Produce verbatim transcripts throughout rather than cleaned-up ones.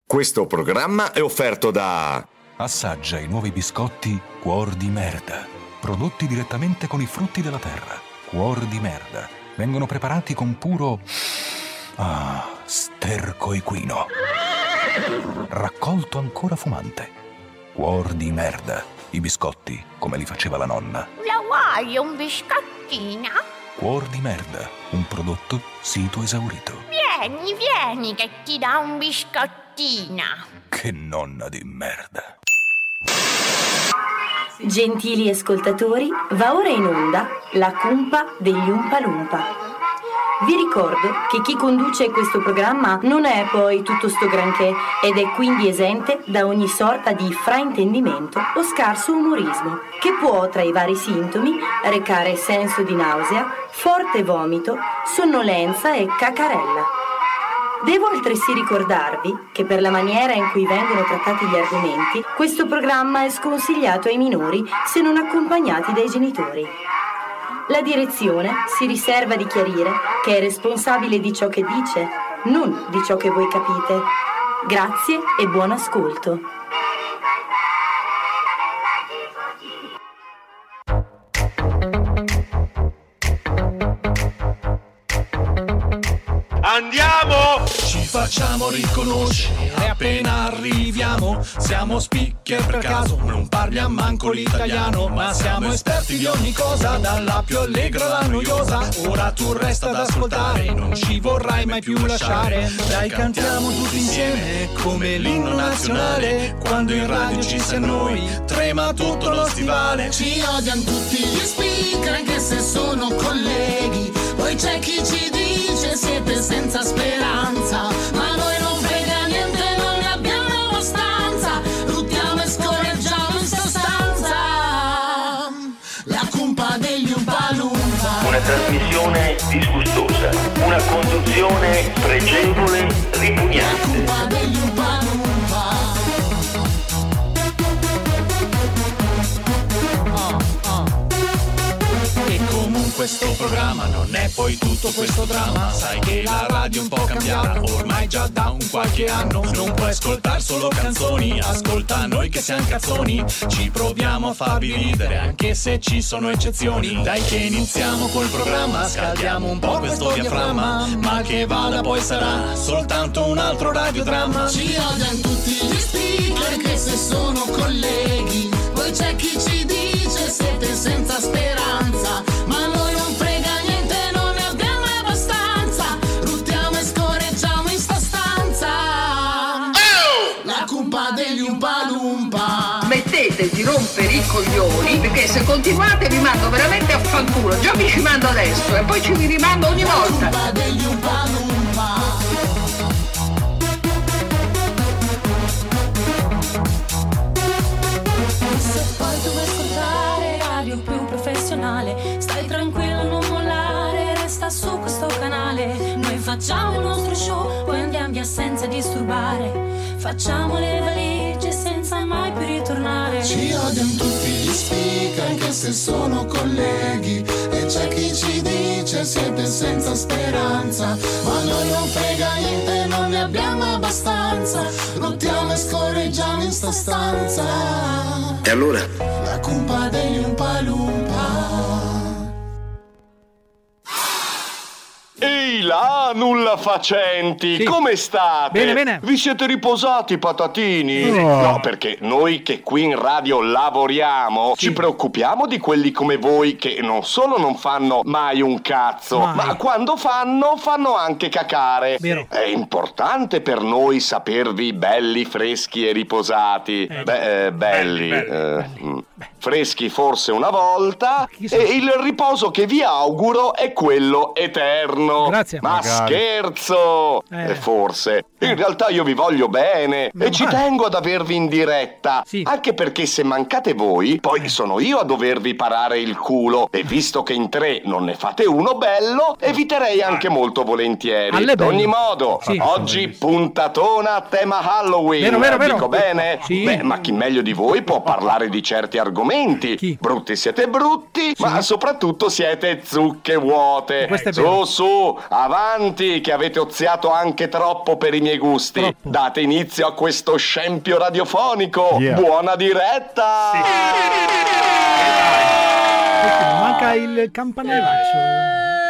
Questo programma è offerto da... Assaggia i nuovi biscotti Cuor di Merda, prodotti direttamente con i frutti della terra. Cuor di Merda. Vengono preparati con puro... Ah, sterco equino. Raccolto ancora fumante. Cuor di Merda. I biscotti come li faceva la nonna. La vuoi un biscottino? Cuor di Merda, un prodotto sito esaurito. Vieni, vieni che ti dà un biscottino. Che nonna di merda. Gentili ascoltatori, va ora in onda la cumpa degli Umpa Lumpa. Vi ricordo che chi conduce questo programma non è poi tutto sto granché ed è quindi esente da ogni sorta di fraintendimento o scarso umorismo, che può, tra i vari sintomi, recare senso di nausea, forte vomito, sonnolenza e cacarella. Devo altresì ricordarvi che per la maniera in cui vengono trattati gli argomenti, questo programma è sconsigliato ai minori se non accompagnati dai genitori. La direzione si riserva di chiarire che è responsabile di ciò che dice, non di ciò che voi capite. Grazie e buon ascolto. Andiamo! Ci facciamo riconoscere appena arriviamo. Siamo speaker per caso, non parliamo manco l'italiano, ma siamo esperti di ogni cosa, dalla più allegra alla noiosa. Ora tu resta ad ascoltare, non ci vorrai mai più lasciare. Dai, cantiamo tutti insieme come l'inno nazionale. Quando in radio ci sei noi, trema tutto lo stivale. Ci odiano tutti gli speaker anche se sono colleghi. Poi c'è chi ci dice siete senza speranza, ma noi non frega niente, non ne abbiamo abbastanza. Luttiamo e scorreggiamo in sostanza. La cumpa degli Umpa Lumpa. Una trasmissione disgustosa, una conduzione pregevole, ripugnante. La cumpa degli Umpa Lumpa. Questo programma non è poi tutto questo dramma. Sai che la radio è un po' cambiata, ormai già da un qualche anno. Non puoi ascoltare solo canzoni, ascolta noi che siamo cazzoni. Ci proviamo a farvi ridere anche se ci sono eccezioni. Dai che iniziamo col programma, scaldiamo un po' questo diaframma. Ma che vada poi sarà soltanto un altro radiodramma. Ci odiano tutti gli speaker anche se sono colleghi. Poi c'è chi ci dice siete senza speranza, ma noi smettete di rompere i coglioni, perché se continuate vi mando veramente a fanculo. Già vi ci mando adesso e poi ci vi rimando ogni volta. La degli Umpa Lumpa. Se poi tu vuoi ascoltare radio più professionale, stai tranquillo, non mollare, resta su questo canale. Noi facciamo il nostro show, poi andiamo via senza disturbare. Facciamo le valigie senza mai più ritornare. Ci odiano tutti gli speaker anche se sono colleghi. E c'è chi ci dice siete senza speranza, ma noi non frega niente, non ne abbiamo abbastanza. Lottiamo e scorreggiamo in sta stanza. E allora? La cumpa degli Umpa Lumpa. Ehi là, nulla facenti, sì. Come state? Bene, bene. Vi siete riposati, patatini? Oh. No, perché noi che qui in radio lavoriamo, sì, ci preoccupiamo di quelli come voi che non solo non fanno mai un cazzo, mai. Ma quando fanno, fanno anche cacare. Vero. È importante per noi sapervi belli, freschi e riposati. Eh. Beh, eh, belli. belli, belli, eh, belli. Freschi forse una volta, e il riposo che vi auguro è quello eterno. Grazie. Ma Magari. scherzo! Eh. Forse. In realtà io vi voglio bene Ma e ci vai. tengo ad avervi in diretta. Sì. Anche perché se mancate voi, poi sono io a dovervi parare il culo. E visto che in tre non ne fate uno bello, eviterei anche molto volentieri. Alle Ad ogni bello. modo, Sì. oggi puntatona a tema Halloween. Vero, vero, vero. Dico bene? Sì. Beh, ma chi meglio di voi può parlare di certi argomenti? Chi? Brutti siete brutti, Sì. ma soprattutto siete zucche vuote. Questo è Su, vero. su, avanti, che avete oziato anche troppo per i miei miei gusti. Troppo. Date inizio a questo scempio radiofonico. Yeah. Buona diretta! Manca il campanellaccio.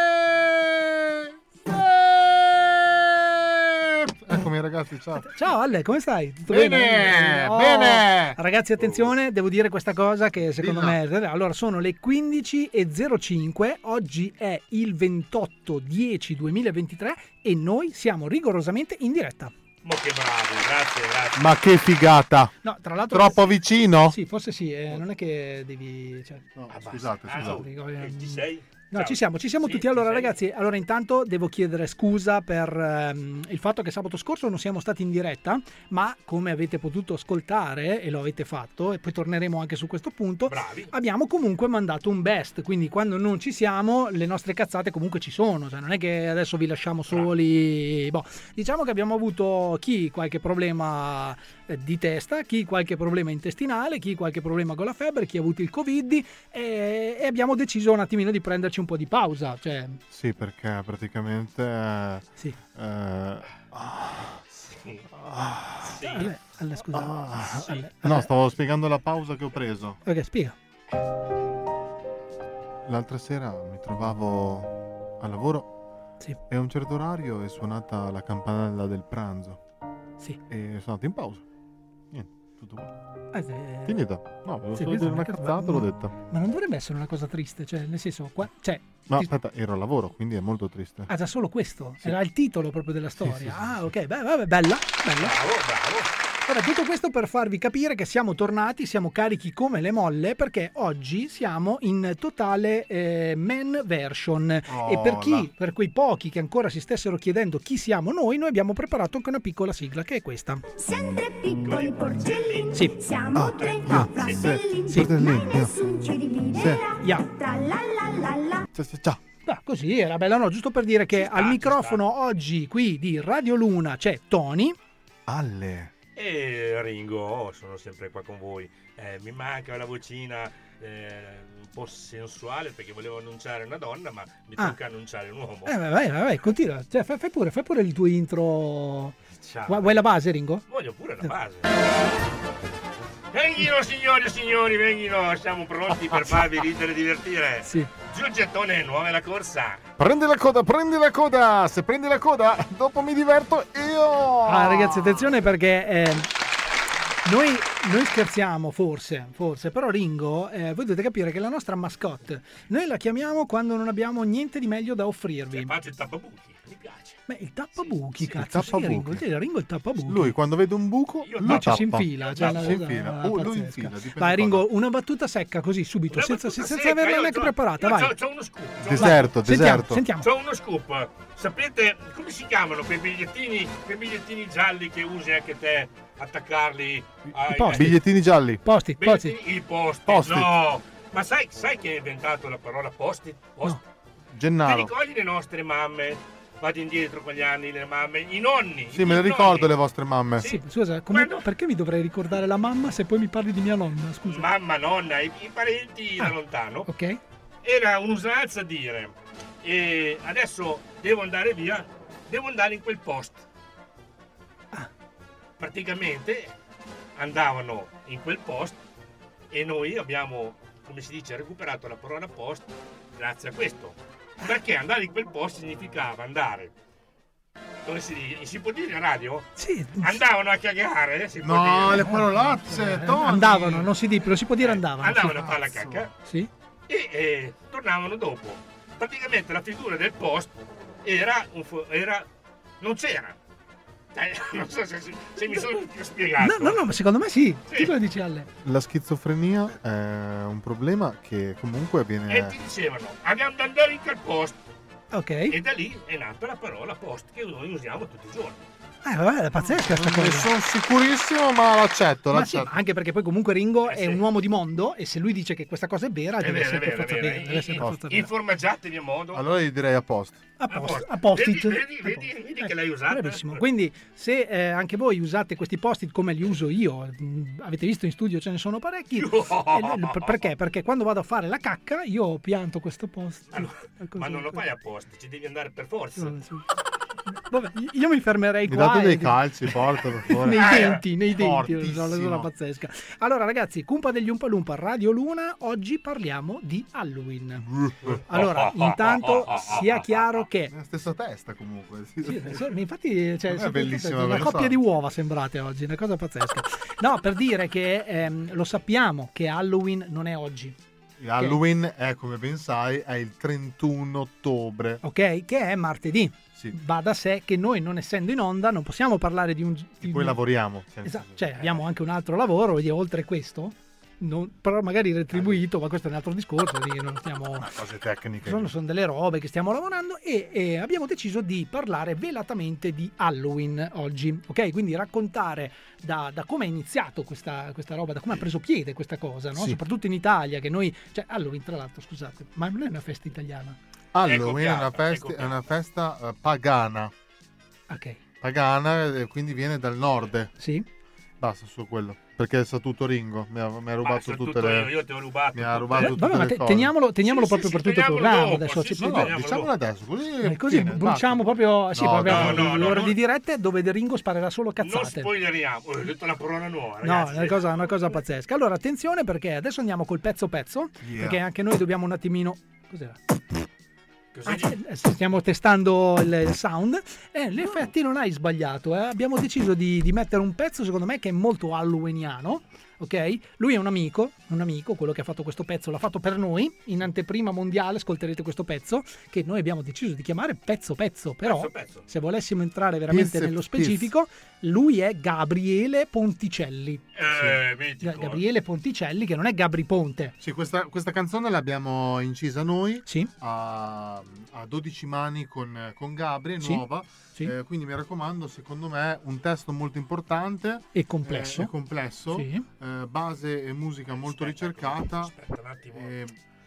Eccomi ragazzi, ciao. Ciao Ale, come stai? Tutto Bene, bene? Oh. bene. Ragazzi, attenzione, devo dire questa cosa che secondo Dilla. me... Allora, sono le quindici e zero cinque, oggi è il ventotto dieci duemilaventitré e noi siamo rigorosamente in diretta. Ma che bravi, grazie, grazie. Ma che figata. No, tra l'altro... Troppo vicino? Sì, forse sì, eh, non è che devi... Cioè... No, scusate, Ah, scusate. no, eh, ci sei? No, Ciao. ci siamo, ci siamo Sì, tutti. ci Allora, sei? ragazzi, allora intanto devo chiedere scusa per ehm, il fatto che sabato scorso non siamo stati in diretta, ma come avete potuto ascoltare, e lo avete fatto, e poi torneremo anche su questo punto, Bravi. abbiamo comunque mandato un best, quindi quando non ci siamo, le nostre cazzate comunque ci sono, cioè non è che adesso vi lasciamo soli. Boh, diciamo che abbiamo avuto chi qualche problema eh, di testa, chi qualche problema intestinale, chi qualche problema con la febbre, chi ha avuto il covid e, e abbiamo deciso un attimino di prenderci un po' di pausa, cioè Sì, perché praticamente... eh, sì. eh, ah, Sì. ah, Sì. Ale, Ale, scusa. ah. Ale, No, Ale. stavo spiegando la pausa che ho preso. Ok, spiega. L'altra sera mi trovavo a lavoro Sì. e a un certo orario è suonata la campanella del pranzo Sì. e sono andato in pausa. Niente, tutto qua. Eh, eh, Finita. No, volevo sì, solo dire una cazzo, cazzata, ma- l'ho detta. Ma non dovrebbe essere una cosa triste, cioè, nel senso, qua, cioè, No, ti- aspetta, ero a lavoro, quindi è molto triste. ah, già solo questo, Sì. era il titolo proprio della storia. sì, sì, ah, sì. ok, beh, vabbè, bella, bella. Bravo, bravo. Allora, tutto questo per farvi capire che siamo tornati, siamo carichi come le molle, perché oggi siamo in totale eh, man version. Oh, e per chi, là. per quei pochi che ancora si stessero chiedendo chi siamo noi, noi abbiamo preparato anche una piccola sigla, che è questa. Siamo tre piccoli porcellini, Sì. siamo Ah, tre ah, fratelli, sì, fratelli, ma nessun ci dividerà. Yeah. Tra la la la la. Ciao, ciao, ciao. Ah, così era bella, no? Giusto per dire che sta, al ci microfono oggi qui di Radio Luna c'è Tony. Alle. E Ringo, oh, sono sempre qua con voi. Eh, mi manca la vocina eh, un po' sensuale perché volevo annunciare una donna, ma mi Ah. tocca annunciare un uomo. Eh, vai, vai, vai, continua. Cioè, fai, fai pure, fai pure il tuo intro. Ciao. Vuoi vuoi la base, Ringo? Voglio pure la base. Venghino signori e signori, venghino, siamo pronti per farvi ridere e divertire. Sì. Giù il gettone, nuova la corsa. Prendi la coda, prendi la coda. Se prendi la coda, dopo mi diverto io. Ah, ragazzi, attenzione perché eh, noi, noi scherziamo, forse, forse, però Ringo, eh, voi dovete capire che la nostra mascotte, noi la chiamiamo quando non abbiamo niente di meglio da offrirvi. Faccio il tappabuchi, mi piace. Beh, il tappabuchi, Sì, sì, cazzo, il sì, tappabuchi. Ringo, sì, Ringo il tappabuchi. Lui quando vede un buco, Io lo Lui ci tappa. si infila, cioè, Si una- infila. una- Uh, lui pazzesca. infila, dipende Vai da Ringo, una battuta secca così subito, Una senza, battuta senza secca, averla io neanche c'ho- preparata, io vai. C'ho, c'ho uno scoop. c'ho- Deserto, Sentiamo, deserto. sentiamo. C'ho uno scoop. Sapete come si chiamano quei bigliettini, quei bigliettini gialli che usi anche te, attaccarli ai, post-it. Bigliettini gialli. Posti, posti. bigliettini- i post-it. Post-it. No, ma sai, sai chi ha inventato la parola post-it? Post. Ti Gennaro. ricordi le nostre mamme? Vado indietro con gli anni, le mamme, i nonni. Sì, i me le nonni. ricordo le vostre mamme. Sì, scusa, come- Quando- perché mi dovrei ricordare la mamma se poi mi parli di mia nonna? Scusa. Mamma, nonna, i, i parenti Ah. da lontano. Ok? Era un'usanza dire, e adesso devo andare via, devo andare in quel post. Ah. Praticamente andavano in quel post e noi abbiamo, come si dice, recuperato la parola post grazie a questo. Perché andare in quel post significava andare, come si dice, si può dire a radio? Sì. Andavano a cagare, si può No, dire. le parolazze, Eh, Tony. andavano, non si dice, lo si può dire andavano. Andavano sì. a fare la cacca Sì. e eh, tornavano dopo. Praticamente la figura del post era, un fo- era non c'era. Eh, non so se, se mi sono spiegato. No, no, no, ma secondo me sì. Sì. Tu cosa dici, Ale? La schizofrenia è un problema che comunque E avviene... ti dicevano, abbiamo da andare in quel post. Ok. E da lì è nata la parola post che noi usiamo tutti i giorni. Eh, vabbè, è pazzesca sta Non ne cosa. sono sicurissimo, ma l'accetto, Ma sì, l'accetto. ma anche perché poi comunque Ringo Eh, è sì. un uomo di mondo e se lui dice che questa cosa è vera, È deve vero, è essere per vero, è forza vero. vera. Deve essere per forza vera. Informaggiatevi a modo. Allora gli direi a posto. A A posto, posto. a post-it. Vedi, vedi, A vedi, posto. vedi Eh, che l'hai usata. Bravissimo. Quindi se eh, anche voi usate questi post-it come li uso io, mh, avete visto in studio ce ne sono parecchi. eh, l- per- perché? Perché quando vado a fare la cacca io pianto questo post. Ma, no, ma non lo fai apposta, ci devi andare per forza. Sì. Vabbè, io mi fermerei Mi qua. date dei e- calci, porta per favore. nei denti, nei denti, Fortissimo. una cosa pazzesca. Allora ragazzi, Cumpa degli Umpa Lumpa, Radio Luna, oggi parliamo di Halloween. Allora, intanto sia chiaro che... La stessa testa comunque. Sì, infatti cioè, Non è siete- bellissima, una ve lo coppia so. di uova sembrate oggi, una cosa pazzesca. No, per dire che ehm, lo sappiamo che Halloween non è oggi. Halloween è, come ben sai, è il trentuno ottobre. Ok, che è martedì. Sì. Va da sé che noi, non essendo in onda, non possiamo parlare di un... di Poi un- lavoriamo. Cioè, Esatto, cioè abbiamo anche un altro lavoro, e oltre questo, non- però magari retribuito, ma questo è un altro discorso, quindi non stiamo... cose tecniche. Sono, sono delle robe che stiamo lavorando e, e abbiamo deciso di parlare velatamente di Halloween oggi, ok? Quindi raccontare da, da come è iniziato questa, questa roba, da come ha preso piede questa cosa, no? Sì. Soprattutto in Italia, che noi... Cioè Halloween, tra l'altro, scusate, ma non è una festa italiana? Halloween è una copiata, è festa, è copiata. una festa eh, pagana. Ok. Pagana, e quindi viene dal nord. Sì. Basta su quello. Perché sa tutto Ringo. Mi ha, mi ha rubato sa tutte tutto le. io, io ti ho rubato Mi ha tutte. rubato Eh, tutte vabbè, ma le te- cose. teniamolo, teniamolo Sì, proprio sì, per tutto il teniamolo programma. dopo, Adesso sì, ci- sì, No, no, teniamolo diciamolo dopo. adesso. Così, Eh, così viene, bruciamo basta. proprio sì, No, proprio no, no, no, l'ora no. di dirette dove De Ringo sparerà solo Non cazzate. spoileriamo, oh, ho detto una parola nuova, No, ragazzi. è una cosa, una cosa pazzesca. Allora, attenzione perché adesso andiamo col pezzo pezzo, Yeah. perché anche noi dobbiamo un attimino... Cos'era? Così Ah, dici? eh, stiamo testando il il sound e in effetti non hai sbagliato, eh. Abbiamo deciso di, di mettere un pezzo secondo me che è molto halloweeniano, ok? Lui è un amico, un amico, quello che ha fatto questo pezzo l'ha fatto per noi, in anteprima mondiale ascolterete questo pezzo che noi abbiamo deciso di chiamare pezzo pezzo, però Pezzo, pezzo. se volessimo entrare veramente Piz e nello piz. specifico, lui è Gabriele Ponticelli. Eh, mitico. Gabriele Ponticelli, che non è Gabri Ponte. Sì, questa, questa canzone l'abbiamo incisa noi Sì. a, a dodici mani con, con Gabri, è Sì, nuova. sì. Eh, quindi mi raccomando, secondo me un testo molto importante E complesso. eh, e complesso, Sì. eh, base e musica molto ricercata. Aspetta un attimo. eh,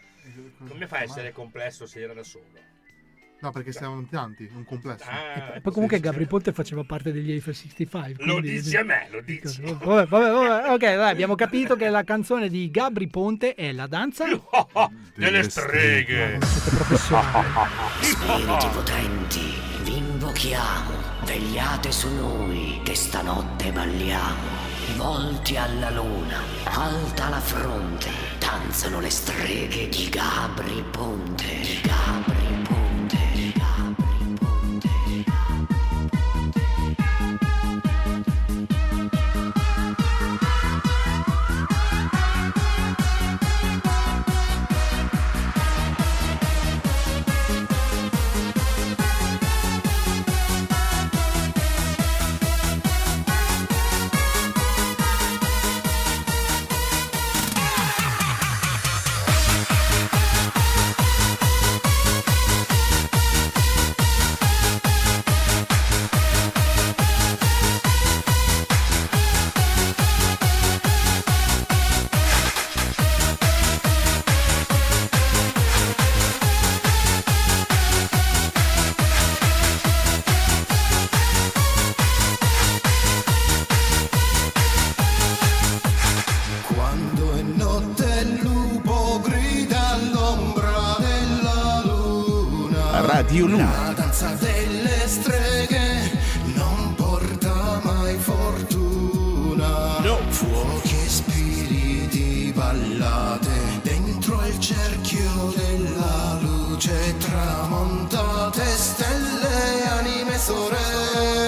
Come fa a essere complesso se era da solo? No, perché siamo tanti, un complesso. Ah, E poi comunque sì, Gabri Ponte faceva parte degli Eiffel sessantacinque. Lo quindi- dici a me, lo dici. Vabbè, vabbè, vabbè. Ok, dai, abbiamo capito che la canzone di Gabri Ponte è la danza delle streghe. siete professionali. Spiriti potenti, vi invochiamo, vegliate su noi che stanotte balliamo. Volti alla luna, alta la fronte, danzano le streghe di Gabri Ponte. Di Gabri Ponte. Di Gabri Ponte. Quando è notte il lupo grida all'ombra della luna. Radio Luna. La danza delle streghe non porta mai fortuna. No. Fuochi e spiriti ballate dentro il cerchio della luce, tramontate stelle, anime sorelle.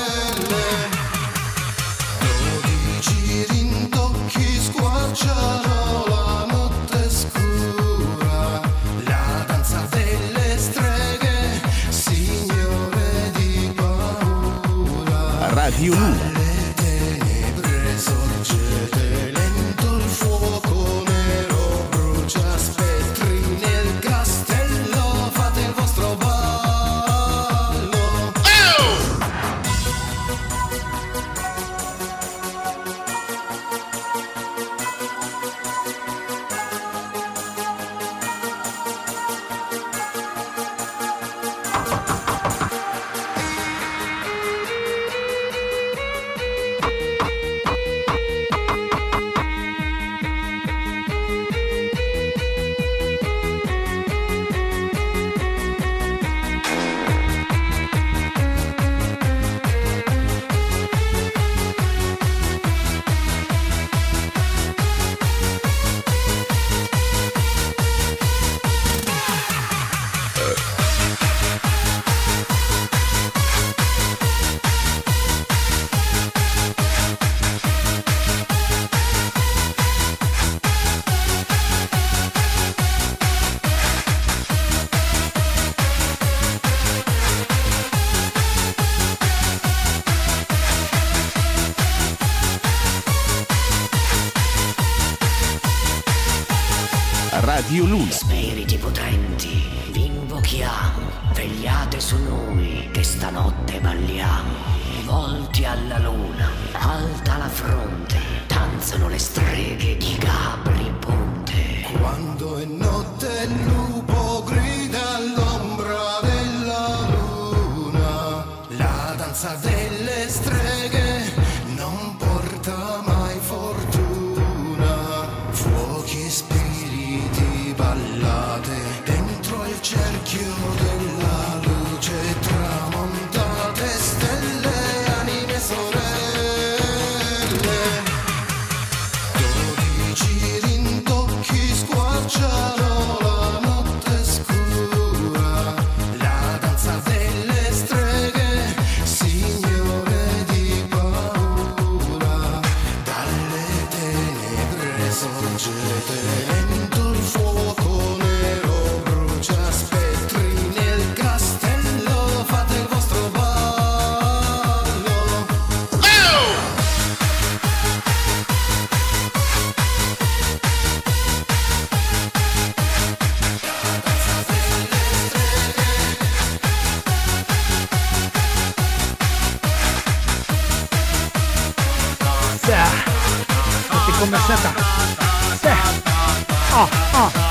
Dodici rintocchi squarciano la notte scura, la danza delle streghe, signore di paura. Radio Luna. Dalle tenebre sorgete, lento il fuoco nero brucia, spettri nel castello, fate il vostro ballo. Radio Luna. Spiriti potenti, vi invochiamo, vegliate su noi, che stanotte balliamo. Volti alla luna, alta la fronte, danzano le streghe di Gabri Ponte. Quando è notte il lupo grida all'ombra della luna, la danza delle streghe non porta mai fortuna. Fuochi e spiriti, ballate dentro il cerchio della luce, tramontate stelle, anime sorelle. Dodici rintocchi squarciano la notte scura, la danza delle streghe, signore di paura. Dalle tenebre sorgete, lento il fuoco nero brucia, spettri nel castello, fate il vostro ballo. Senti come senta. Sì. Oh, oh.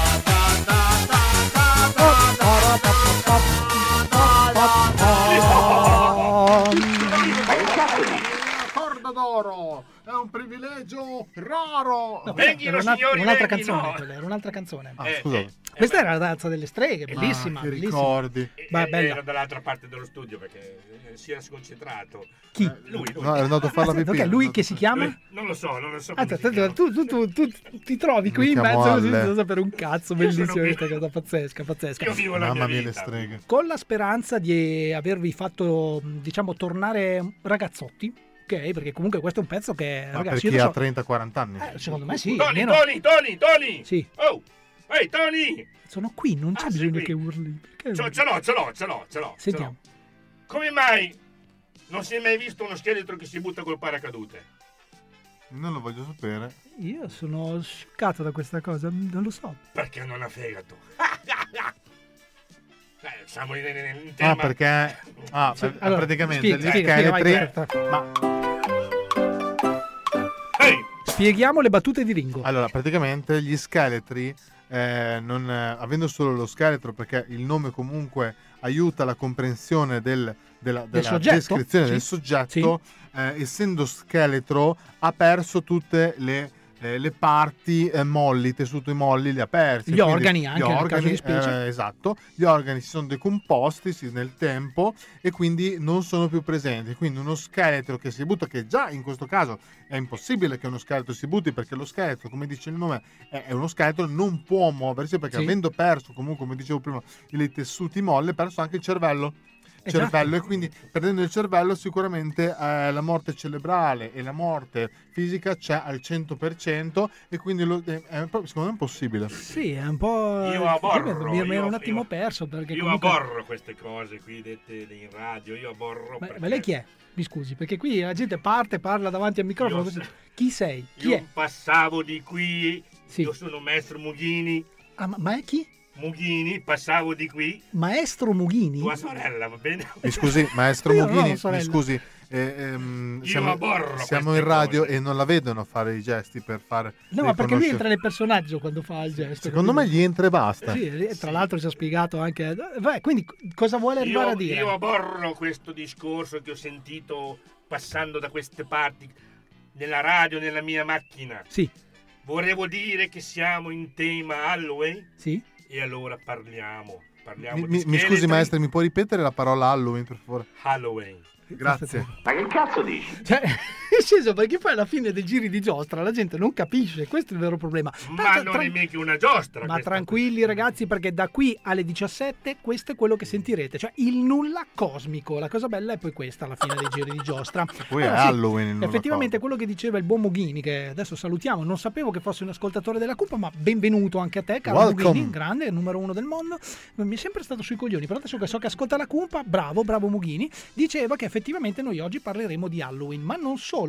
Corda d'oro, è un privilegio raro. No, Venghino, era una- signori, un'altra venghino. canzone, quella, era un'altra canzone. Ah, Eh, scusa. eh, Questa era la danza delle streghe, bellissima, Ah, che bellissima. ricordi. Beh, Eh, bella. Era dall'altra parte dello studio perché eh, si era sconcentrato. Chi? Eh, Lui, lui. No, era andato a fare la Aspetta, pipì. ok, lui che si chiama? Lui- non lo so, non lo so. Aspetta, come si aspetta, tu, tu, tu, tu ti trovi qui in Mica mezzo così molle. non sapere un cazzo, Io bellissima sono qui. questa cosa, pazzesca, pazzesca. Io vivo la Mamma mia mia, le vita. streghe. Con la speranza di avervi fatto, diciamo, tornare ragazzotti, ok? Perché comunque questo è un pezzo che, Ma ragazzi, per io chi non ha so, trenta quaranta anni. eh, secondo me sì, Tony, almeno Tony, Tony, Tony! sì. Oh! Ehi, Tony! Sono qui, non c'è Ah, sei bisogno qui. che urli. Perché- Ce ce l'ho, ce l'ho, ce l'ho, ce l'ho. ce Sentiamo. l'ho. Come mai non si è mai visto uno scheletro che si butta col paracadute? Non lo voglio sapere. Io sono scioccato da questa cosa, non lo so. Perché non ha fegato? Eh, siamo in, in- in tema. Ah, perché ah, Sì, per- allora, praticamente spiega, gli spiega, spiega, vai, scheletri. aspetta. Ma Ehi! Spieghiamo le battute di Ringo. allora, praticamente gli scheletri, eh, non, eh, avendo solo lo scheletro, perché il nome comunque aiuta la comprensione del, della, della soggetto? descrizione Sì. del soggetto, eh, essendo scheletro ha perso tutte le, eh, le parti eh, molli, i tessuti molli li ha persi. Gli Quindi organi anche, gli nel organi, caso di specie. eh, esatto, gli organi si sono decomposti sì, nel tempo e quindi non sono più presenti. Quindi uno scheletro che si butta, che già in questo caso è impossibile che uno scheletro si butti, perché lo scheletro, come dice il nome, è, è uno scheletro, non può muoversi, perché Sì. avendo perso comunque, come dicevo prima, i tessuti molli, ha perso anche il cervello. Esatto. cervello e quindi perdendo il cervello sicuramente eh, la morte cerebrale e la morte fisica c'è al cento per cento e quindi lo, è, è, proprio- secondo me è impossibile. Sì, è un po'. Io aborro, mi, mi ero io- un attimo io- perso perché Io comunque. aborro queste cose qui dette in radio, io aborro Ma, perché ma lei chi è? Mi scusi, perché qui la gente parte, parla davanti al microfono. Io così. se- Chi sei? Chi io è? passavo di qui, Sì. io sono maestro Mughini, Ah, ma, ma è chi? Mughini, passavo di qui, Maestro Mughini? tua sorella, va bene? Mi scusi, maestro Io non ho Mughini, mi sorella. scusi, eh, ehm, Io siamo, aborro siamo queste in radio cose. e non la vedono fare i gesti per fare. No, ma perché lui riconoscere- entra nel personaggio quando fa il gesto. Secondo me capito? gli entra e basta. Sì, e tra l'altro ci ha spiegato anche. Vai, quindi cosa vuole arrivare Io, a dire? io aborro questo discorso che ho sentito passando da queste parti, nella radio, nella mia macchina. Sì, Volevo dire che siamo in tema Halloween sì. e allora parliamo. Parliamo Mi, di mi- mi scheletri. scusi maestro, mi può ripetere la parola Halloween per favore? Halloween. Grazie. Ma che cazzo dici? Cioè, nel senso, perché poi alla fine dei giri di giostra la gente non capisce, questo è il vero problema. Ma Tanto, non tra- è mica una giostra. Ma questa tranquilli ragazzi, perché da qui alle diciassette questo è quello che sentirete, cioè il nulla cosmico. La cosa bella è poi questa alla fine dei giri di giostra. Poi è Allora, sì, Halloween il nulla effettivamente quello che diceva il buon Mughini, che adesso salutiamo, non sapevo che fosse un ascoltatore della Cupa, ma benvenuto anche a te, caro Welcome. Mughini, grande, numero uno del mondo. Mi è sempre stato sui coglioni, però adesso che so che ascolta la Cupa, bravo, bravo Mughini, diceva che effettivamente noi oggi parleremo di Halloween, ma non solo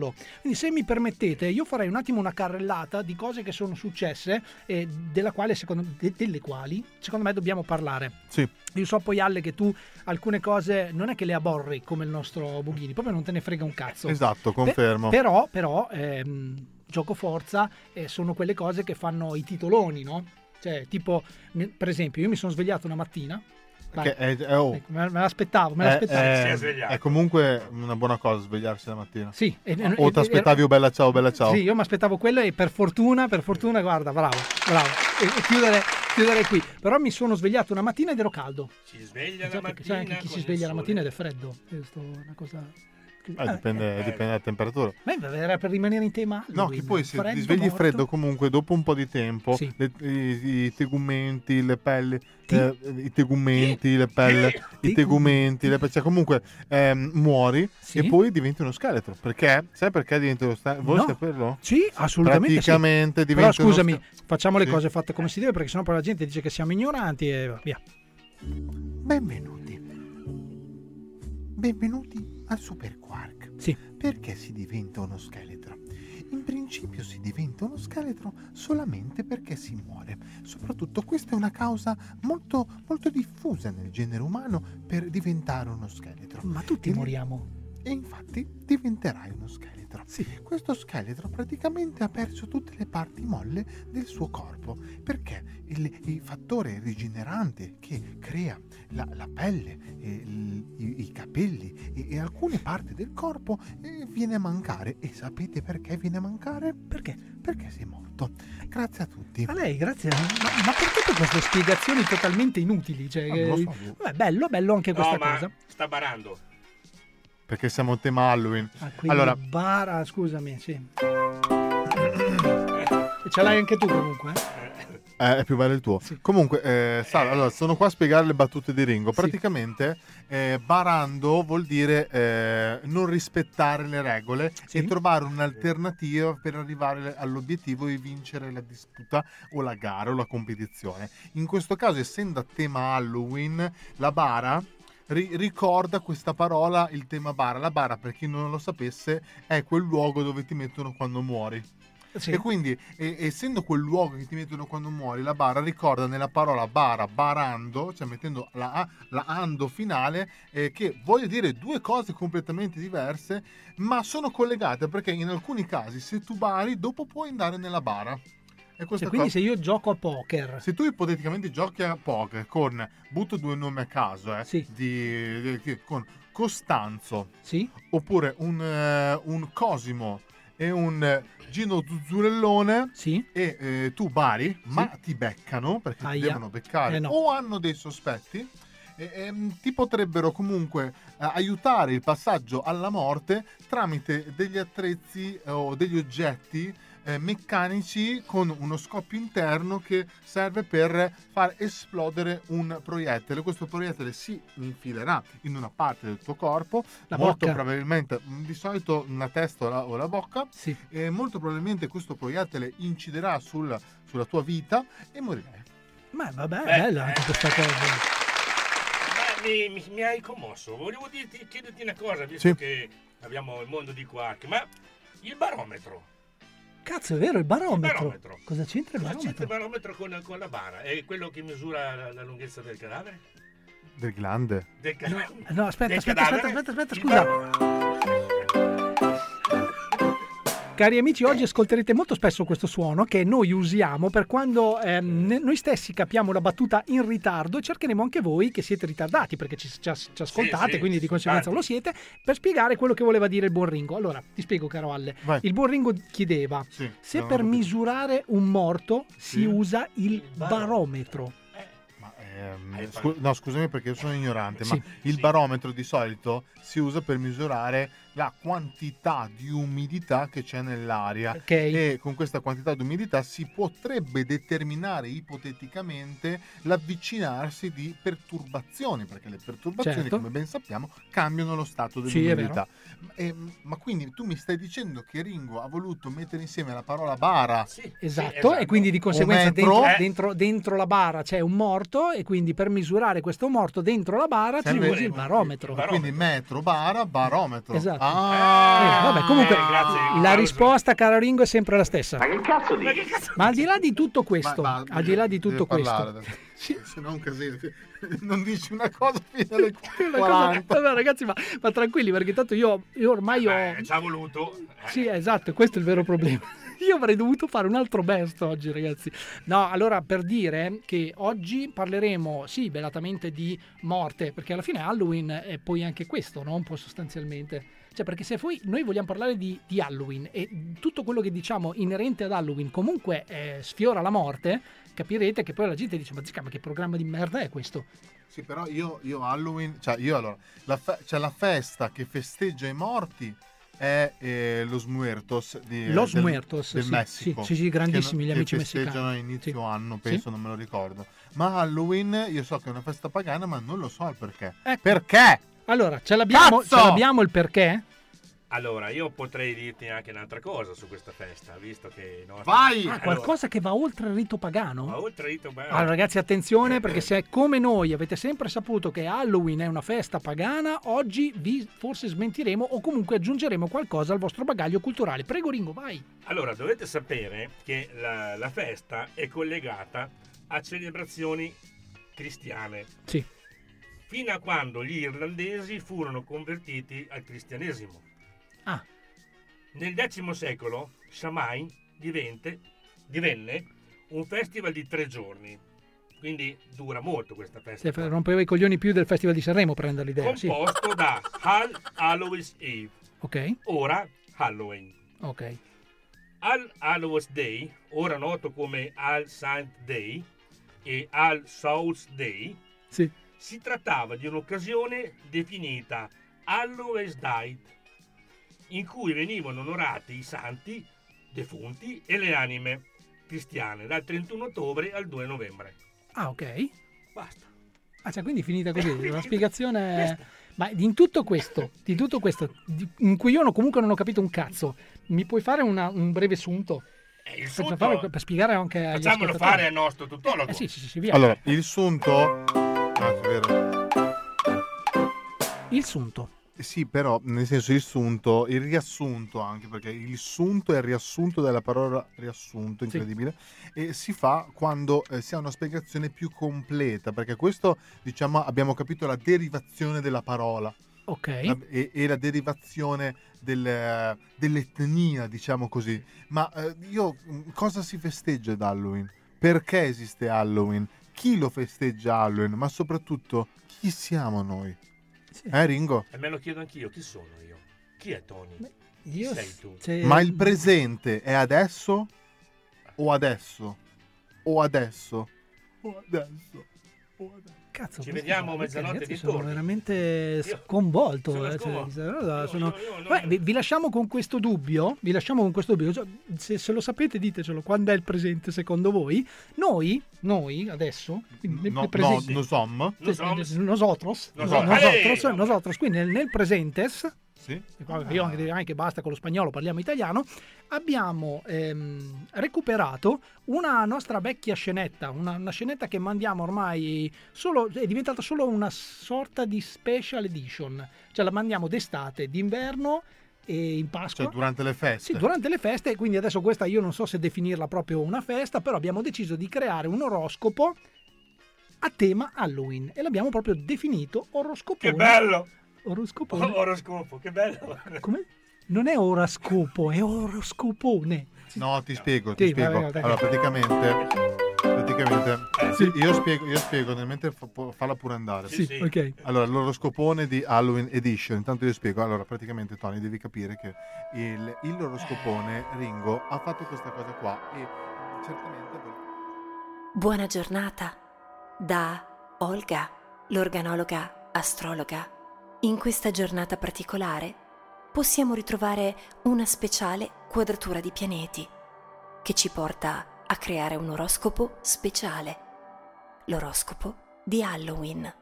titolo. Quindi se mi permettete io farei un attimo una carrellata di cose che sono successe e della quale, secondo, de, delle quali secondo me dobbiamo parlare. Sì. Io so poi, Alle, che tu alcune cose non è che le aborri come il nostro Bughini, proprio non te ne frega un cazzo. Esatto, confermo. Pe- però, però ehm, gioco forza eh, sono quelle cose che fanno i titoloni, no? Cioè, tipo, per esempio, io mi sono svegliato una mattina. Che è, è, oh. ecco, me, me l'aspettavo, me l'aspettavo. È, è, è comunque una buona cosa svegliarsi la mattina. Sì. E, o ti aspettavi oh bella ciao, bella ciao? Sì, io mi aspettavo quello e per fortuna, per fortuna, guarda, bravo, bravo. E, e chiudere, chiudere qui. Però mi sono svegliato una mattina ed ero caldo. Si sveglia esatto, la mattina. C'è anche chi si sveglia la mattina ed è freddo. Questo è una cosa... Eh, dipende, eh, dipende dalla temperatura. Beh, era per rimanere in tema. No, che poi se ti svegli morto. freddo comunque dopo un po' di tempo, sì. le, i, i tegumenti, le pelli, eh, i tegumenti, le pelle, i tegumenti, le pelle, cioè comunque ehm, muori sì. e poi diventi uno scheletro. Perché? Sai perché diventi uno scheletro? Vuoi no. saperlo? Sì, assolutamente. Praticamente sì. diventi Però scusami, uno... facciamo le sì. cose fatte come si deve, perché sennò poi la gente dice che siamo ignoranti e via. Benvenuti. Benvenuti al Super Quark. Sì. Perché si diventa uno scheletro? In principio si diventa uno scheletro solamente perché si muore. Soprattutto questa è una causa molto, molto diffusa nel genere umano per diventare uno scheletro. Ma tutti e moriamo. E infatti diventerai uno scheletro. Sì. Questo scheletro praticamente ha perso tutte le parti molle del suo corpo perché il, il fattore rigenerante che crea la, la pelle, il, i, i capelli e, e alcune parti del corpo eh, viene a mancare. E sapete perché viene a mancare? Perché? Perché sei morto. Grazie a tutti. A lei, grazie. Ma, ma perché per queste spiegazioni totalmente inutili? Cioè, ah, non lo so. Vabbè, bello, bello anche questa no, ma cosa. Sta barando. Perché siamo a tema Halloween. Ah, allora, bara, scusami, sì. E ce l'hai anche tu comunque, eh? Eh, è più bello il tuo. Sì. Comunque, eh, Sara, allora, sono qua a spiegare le battute di Ringo. Praticamente, sì. eh, barando vuol dire eh, non rispettare le regole sì. e trovare un'alternativa per arrivare all'obiettivo e vincere la disputa o la gara o la competizione. In questo caso, essendo a tema Halloween, la bara ricorda questa parola, il tema bara. La bara, per chi non lo sapesse, è quel luogo dove ti mettono quando muori. Sì. E quindi, e, essendo quel luogo che ti mettono quando muori, la bara ricorda nella parola bara, barando, cioè mettendo la, a, la ando finale, eh, che voglio dire due cose completamente diverse, ma sono collegate perché in alcuni casi, se tu bari, dopo puoi andare nella bara. Cioè, quindi cosa, se io gioco a poker, se tu ipoteticamente giochi a poker con, butto due nomi a caso, eh, sì. di, di, con Costanzo, sì. oppure un, uh, un Cosimo e un Gino Zuzzurellone, sì. e eh, tu bari, sì. ma ti beccano perché Aia. ti devono beccare, eh no. o hanno dei sospetti. E, e, ti potrebbero comunque eh, aiutare il passaggio alla morte tramite degli attrezzi eh, o degli oggetti Eh, meccanici con uno scoppio interno che serve per far esplodere un proiettile. Questo proiettile si infilerà in una parte del tuo corpo, la molto bocca. probabilmente, di solito la testa o la, o la bocca, sì. e molto probabilmente questo proiettile inciderà sul, sulla tua vita e morirai. Ma vabbè, Beh, bella anche eh, questa cosa. Ma mi, mi, mi hai commosso. Volevo dirti, chiederti una cosa, visto sì. che abbiamo il mondo di Quark, ma il barometro. Cazzo, è vero, il barometro. Il barometro. Cosa c'entra il Cosa barometro? c'entra il barometro con, con la bara? È quello che misura la, la lunghezza del cadavere? Del glande? Del ca- no, no, aspetta, del aspetta, aspetta, aspetta, aspetta, scusa. Bar- Cari amici, oggi ascolterete molto spesso questo suono che noi usiamo per quando ehm, noi stessi capiamo la battuta in ritardo, e cercheremo anche voi che siete ritardati perché ci, ci, ci ascoltate, sì, sì, quindi di conseguenza tanti. lo siete, per spiegare quello che voleva dire il buon Ringo. Allora, ti spiego, caro Alle. Vai. Il buon Ringo chiedeva Sì, se no, per no, misurare un morto sì. si usa il barometro. Ma, ehm, scu- no, scusami perché io sono ignorante, Sì. ma il Sì. barometro di solito si usa per misurare la quantità di umidità che c'è nell'aria, Ok. e con questa quantità di umidità si potrebbe determinare ipoteticamente l'avvicinarsi di perturbazioni, perché le perturbazioni, Certo. come ben sappiamo, cambiano lo stato Sì, è dell'umidità. E, ma quindi tu mi stai dicendo che Ringo ha voluto mettere insieme la parola bara? Sì, Esatto, sì, esatto. e quindi di conseguenza metro. dentro, Eh. dentro, dentro la bara c'è un morto, e quindi per misurare questo morto dentro la bara ci Serve- usi il barometro. il barometro. Quindi metro, bara, barometro. Esatto. Ah. Eh, vabbè, comunque Eh, grazie, la Paolo. risposta, cara Ringo, è sempre la stessa. Ma che cazzo dici? Ma al di là di tutto questo, Ma- ma- al di là di tutto deve questo, parlare, dai. Se no è un casino. Non dici una cosa fino alle Una cosa- quaranta. vabbè, ragazzi, ma, ma tranquilli, perché tanto io, io ormai ho. Eh, ci ha voluto. Eh. Sì, esatto, questo è il vero problema. Io avrei dovuto fare un altro best oggi, ragazzi. No, allora, per dire che oggi parleremo, sì, velatamente di morte, perché alla fine Halloween è poi anche questo, no? Un po' sostanzialmente. Cioè, perché se poi noi vogliamo parlare di, di Halloween e tutto quello che diciamo inerente ad Halloween comunque eh, sfiora la morte, capirete che poi la gente dice, ma zicca, ma che programma di merda è questo? Sì, però io, io Halloween, cioè io allora, la fe- cioè la festa che festeggia i morti è eh, Los Muertos di, Los del, Muertos, del sì, Messico. sì, sì, sì, grandissimi, che, gli amici che festeggiano messicani. a inizio Sì. anno, Sì. penso, non me lo ricordo. Ma Halloween io so che è una festa pagana, ma non lo so il perché. Ecco. Perché? Allora, ce l'abbiamo, Cazzo! ce l'abbiamo il perché? Allora, io potrei dirti anche un'altra cosa su questa festa, visto che i nostri... Vai! Ah, qualcosa che va oltre il rito pagano? Ma oltre il rito, beh, Allora ragazzi, attenzione, perché se come noi avete sempre saputo che Halloween è una festa pagana, oggi vi forse smentiremo o comunque aggiungeremo qualcosa al vostro bagaglio culturale. Prego Ringo, vai! Allora, dovete sapere che la, la festa è collegata a celebrazioni cristiane. Sì. Fino a quando gli irlandesi furono convertiti al cristianesimo. Ah. Nel X secolo Samhain divente, divenne un festival di tre giorni, quindi dura molto questa festa. Se rompeva i coglioni più del Festival di Sanremo, per rendere l'idea. Sì. Composto da All Hallows Eve, Ok, ora Halloween. ok. All Hallows Day, ora noto come All Saint Day e All Souls Day, Sì. si trattava di un'occasione definita Hallows Day, in cui venivano onorati i santi, defunti e le anime cristiane dal trentuno ottobre al due novembre. Ah, ok. Basta. Ah, cioè, quindi finita così, una spiegazione... Ma in tutto questo, di tutto questo, di- in cui io no- comunque non ho capito un cazzo, mi puoi fare una- un breve sunto? Eh, il Per, sunto- farlo- per spiegare anche agli Facciamolo ascoltatori. fare al nostro tutologo. Eh sì, sì, sì, sì, via. Allora, il sunto... Ah, è vero. Il sunto. Sì, però nel senso il sunto, il riassunto anche, perché il sunto è il riassunto della parola riassunto, incredibile, e si fa quando eh, si ha una spiegazione più completa, perché questo, diciamo, abbiamo capito la derivazione della parola. Ok. La- E, e la derivazione del- dell'etnia, diciamo così. Ma eh, io, mh, cosa si festeggia ad Halloween? Perché esiste Halloween? Chi lo festeggia Halloween? Ma soprattutto, chi siamo noi? Eh, Ringo? E me lo chiedo anch'io, chi sono io? Chi è Tony? Chi io sei tu? se- Ma il presente è adesso? O adesso? O adesso? O adesso? O adesso? Cazzo, Ci questi- vediamo a questi mezzanotte ragazzi di sono torno. veramente sconvolto. sono eh, cioè, sconvolto. sono- Beh, vi, vi lasciamo con questo dubbio. Vi lasciamo con questo dubbio. Cioè, Se, se lo sapete, ditecelo. Quando è il presente, secondo voi? Noi, noi adesso, quindi nel, No, nel presente, no, no som. Sì, sì, nosotros, Nosotros. nosotros, Ehi! nosotros, quindi nel, nel presentes, Sì. e qua io anche, anche basta con lo spagnolo, parliamo italiano, abbiamo ehm, recuperato una nostra vecchia scenetta, una, una scenetta che mandiamo ormai solo, è diventata solo una sorta di special edition, cioè la mandiamo d'estate, d'inverno e in Pasqua. Cioè durante le feste. Sì, durante le feste, quindi adesso questa io non so se definirla proprio una festa, però abbiamo deciso di creare un oroscopo a tema Halloween e l'abbiamo proprio definito oroscopone. Che bello! Oroscopone. Oh, oroscopo, che bello! Come? Non è oroscopo, è oroscopone. No, ti spiego, ti Sì, spiego. vai, vai, vai. Allora, praticamente, praticamente sì, io spiego, io spiego, nel mentre fa- può- falla pure andare. Sì, sì. ok. Allora, l'oroscopone di Halloween Edition, intanto io spiego. Allora, praticamente, Tony, devi capire che il, il oroscopone Ringo ha fatto questa cosa qua e certamente... Buona giornata da Olga, l'organologa astrologa. In questa giornata particolare possiamo ritrovare una speciale quadratura di pianeti che ci porta a creare un oroscopo speciale, l'oroscopo di Halloween.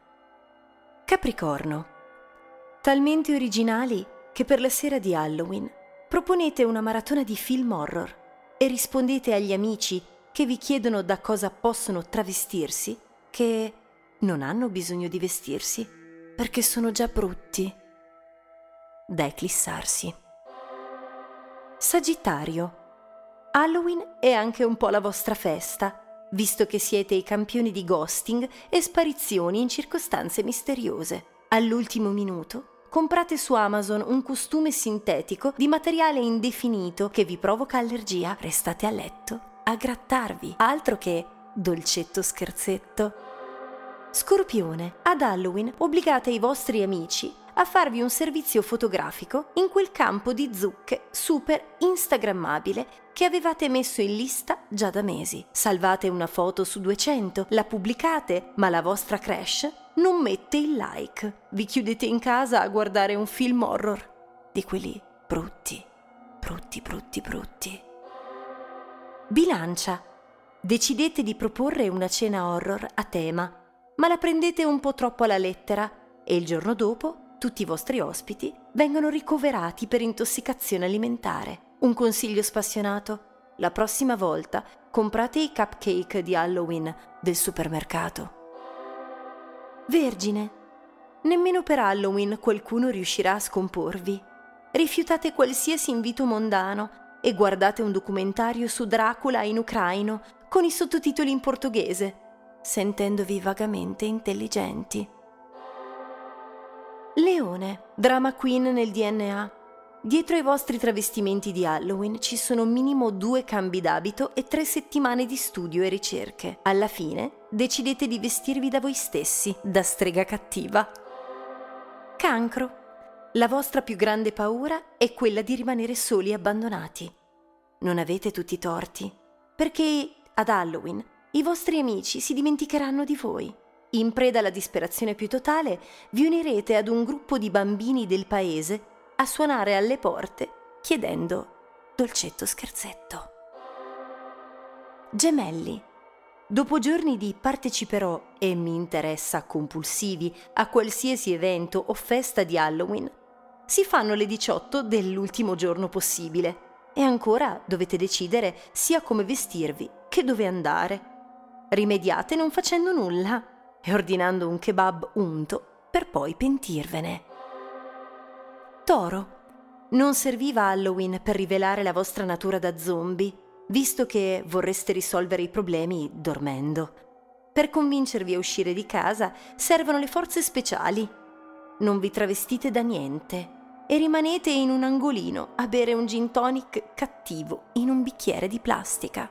Capricorno. Talmente originali che per la sera di Halloween proponete una maratona di film horror e rispondete agli amici che vi chiedono da cosa possono travestirsi che non hanno bisogno di vestirsi perché sono già brutti. da eclissarsi. Sagittario. Halloween è anche un po' la vostra festa, visto che siete i campioni di ghosting e sparizioni in circostanze misteriose. All'ultimo minuto comprate su Amazon un costume sintetico di materiale indefinito che vi provoca allergia. Restate a letto a grattarvi. Altro che dolcetto scherzetto. Scorpione. Ad Halloween obbligate i vostri amici a farvi un servizio fotografico in quel campo di zucche super instagrammabile che avevate messo in lista già da mesi. Salvate una foto su duecento, la pubblicate, ma la vostra crush non mette il like. Vi chiudete in casa a guardare un film horror, di quelli brutti, brutti, brutti, brutti. Bilancia. Decidete di proporre una cena horror a tema, ma la prendete un po' troppo alla lettera e il giorno dopo tutti i vostri ospiti vengono ricoverati per intossicazione alimentare. Un consiglio spassionato: la prossima volta comprate i cupcake di Halloween del supermercato. Vergine. Nemmeno per Halloween qualcuno riuscirà a scomporvi. Rifiutate qualsiasi invito mondano e guardate un documentario su Dracula in ucraino con i sottotitoli in portoghese, sentendovi vagamente intelligenti. Leone. Drama queen nel D N A. Dietro ai vostri travestimenti di Halloween ci sono minimo due cambi d'abito e tre settimane di studio e ricerche. Alla fine decidete di vestirvi da voi stessi, da strega cattiva. Cancro. La vostra più grande paura è quella di rimanere soli e abbandonati. Non avete tutti i torti, perché ad Halloween i vostri amici si dimenticheranno di voi. In preda alla disperazione più totale, vi unirete ad un gruppo di bambini del paese a suonare alle porte chiedendo dolcetto scherzetto. Gemelli. Dopo giorni di parteciperò e mi interessa compulsivi a qualsiasi evento o festa di Halloween, si fanno le diciotto dell'ultimo giorno possibile e ancora dovete decidere sia come vestirvi che dove andare. Rimediate non facendo nulla e ordinando un kebab unto per poi pentirvene. Toro. Non serviva Halloween per rivelare la vostra natura da zombie, visto che vorreste risolvere i problemi dormendo. Per convincervi a uscire di casa servono le forze speciali. Non vi travestite da niente e rimanete in un angolino a bere un gin tonic cattivo in un bicchiere di plastica.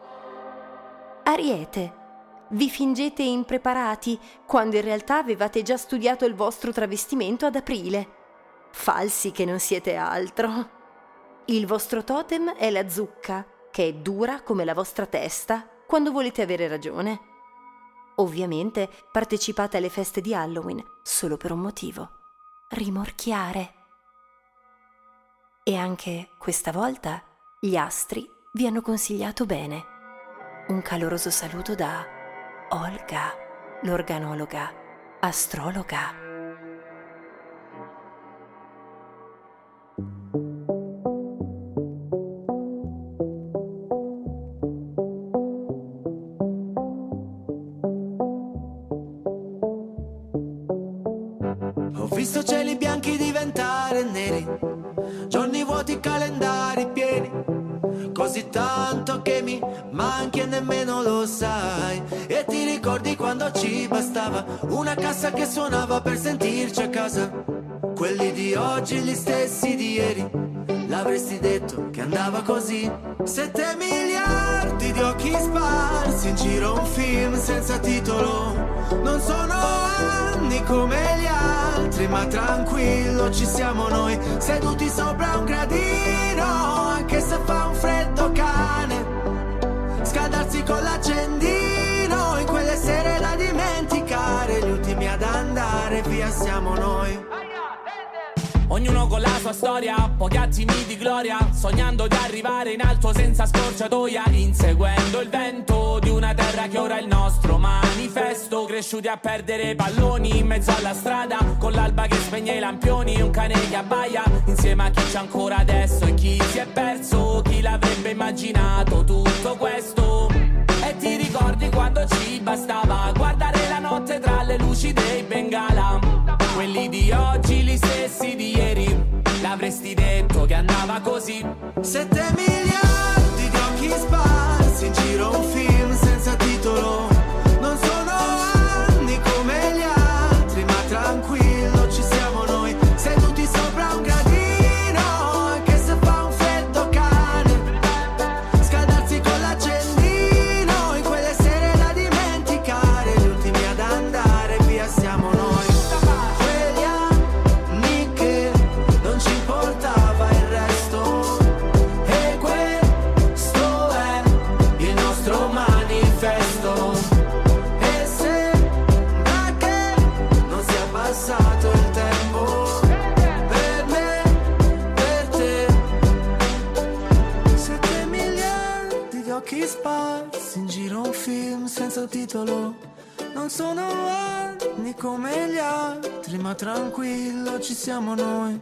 Ariete. Vi fingete impreparati quando in realtà avevate già studiato il vostro travestimento ad aprile. Falsi che non siete altro. Il vostro totem è la zucca, che è dura come la vostra testa quando volete avere ragione. Ovviamente partecipate alle feste di Halloween solo per un motivo: rimorchiare. E anche questa volta gli astri vi hanno consigliato bene. Un caloroso saluto da Olga, l'organologa, astrologa. Ho visto cieli bianchi diventare neri, giorni vuoti, calendari pieni, così tanto che mi manchi e nemmeno lo sai. E ti ricordi quando ci bastava una cassa che suonava per sentirci a casa? Quelli di oggi, gli stessi di ieri, l'avresti detto che andava così? Sette miliardi di occhi sparsi in giro, un film senza titolo. Non sono anni come gli altri, ma tranquillo ci siamo noi, seduti sopra un gradino, anche se fa un freddo cane, scaldarsi con l'accendino in quelle sere da dimenticare, gli ultimi ad andare via siamo noi. Ognuno con la sua storia, pochi attimi di gloria, sognando di arrivare in alto senza scorciatoia, inseguendo il vento di una terra che ora è il nostro manifesto. Cresciuti a perdere palloni in mezzo alla strada, con l'alba che spegne i lampioni, un cane che abbaia, insieme a chi c'è ancora adesso e chi si è perso. Chi l'avrebbe immaginato tutto questo? E ti ricordi quando ci bastava guardare la notte tra le luci dei Bengala? Quelli di oggi, gli stessi di ieri, avresti detto che andava così. Sette miliardi di occhi sparsi in giro, un film senza titolo. Non sono anni come gli altri, ma tranquillo ci siamo noi, seduti sopra un gradino, anche se fa un freddo cane, scaldarsi con l'accendino in quelle sere da dimenticare, gli ultimi ad andare via siamo noi. Quegli anni che non ci importava il resto, e questo è il nostro manifesto. E sembra che non sia passato il tempo per me, per te. Sette miliardi di occhi sparsi in giro, un film senza titolo. Non sono anni come gli altri, ma tranquillo ci siamo noi.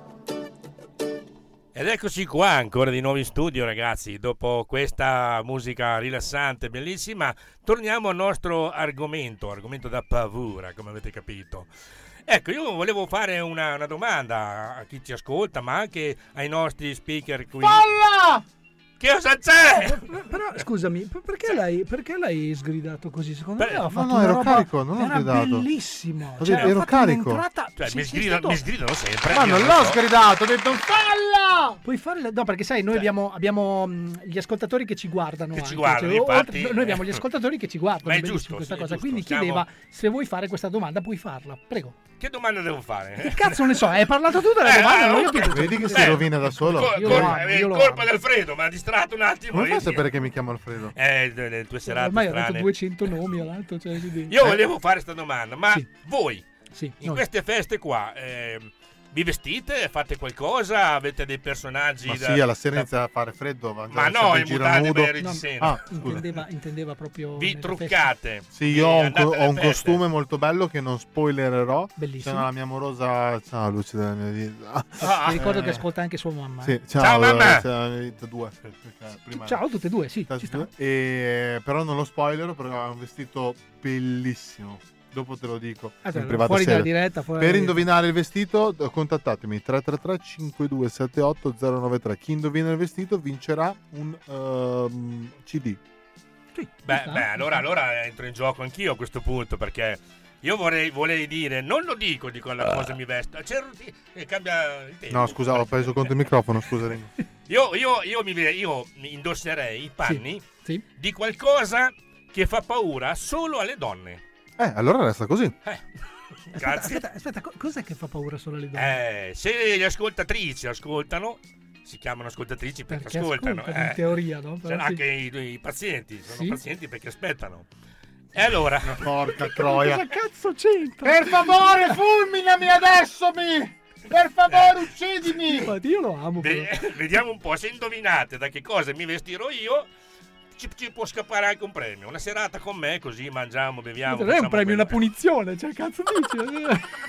Ed eccoci qua ancora di nuovo in studio, ragazzi. Dopo questa musica rilassante, bellissima, torniamo al nostro argomento, argomento da paura, come avete capito. Ecco, io volevo fare una, una domanda a chi ci ascolta, ma anche ai nostri speaker qui. Palla! Che cosa c'è? Però scusami, per- perché l'hai, perché l'hai sgridato così? Secondo Beh, me ha no, fatto no, una ero roba- carico, non ho era gridato. bellissimo. Ho Cioè, detto, ha ero fatto carico. un'entrata- Cioè, sì, mi, sì, sgridano, stato- mi sgridano sempre. Ma io non lo l'ho so. sgridato, ho detto falla! Puoi fare le- no, perché sai, noi abbiamo, abbiamo mh, gli ascoltatori che ci guardano. Che anche, ci guardano, cioè, oltre- infatti. noi abbiamo gli ascoltatori che ci guardano. Ma è bellissimo giusto, questa sì, è cosa. giusto, Quindi siamo- chiedeva se vuoi fare questa domanda, puoi farla. Prego. Che domanda devo fare? Che cazzo ne so, hai parlato tu della Eh, domanda, eh, non ho ok. capito. Vedi che si Eh, rovina da solo? Col- Io col- lo amo, è io lo colpa amo. di Alfredo, mi ha distratto un attimo. Come fai a io- sapere che mi chiamo Alfredo? Eh, le, le tue serate Ormai ha detto strane. duecento nomi all'altro. Cioè, quindi- Io Eh, volevo fare questa domanda, ma Sì. voi Sì, in noi. queste feste qua eh, vi vestite? Fate qualcosa? Avete dei personaggi? Ma da- sì, alla sera da- inizia a fare freddo. Va Ma sempre no, in in giro mutande nudo. per il No, reggiseno. Ah, scusa. intendeva, intendeva proprio. Vi nella truccate? Sì, Vi io ho un, andate co- alle ho un feste? costume molto bello che non spoilererò. Bellissimo. Sono la mia amorosa. Ciao, luce della mia vita. festa. Vi ricordo Eh, che ascolta anche sua mamma. Sì, eh. ciao, Ciao, mamma. luce della mia vita due. Prima- Ciao, tutte e due, sì. ciao, ci tutte e sta. due. E, però non lo spoilerò perché ha un vestito bellissimo. Dopo te lo dico. Ah, in cioè, privata fuori sera. dalla diretta, fuori Per dalla indovinare il vestito, contattatemi tre tre tre cinque due sette otto zero nove tre. Chi indovina il vestito vincerà un ehm, C D. Sì, Beh, ci sta. beh, allora, allora entro in gioco anch'io a questo punto, perché io vorrei, vorrei dire, non lo dico di quella cosa mi vesto, c'è il ruti- eh, cambia il tempo. No, scusa, ho preso contro il microfono, scusa Ringo. Io, io, io, mi, ve- io mi indosserei i panni Sì. di qualcosa che fa paura solo alle donne. Eh, allora resta così. Eh, Aspetta, grazie. aspetta, aspetta, co- cos'è che fa paura solo alle donne? Eh, se le ascoltatrici ascoltano, si chiamano ascoltatrici perché, Perché ascoltano. ascoltano, in eh. teoria, no? Però Cioè, sì. anche i, i pazienti sono Sì. pazienti perché aspettano. E allora, Porca troia. Cosa cazzo c'entra? Per favore, fulminami adesso, mi! Per favore, uccidimi! Ma io lo amo. però. ve- vediamo un po' se indovinate da che cosa mi vestirò io. Ci, ci può scappare anche un premio. Una serata con me, così mangiamo, beviamo. Non è un facciamo premio, è una bello. punizione. Cioè, cazzo dici?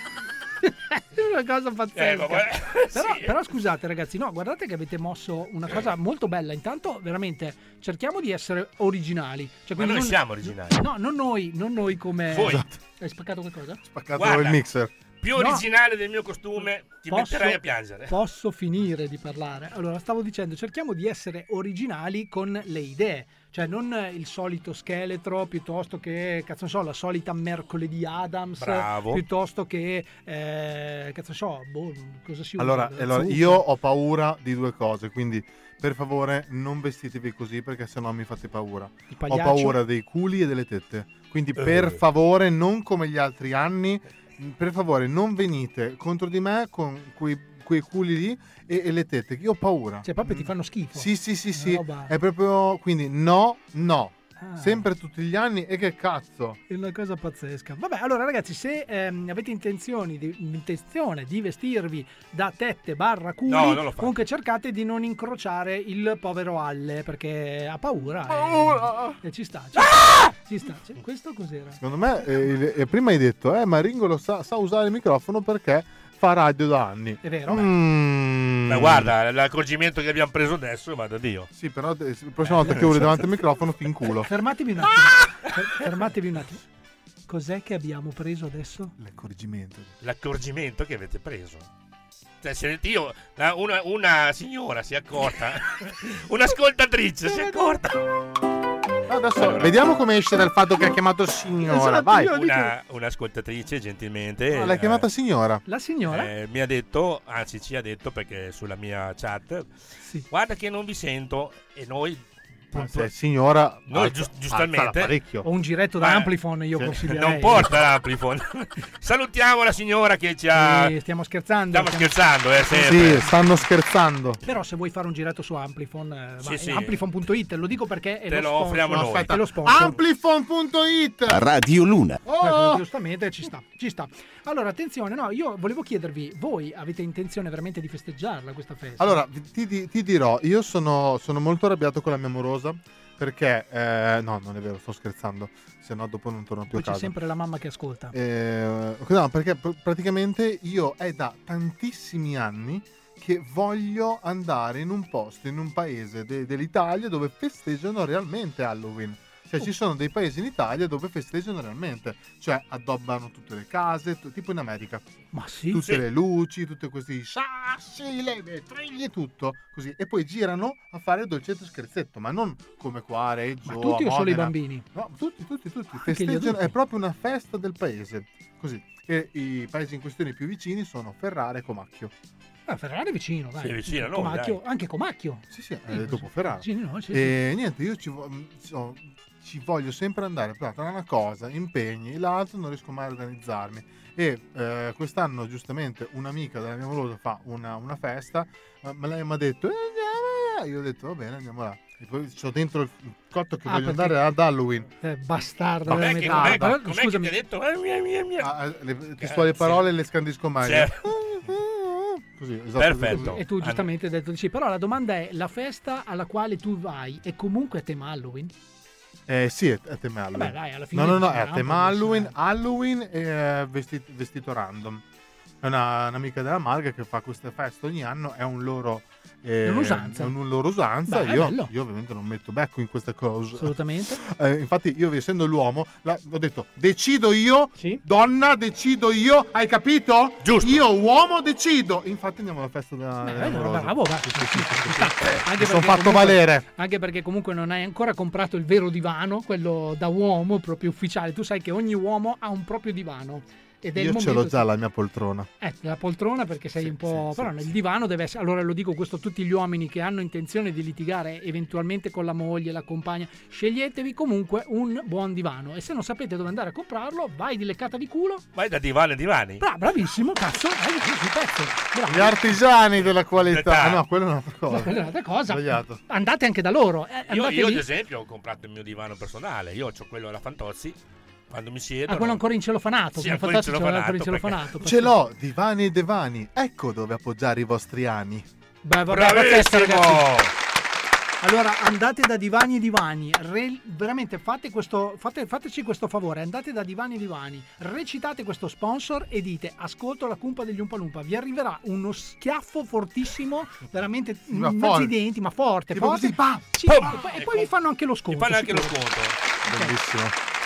È una cosa pazzesca. Eh, vabbè, però, sì. però scusate ragazzi, no, guardate che avete mosso una cosa molto bella. Intanto veramente cerchiamo di essere originali. Cioè, Ma quindi noi non- siamo originali. No, non noi, non noi come... Voi. Hai spaccato qualcosa? Spaccato Guarda. il mixer. Più No. originale del mio costume, ti Posso- metterai a piangere. Posso finire di parlare? Allora, stavo dicendo, cerchiamo di essere originali con le idee. Cioè, non il solito scheletro, piuttosto che, cazzo ne so, la solita mercoledì Adams. Bravo. Piuttosto che, eh, cazzo ne so, boh, cosa si usa? Allora, allora, Zucchero. io ho paura di due cose, quindi per favore non vestitevi così perché sennò mi fate paura. Il Ho pagliaccio. paura dei culi e delle tette. Quindi Eh. per favore, non come gli altri anni, per favore non venite contro di me con quei, quei culi lì e, e le tette, che io ho paura. Cioè, proprio ti fanno schifo. Sì, sì, sì, Una sì. roba- È proprio, quindi no, no. Ah. Sempre tutti gli anni e che cazzo. È una cosa pazzesca. Vabbè, allora ragazzi, se ehm, avete intenzioni di, intenzione di vestirvi da tette barra culi, No, non lo fate. comunque cercate di non incrociare il povero Alle, perché ha paura. Paura! E, e ci sta. Ci sta. Ci sta. Cioè, questo cos'era? Secondo me, eh, eh, prima hai detto, eh, ma Ringo lo sa, sa usare il microfono perché fa radio da anni. È vero? Mm. Ma guarda, l'accorgimento che abbiamo preso adesso, ma da Dio. Sì, però eh, la prossima volta che urli davanti al microfono ti inculo. Fermatevi un attimo. Fer- fermatevi un attimo. Cos'è che abbiamo preso adesso? L'accorgimento. L'accorgimento che avete preso. senti, io, una, una signora si è accorta, un'ascoltatrice si è accorta. Adesso allora, vediamo come esce dal fatto che ha chiamato signora. Vai. Una, un'ascoltatrice gentilmente. No, l'hai chiamata signora. La signora? Eh, mi ha detto, anzi ci ha detto perché sulla mia chat, sì. Guarda che non vi sento e noi... Se signora noi giust- giustamente ho un giretto da Amplifon, io consiglierei. Non porta l'Amplifon. Salutiamo la signora che ci ha sì, stiamo scherzando stiamo, stiamo scherzando eh, sì, stanno scherzando. Però se vuoi fare un giretto su Amplifon, eh, sì, sì. amplifon punto it, lo dico perché è te lo, lo offriamo noi. Aspetta, lo sponsor. amplifon punto it Radio Luna. Oh! Giustamente ci sta, ci sta. Allora attenzione, no, io volevo chiedervi, voi avete intenzione veramente di festeggiarla questa festa? Allora ti, ti, ti dirò, io sono, sono molto arrabbiato con la mia amorosa. Perché, eh, no, non è vero, sto scherzando, se no dopo non torno più Poi a casa. C'è sempre la mamma che ascolta. Eh, no, perché pr- praticamente io è da tantissimi anni che voglio andare in un posto, in un paese de- dell'Italia dove festeggiano realmente Halloween. Cioè ci sono dei paesi in Italia dove festeggiano realmente, cioè addobbano tutte le case, t- tipo in America. Ma sì? Tutte Sì. le luci, tutti questi sassi, le vetriglie, tutto così. E poi girano a fare dolcetto e scherzetto, ma non come qua a Reggio, Ma tutti a o solo i Modena. bambini? No, tutti, tutti, tutti. Anche gli Festeggiano, adulti? è proprio una festa del paese. Così. E i paesi in questione più vicini sono Ferrara e Comacchio. Ah, Ferrara è vicino, dai. Sì, è vicino a noi, Comacchio, dai. anche Comacchio. Sì, sì, è dopo Ferrara. Sì, no, sì, e sì. niente, io ci, vo- so- ci voglio sempre andare, però tra una cosa, impegni, l'altro non riesco mai a organizzarmi. E eh, quest'anno giustamente un'amica della mia amorosa fa una, una festa, ma ma lei mi ha detto, eh, andiamo là. Io ho detto, va bene, andiamo là. E poi c'ho dentro il cotto che Ah, voglio perché- andare ad Halloween. Eh, bastarda No, della Com'è che, metà. com'è, Però, com'è scusami, che ti ha detto? Eh, mia, mia, mia. Ah, le testuali parole le scandisco mai. Certo. Così, esatto, Perfetto. così. e tu giustamente hai detto di sì. Però la domanda è, la festa alla quale tu vai è comunque a tema Halloween? Eh, sì, è a tema Halloween. Beh, dai, alla fine no, no, no, ci è a sarà tema un po' di Halloween, senso. Halloween e eh, vestito, vestito random. È una, un'amica della Marga che fa queste feste ogni anno, è un loro... eh, È un'usanza. È un loro usanza. Beh, è io, bello. io ovviamente non metto becco in queste cose. Assolutamente. Eh, infatti io essendo l'uomo la- ho detto decido io, Sì. donna decido io, hai capito? Giusto. Io uomo decido. Infatti andiamo alla festa della Beh, della bello, amorosa. bravo, va. Sì, sì, sì, sì, sì. Anche Mi sono perché fatto comunque- valere. Anche perché comunque non hai ancora comprato il vero divano, quello da uomo proprio ufficiale. Tu sai che ogni uomo ha un proprio divano. Ed è il Io ce momento l'ho già la mia poltrona. Eh, la poltrona perché sei Sì, un po'... sì, però sì, il sì. divano deve essere... Allora lo dico questo a tutti gli uomini che hanno intenzione di litigare eventualmente con la moglie, la compagna. Sceglietevi comunque un buon divano. E se non sapete dove andare a comprarlo, vai di leccata di culo. Vai da divani a divani. Bra- bravissimo, cazzo. Vai sul pezzo. Bravo. Gli artigiani della qualità. Qualità. Ah, no, quella è un'altra No, cosa. quella è un'altra cosa. Sbagliato. Andate anche da loro. Eh, Io, andate io lì. ad esempio ho comprato il mio divano personale. Io ho quello alla Fantozzi. Quando mi siedo. Ah, quello ancora in celofanato. Sì, come ancora in Fantozzi c'era ancora in celofanato, celofanato. Ce l'ho, divani e divani. Ecco dove appoggiare i vostri ani. Beh, vabbè, pazzesco, Bravissimo! ragazzi. Allora andate da Divani e Divani, re- veramente fate questo, fate, fateci questo favore, andate da Divani e Divani, recitate questo sponsor e dite ascolto la cumpa degli Umpa Lumpa, vi arriverà uno schiaffo fortissimo, veramente Ma in forte. mezzo ai denti, ma forte, Tipo forte. così, pa, Sì, pum. e poi, e poi vi fanno anche lo Ti sconto. fanno anche lo sicuro. sconto. Bellissimo.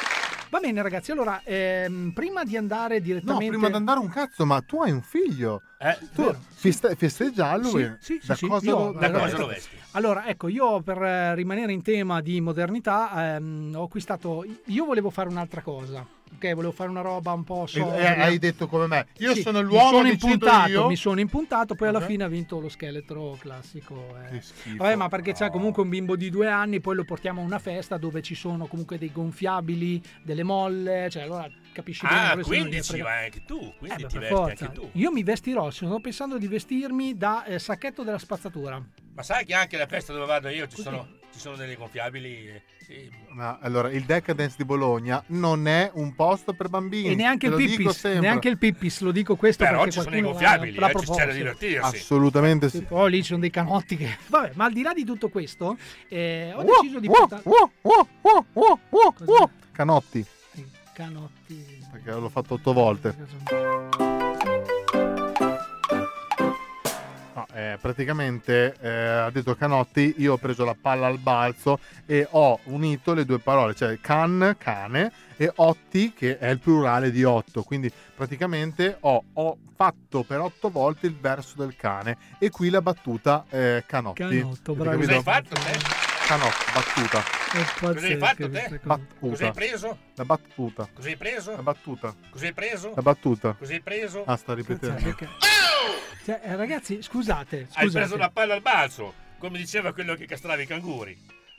Va bene ragazzi, allora ehm, prima di andare No, direttamente... prima di andare un cazzo, ma tu hai un figlio. Eh, Tu vero. feste- festeggia Halloween. Sì, sì, da sì, cosa io- lo, Da Allora, cosa lo vesti? Allora, ecco, io per eh, rimanere in tema di modernità ehm, ho acquistato... Io volevo fare un'altra cosa, ok? Volevo fare una roba un po' E- sobria. e hai detto come me. Io Sì, sono mi l'uomo, sono decido impuntato, io. mi sono impuntato, poi alla Ok. fine ha vinto lo scheletro classico. eh. Che schifo. Vabbè, ma perché c'è No. comunque un bimbo di due anni, poi lo portiamo a una festa dove ci sono comunque dei gonfiabili, delle molle, cioè allora capisci bene. Ah, adesso non quindi gliene ci frega- vai anche tu. Eh, Quindi beh, ti per vesti forza. anche tu. Io mi vestirò, sto pensando di vestirmi da eh, sacchetto della spazzatura. Ma sai che anche alla festa dove vado io ci sono, ci sono delle gonfiabili. e- e- Ma allora, il Decadence di Bologna non è un posto per bambini. E neanche te il lo dico Pippis, sempre. neanche il Pippis, lo dico questo Però perché ci sono i qualcuno gonfiabili, l'ha eh, ci- proposto. c'è da divertirsi. Assolutamente sì. Poi lì ci sono dei canotti che... Vabbè, ma al di là di tutto questo, eh, ho Wow, deciso di wow, portare... wow, wow, wow, wow, wow, Cos'è? wow. Canotti, I canotti... perché l'ho fatto otto volte. No, eh, praticamente eh, ha detto Canotti, io ho preso la palla al balzo e ho unito le due parole, cioè can, cane, e otti, che è il plurale di otto, quindi praticamente ho, ho fatto per otto volte il verso del cane, e qui la battuta eh, Canotti. Canotto, bravo. Cosa hai fatto te? Canotti, battuta. Cosa hai fatto te? Battuta. Cosa hai preso? La battuta. Cosa hai preso? La battuta. Cosa hai preso? La battuta. Cosa hai preso? Ah, sta ripetendo. Cioè, eh, ragazzi, scusate, scusate. Hai preso la palla al balzo, come diceva quello che castrava i canguri.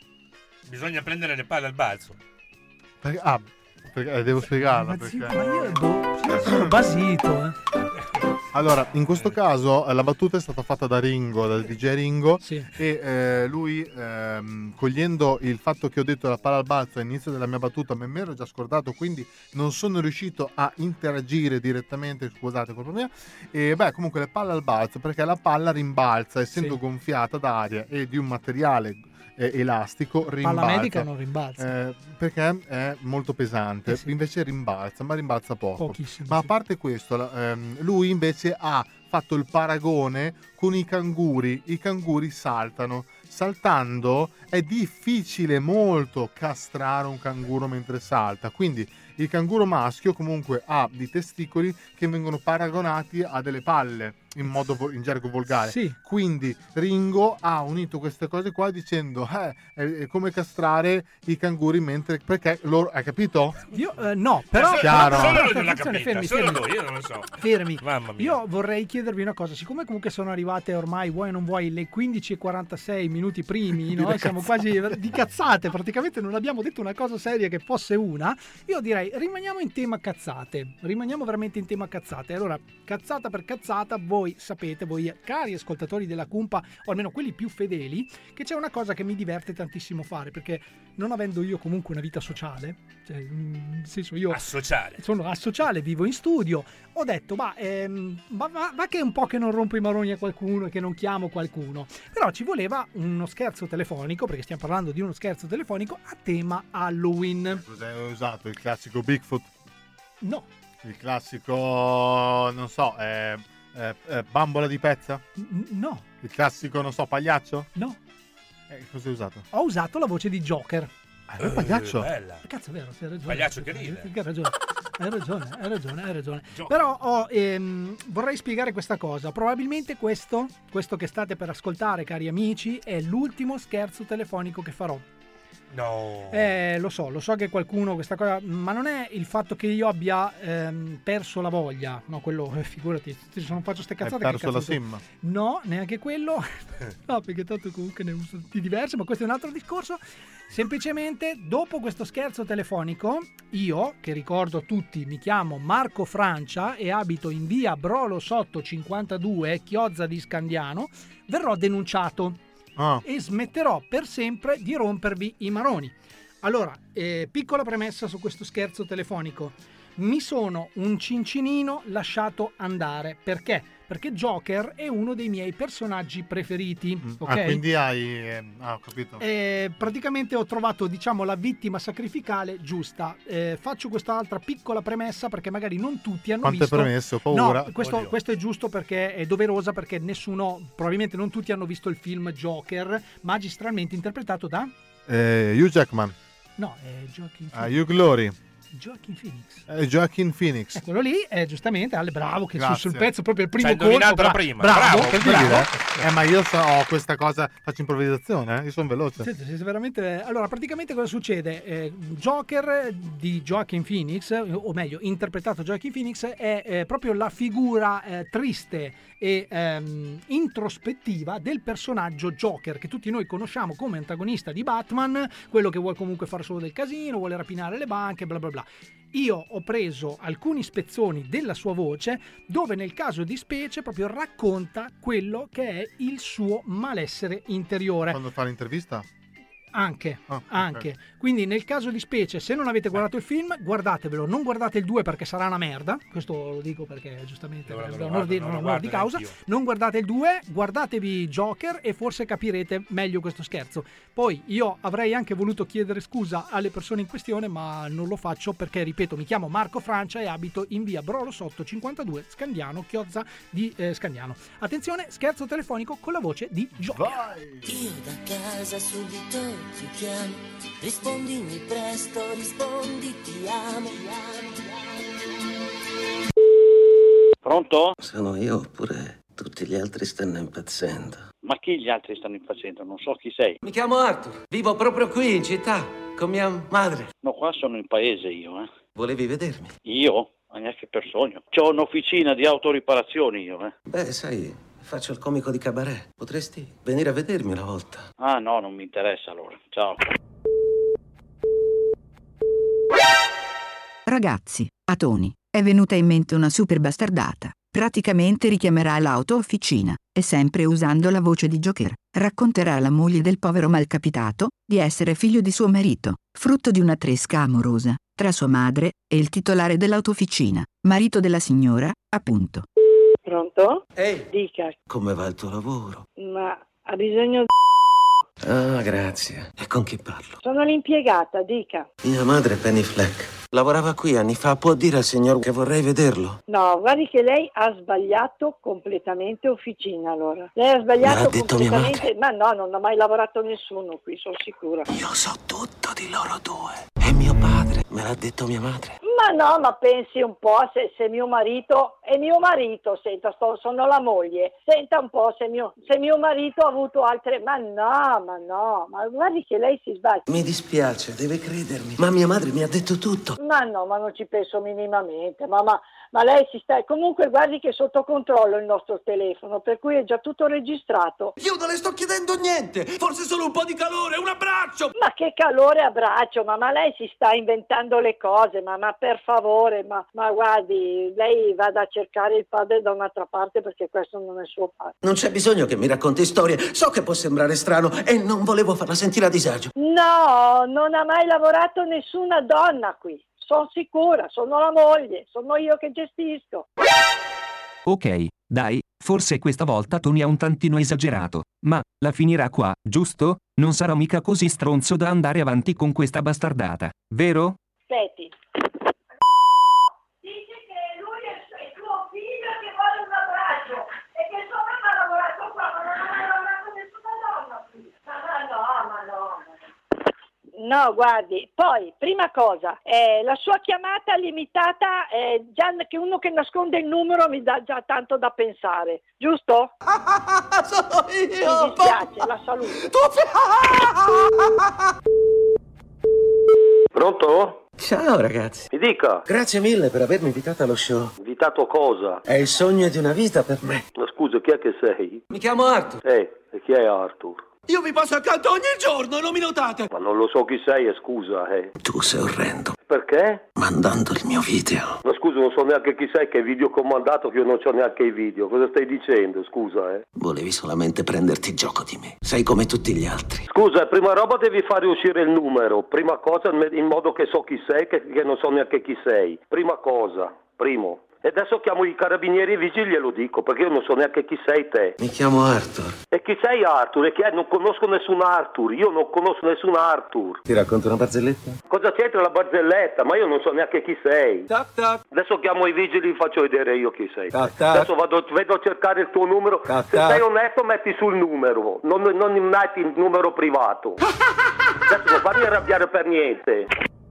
Bisogna prendere le palle al balzo. Perché, ah, perché, eh, devo spiegarla. Ma perché... zio, ma io boh, sono basito, eh. Allora, in questo caso eh, la battuta è stata fatta da Ringo, dal D J Ringo, sì. e eh, lui, ehm, cogliendo il fatto che ho detto la palla al balzo all'inizio della mia battuta, me me l'ero già scordato, quindi non sono riuscito a interagire direttamente, scusate, colpa mia, e beh, comunque le palle al balzo, perché la palla rimbalza, essendo Sì. gonfiata d'aria e di un materiale eh, elastico, rimbalza. Palla medica non rimbalza. Eh, perché è molto pesante, Eh sì. invece rimbalza, ma rimbalza poco. Pochissimo, Ma a sì. parte questo, la- ehm, lui invece ha fatto il paragone con i canguri. I canguri saltano. Saltando è difficile molto castrare un canguro mentre salta, quindi il canguro maschio comunque ha dei testicoli che vengono paragonati a delle palle in modo vo- in gergo volgare. Sì. Quindi Ringo ha unito queste cose qua dicendo eh, è, è come castrare i canguri mentre, perché loro, hai capito? Io eh, no, però, Chiaro. però, Solo però, lui non l'ha attenzione, capita, fermi, solo fermi. lui, io non lo so. Fermi. Mamma mia. Io vorrei chiedervi una cosa, siccome comunque sono arrivate ormai, vuoi o non vuoi, le quindici e quarantasei minuti primi, no? Siamo quasi di cazzate, praticamente non abbiamo detto una cosa seria che fosse una. Io direi rimaniamo in tema cazzate, rimaniamo veramente in tema cazzate. Allora, cazzata per cazzata, voi sapete, voi cari ascoltatori della Cumpa, o almeno quelli più fedeli, che c'è una cosa che mi diverte tantissimo fare, perché non avendo io comunque una vita sociale, cioè, nel senso io Asociale. sono asociale, vivo in studio, ho detto ma ehm, va, va, va che è un po' che non rompo i maroni a qualcuno e che non chiamo qualcuno, però ci voleva uno scherzo telefonico, perché stiamo parlando di uno scherzo telefonico a tema Halloween. Cos'hai usato? Il classico Bigfoot? No. Il classico, non so, eh, eh, eh, bambola di pezza? N- no. Il classico, non so, pagliaccio? No. Eh, cosa hai usato? Ho usato la voce di Joker. Ah, è un pagliaccio? Bella. Cazzo, è vero, hai ragione. Pagliaccio che ride. Hai ragione, hai ragione, hai ragione, hai ragione. Però ho, ehm, vorrei spiegare questa cosa. Probabilmente questo, questo che state per ascoltare, cari amici, è l'ultimo scherzo telefonico che farò. No. Eh, lo so, lo so che qualcuno questa cosa, ma non è il fatto che io abbia ehm, perso la voglia, no, quello, eh, figurati, se non faccio ste cazzate. Hai che perso cazzo la tu? sim? No, neanche quello. No, perché tanto comunque ne uso di diverse, ma questo è un altro discorso. Semplicemente, dopo questo scherzo telefonico, io, che ricordo a tutti, mi chiamo Marco Francia e abito in via Brolo Sotto cinquantadue, Chiozza di Scandiano, verrò denunciato. Ah. E smetterò per sempre di rompervi i maroni. Allora, eh, piccola premessa su questo scherzo telefonico. Mi sono un cincinino lasciato andare. Perché? Perché Joker è uno dei miei personaggi preferiti. Ok? Ah, quindi hai... eh, ah, ho capito. Eh, praticamente ho trovato, diciamo, la vittima sacrificale giusta. Eh, faccio quest'altra piccola premessa perché magari non tutti hanno Quante visto. premesse? Ho paura. No, questo, questo è giusto perché è doverosa, perché nessuno, probabilmente non tutti hanno visto il film Joker, magistralmente interpretato da... Eh, Hugh Jackman. No, è Joaquin Phoenix. Ah, Hugh Glory. Joaquin Phoenix. Eh, Joaquin Phoenix. Eh, quello lì è giustamente Ale, bravo, che su, Grazie. sul pezzo proprio il primo Ci hai colpo. indovinato la bra- prima. Bravo, Bravo, per bravo. dire, eh. Eh, ma io so, ho questa cosa, faccio improvvisazione, eh? Io sono veloce. Sì, sì, sì, veramente. Allora, praticamente cosa succede? Eh, Joker di Joaquin Phoenix, o meglio, interpretato Joaquin Phoenix, è eh, proprio la figura eh, triste e ehm, introspettiva del personaggio Joker, che tutti noi conosciamo come antagonista di Batman, quello che vuole comunque fare solo del casino, vuole rapinare le banche, bla bla bla. Io ho preso alcuni spezzoni della sua voce, dove nel caso di specie proprio racconta quello che è il suo malessere interiore. Quando fa l'intervista? Anche, Ah, anche. ok. Quindi nel caso di specie, se non avete guardato il film, guardatevelo. Non guardate il due perché sarà una merda. Questo lo dico perché giustamente Allora, per lo onor di, guardo, non lo non onor di guardo causa. neanch'io. Non guardate il due, guardatevi Joker e forse capirete meglio questo scherzo. Poi io avrei anche voluto chiedere scusa alle persone in questione, ma non lo faccio perché, ripeto, mi chiamo Marco Francia e abito in via Brolo Sotto cinquantadue, Scandiano, Chiozza di eh, Scandiano. Attenzione, scherzo telefonico con la voce di Joker. Io da casa subito ti chiamo, rispondimi presto, rispondi ti amo. Pronto? Sono io oppure tutti gli altri stanno impazzendo? Ma chi gli altri stanno impazzendo? Non so chi sei. Mi chiamo Arthur, vivo proprio qui in città, con mia madre. No, qua sono in paese io, eh. Volevi vedermi? Io? Ma neanche per sogno. C'ho un'officina di autoriparazioni io, eh. Beh, sai, faccio il comico di cabaret. Potresti venire a vedermi una volta? Ah no, non mi interessa allora. Ciao. Ragazzi, a Tony è venuta in mente una super bastardata. Praticamente richiamerà l'auto-officina e, sempre usando la voce di Joker, racconterà alla moglie del povero malcapitato di essere figlio di suo marito, frutto di una tresca amorosa tra sua madre e il titolare dell'autofficina, marito della signora, appunto. Pronto? Ehi. Dica, Come va il tuo lavoro? ma ha bisogno di... Ah, grazie. E con chi parlo? Sono l'impiegata, dica. Mia madre Penny Fleck. Lavorava qui anni fa, può dire al signor che vorrei vederlo? No, guardi che lei ha sbagliato completamente officina allora. Lei ha sbagliato Me l'ha detto mia completamente... Ma no, non ha mai lavorato nessuno qui, sono sicura. Io so tutto di loro due. È mio padre, me l'ha detto mia madre. Ma no, ma pensi un po' se, se mio marito... È mio marito, senta, sto, sono la moglie. Senta un po' se mio, se mio marito ha avuto altre... Ma no, ma no, ma guardi che lei si sbaglia. Mi dispiace, deve credermi. Ma mia madre mi ha detto tutto. Ma no, ma non ci penso minimamente, ma, ma, ma lei si sta... Comunque guardi che è sotto controllo il nostro telefono, per cui è già tutto registrato. Io non le sto chiedendo niente, forse solo un po' di calore, un abbraccio! Ma che calore abbraccio, ma, ma lei si sta inventando le cose, ma, ma per favore, ma, ma guardi, lei vada a cercare il padre da un'altra parte perché questo non è suo padre. Non c'è bisogno che mi racconti storie, so che può sembrare strano e non volevo farla sentire a disagio. No, non ha mai lavorato nessuna donna qui. Sono sicura, sono la moglie, sono io che gestisco. Ok, dai, forse questa volta Tony ha un tantino esagerato, ma la finirà qua, giusto? Non sarà mica così stronzo da andare avanti con questa bastardata, vero? Aspetti. Dice che lui è, è tuo figlio che vuole un abbraccio e che sua mamma ha lavorato qua, ma non ha mai lavorato nessuna donna qui. Ma no, ma no, ma no. No, guardi, poi, prima cosa, eh, la sua chiamata limitata, eh, già che uno che nasconde il numero mi dà già tanto da pensare, giusto? Sono io! Mi dispiace, la saluto. Pronto? Ciao ragazzi. Mi dica. Grazie mille per avermi invitato allo show. Invitato cosa? È il sogno di una vita per me. Ma scusa, chi è che sei? Mi chiamo Arthur. Eh, e chi è Arthur? Io vi passo accanto ogni giorno, non mi notate? Ma non lo so chi sei, e scusa, eh. Tu sei orrendo. Perché? Mandando il mio video. Ma scusa, non so neanche chi sei, che video che ho mandato, che io non c'ho neanche i video. Cosa stai dicendo, scusa, eh? Volevi solamente prenderti gioco di me. Sei come tutti gli altri. Scusa, prima roba devi fare uscire il numero. Prima cosa, in modo che so chi sei, che, che non so neanche chi sei. Prima cosa, primo. E adesso chiamo i carabinieri e i vigili e glielo dico, perché io non so neanche chi sei te. Mi chiamo Arthur. E chi sei Arthur? E chi è? Non conosco nessun Arthur, io non conosco nessun Arthur. Ti racconto una barzelletta? Cosa c'entra la barzelletta? Ma io non so neanche chi sei. Tac tac. Adesso chiamo i vigili e faccio vedere io chi sei. Tac, tac. Adesso vado, vedo a cercare il tuo numero. Tac, Se tac. sei onesto metti sul numero, non, non metti il numero privato. Adesso non farmi arrabbiare per niente.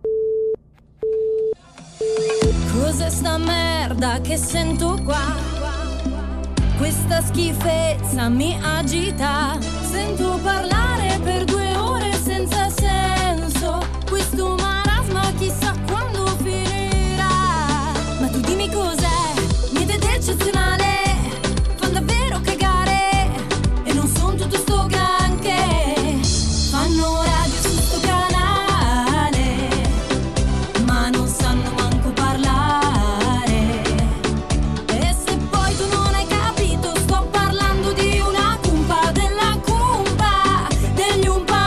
Cos'è sta merda che sento qua? Questa schifezza mi agita. Sento parlare per due ore senza senso. Questo marasma chissà quando finirà. Ma tu dimmi cos'è? Niente di eccezionale. Fan davvero cagare. E non son tutto sto granché. Fanno radio su sto canale, ma non sanno manco parlare. E se poi tu non hai capito, sto parlando di una cumpa, della cumpa, degli umpa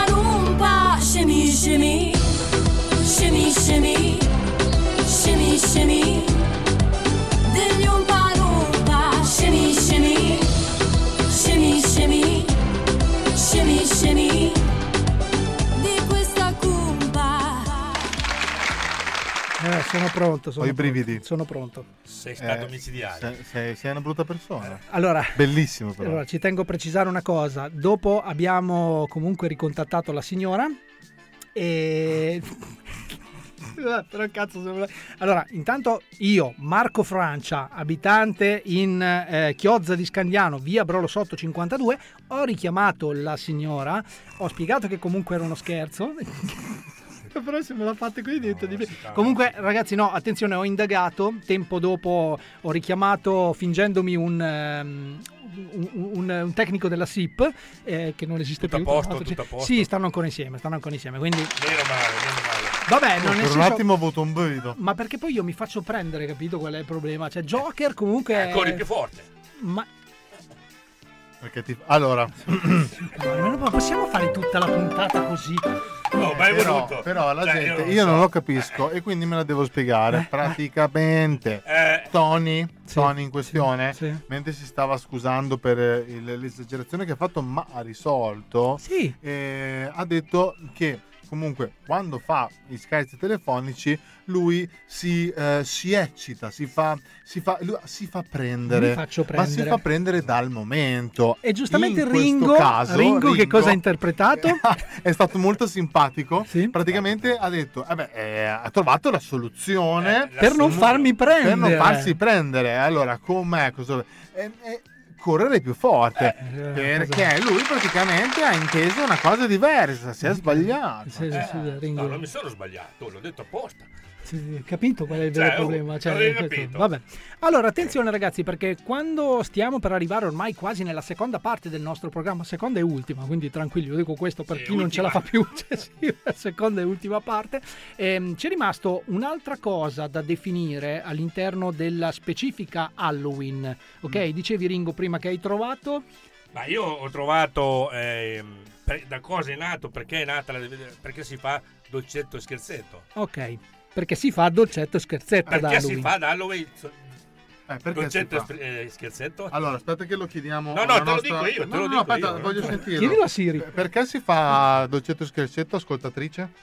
Eh, sono pronto. Sono Ho i brividi. Sono pronto. Sei stato Eh, omicidiario. Sei, sei, sei una brutta persona. Allora, Bellissimo però. allora, ci tengo a precisare una cosa. Dopo abbiamo comunque ricontattato la signora e... Però cazzo sembra... Allora, intanto io, Marco Francia, abitante in eh, Chiozza di Scandiano, via Brolo Sotto cinquantadue, ho richiamato la signora, ho spiegato che comunque era uno scherzo. Però se me la fate qui dentro di me. Comunque ragazzi, no, attenzione, ho indagato. Tempo dopo ho richiamato fingendomi un, um, un, un, un tecnico della S I P eh, che non esiste tutto più. A posto, tutto a posto. Sì, stanno ancora insieme, stanno ancora insieme. Quindi Meno male, meno male. vabbè, non per nel un senso... attimo ho avuto un brivido. Ma perché poi io mi faccio prendere, capito qual è il problema? Cioè Joker comunque Eh, corri più forte. Ma Perché ti... Allora, ma possiamo fare tutta la puntata così? No, ma è però, voluto. però la Cioè, gente, io non io so. non lo capisco e quindi me la devo spiegare. Praticamente, Eh. Tony, Sì, Tony in questione, sì, sì. mentre si stava scusando per eh, il- l'esagerazione che ha fatto, ma ha risolto, Sì. eh, ha detto che comunque quando fa i scherzi telefonici lui si, eh, si eccita, si fa, si fa, lui si fa prendere, Mi faccio ma si prendere. fa prendere dal momento. E giustamente In questo Ringo, caso, Ringo, che cosa ha interpretato? è stato molto simpatico. Praticamente ha detto: eh beh, eh, ha trovato la soluzione Per non farmi prendere. Per non farsi prendere. Allora, com'è? Cosa... eh, eh, correre più forte. perché lui praticamente ha inteso una cosa diversa. Si è sbagliato. Sì, sì, sì, Ringo. No, non mi sono sbagliato, l'ho detto apposta. Sì, capito qual è il Cioè, vero oh, problema? Cioè, l'avevi questo- capito. vabbè. Allora, attenzione ragazzi, perché quando stiamo per arrivare ormai quasi nella seconda parte del nostro programma, seconda e ultima, quindi tranquilli, io dico questo per Sì, chi non ce ultima. la fa più, cioè, sì, seconda e ultima parte, ehm, c'è rimasto un'altra cosa da definire all'interno della specifica Halloween. Ok, Mm. dicevi Ringo prima che hai trovato... Ma io ho trovato ehm, per- da cosa è nato, perché è nata, la- perché si fa dolcetto e scherzetto. Ok, perché si fa dolcetto e scherzetto da Perché Halloween. si fa da Halloween Eh, perché dolcetto si fa? e scherzetto? Allora, aspetta che lo chiediamo. No, no, alla te lo nostra- dico io, te No, lo no, dico aspetta, io. voglio sentirlo. Chiedilo a Siri. Perché si fa dolcetto e scherzetto, ascoltatrice?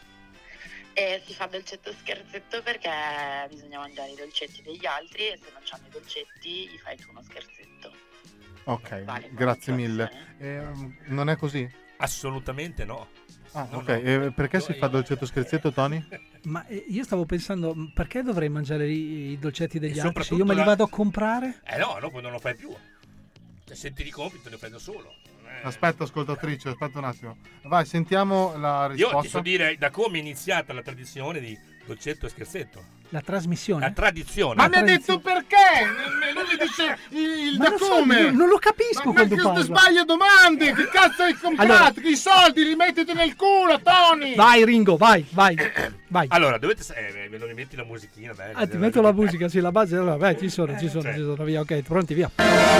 E si fa dolcetto scherzetto perché bisogna mangiare i dolcetti degli altri e se non hanno i dolcetti gli fai tu uno scherzetto. Ok, Vale, grazie mille. Ehm, non è così? Assolutamente no. Ah, No, ok. no. E perché si fa dolcetto e scherzetto, Tony? Ma eh, io stavo pensando, mh, perché dovrei mangiare i, i dolcetti degli E altri? Se soprattutto io me li la- vado a comprare? Eh no, dopo non lo fai più. Cioè, se ti ricompri te ne fai da solo. Eh, Aspetta, ascoltatrice, aspetta un attimo. Vai, sentiamo la Io risposta. ti so dire da come è iniziata la tradizione di dolcetto e scherzetto. La trasmissione? La tradizione. Ma mi ha detto perché? Lui mi dice il Ma da non so, come? non- non lo capisco ma, quando ma parla. che sbaglia domande? Che cazzo hai comprato? Allora- Che i soldi li mettete nel culo, Tony? Vai Ringo, vai, vai, vai. Allora, dovete... Eh, me lo rimetti la musichina, dai. Ah, ti metto la musica, sì, la base, allora, vai, ci sono, ci sono, Cioè. ci sono, via, ok, pronti, via.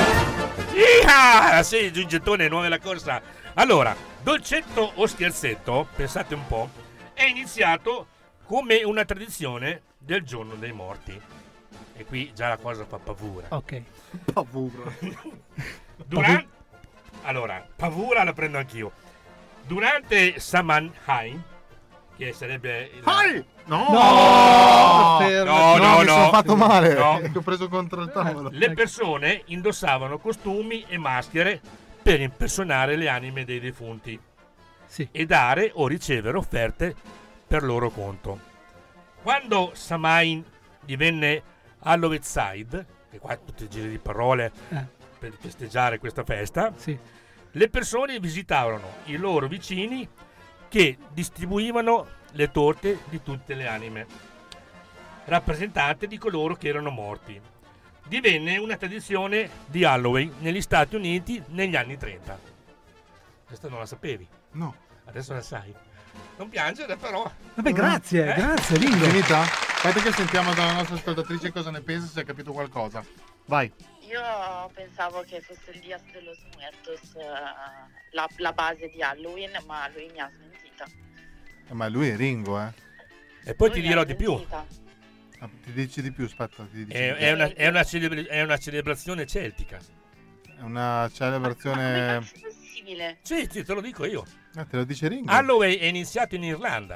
Iha! Sì, giù il gettone, nuove la corsa. Allora, dolcetto o scherzetto, pensate un po', è iniziato come una tradizione del giorno dei morti. E qui già la cosa fa paura. Ok. Paura. Durante... Allora, paura la prendo anch'io. Durante Samhain, che sarebbe... il- Hai! No! No! Per- No, no, mi no. sono fatto male. No. Che ho preso contro il tavolo. Le persone indossavano costumi e maschere per impersonare le anime dei defunti e dare o ricevere offerte per loro conto. Quando Samhain divenne Halloween, e qua tutti i giri di parole Eh. per festeggiare questa festa, Sì. le persone visitavano i loro vicini che distribuivano le torte di tutte le anime, rappresentate di coloro che erano morti. Divenne una tradizione di Halloween negli Stati Uniti negli anni trenta. Questa non la sapevi? No. Adesso la sai. Non piangere però. Vabbè, grazie, Eh? grazie Ringo. Finita? Aspetta che sentiamo dalla nostra ascoltatrice cosa ne pensa, se ha capito qualcosa. Vai. Io pensavo che fosse il Dias de los Muertos eh, la, la base di Halloween, ma lui mi ha smentita. Eh, ma lui è Ringo, eh. E poi Lui ti mi dirò ha di più. smentita. Ah, ti dici di più, aspetta. Ti dici È, di più. è una, è, una celebra- è una celebrazione celtica. È una celebrazione. Possibile. Sì, sì, te lo dico io. Ah, te lo dice Ringo. Halloween è iniziato in Irlanda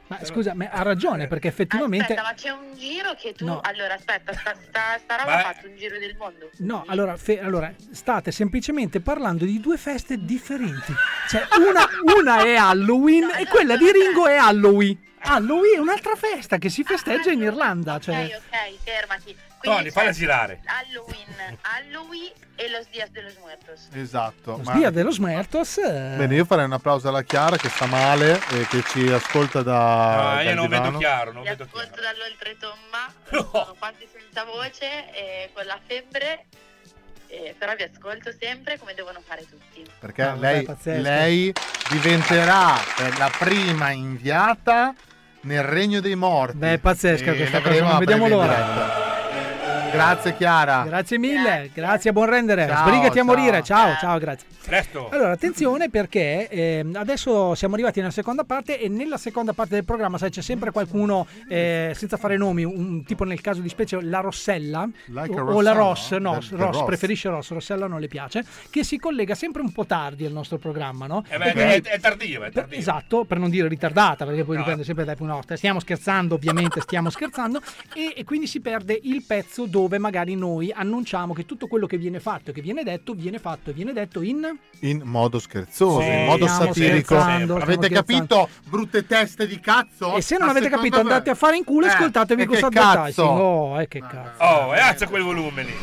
Ma scusa, ma ha ragione, perché effettivamente... Aspetta, ma c'è un giro che tu... No. Allora, aspetta, sta, sta, sta roba Ma- ha fatto un giro del mondo. No, allora, fe- allora, state semplicemente parlando di due feste differenti. Cioè, una, una è Halloween No, e no, quella di vabbè. Ringo è Halloween. Halloween è un'altra festa che si festeggia in Irlanda. Cioè... Ok, ok, fermati. Tony, Quindi falla c'è girare. Halloween, Halloween e los Días de los Muertos. Esatto. Lo ma- Dia dello Smertos. eh, Bene, io farei un applauso alla Chiara che sta male e che ci ascolta da. Ah, io dal non vedo divano. chiaro, non Vi vedo ascolto chiaro. dall'oltretomba, sono quasi senza voce e con la febbre, eh, però vi ascolto sempre come devono fare tutti. Perché No, vabbè, lei, pazzesco. lei diventerà per la prima inviata nel regno dei morti. Beh, è pazzesca E questa l'avremo cosa, non a vediamo breve in l'ora. diretta. Grazie Chiara. Grazie mille, grazie, buon rendere. Ciao, Sbrigati a ciao. morire. Ciao, ciao, grazie. Presto. Allora, attenzione perché eh, adesso siamo arrivati nella seconda parte e nella seconda parte del programma, sai, c'è sempre qualcuno, eh, senza fare nomi, un tipo nel caso di specie la Rossella Like o, a o la Rossella, Ross, no, del- del Ross, Ross. preferisce Ross, Rossella non le piace, che si collega sempre un po' tardi al nostro programma, no? Eh beh, E quindi- è, è tardiva, è per- tardiva. esatto, per non dire ritardata, perché poi No. dipende sempre dai punti. No, stiamo scherzando, ovviamente stiamo scherzando, e, e quindi si perde il pezzo dove magari noi annunciamo che tutto quello che viene fatto e che viene detto, viene fatto e viene detto in... In modo scherzoso, Sì, in modo stiamo satirico. scherzando, Avete stiamo capito? Brutte teste di cazzo? E se non Ma avete secondo capito, me- andate a fare in culo e Eh, ascoltatevi e questo che advertising. cazzo? Oh, eh, che cazzo. Oh, e alza quel volume lì.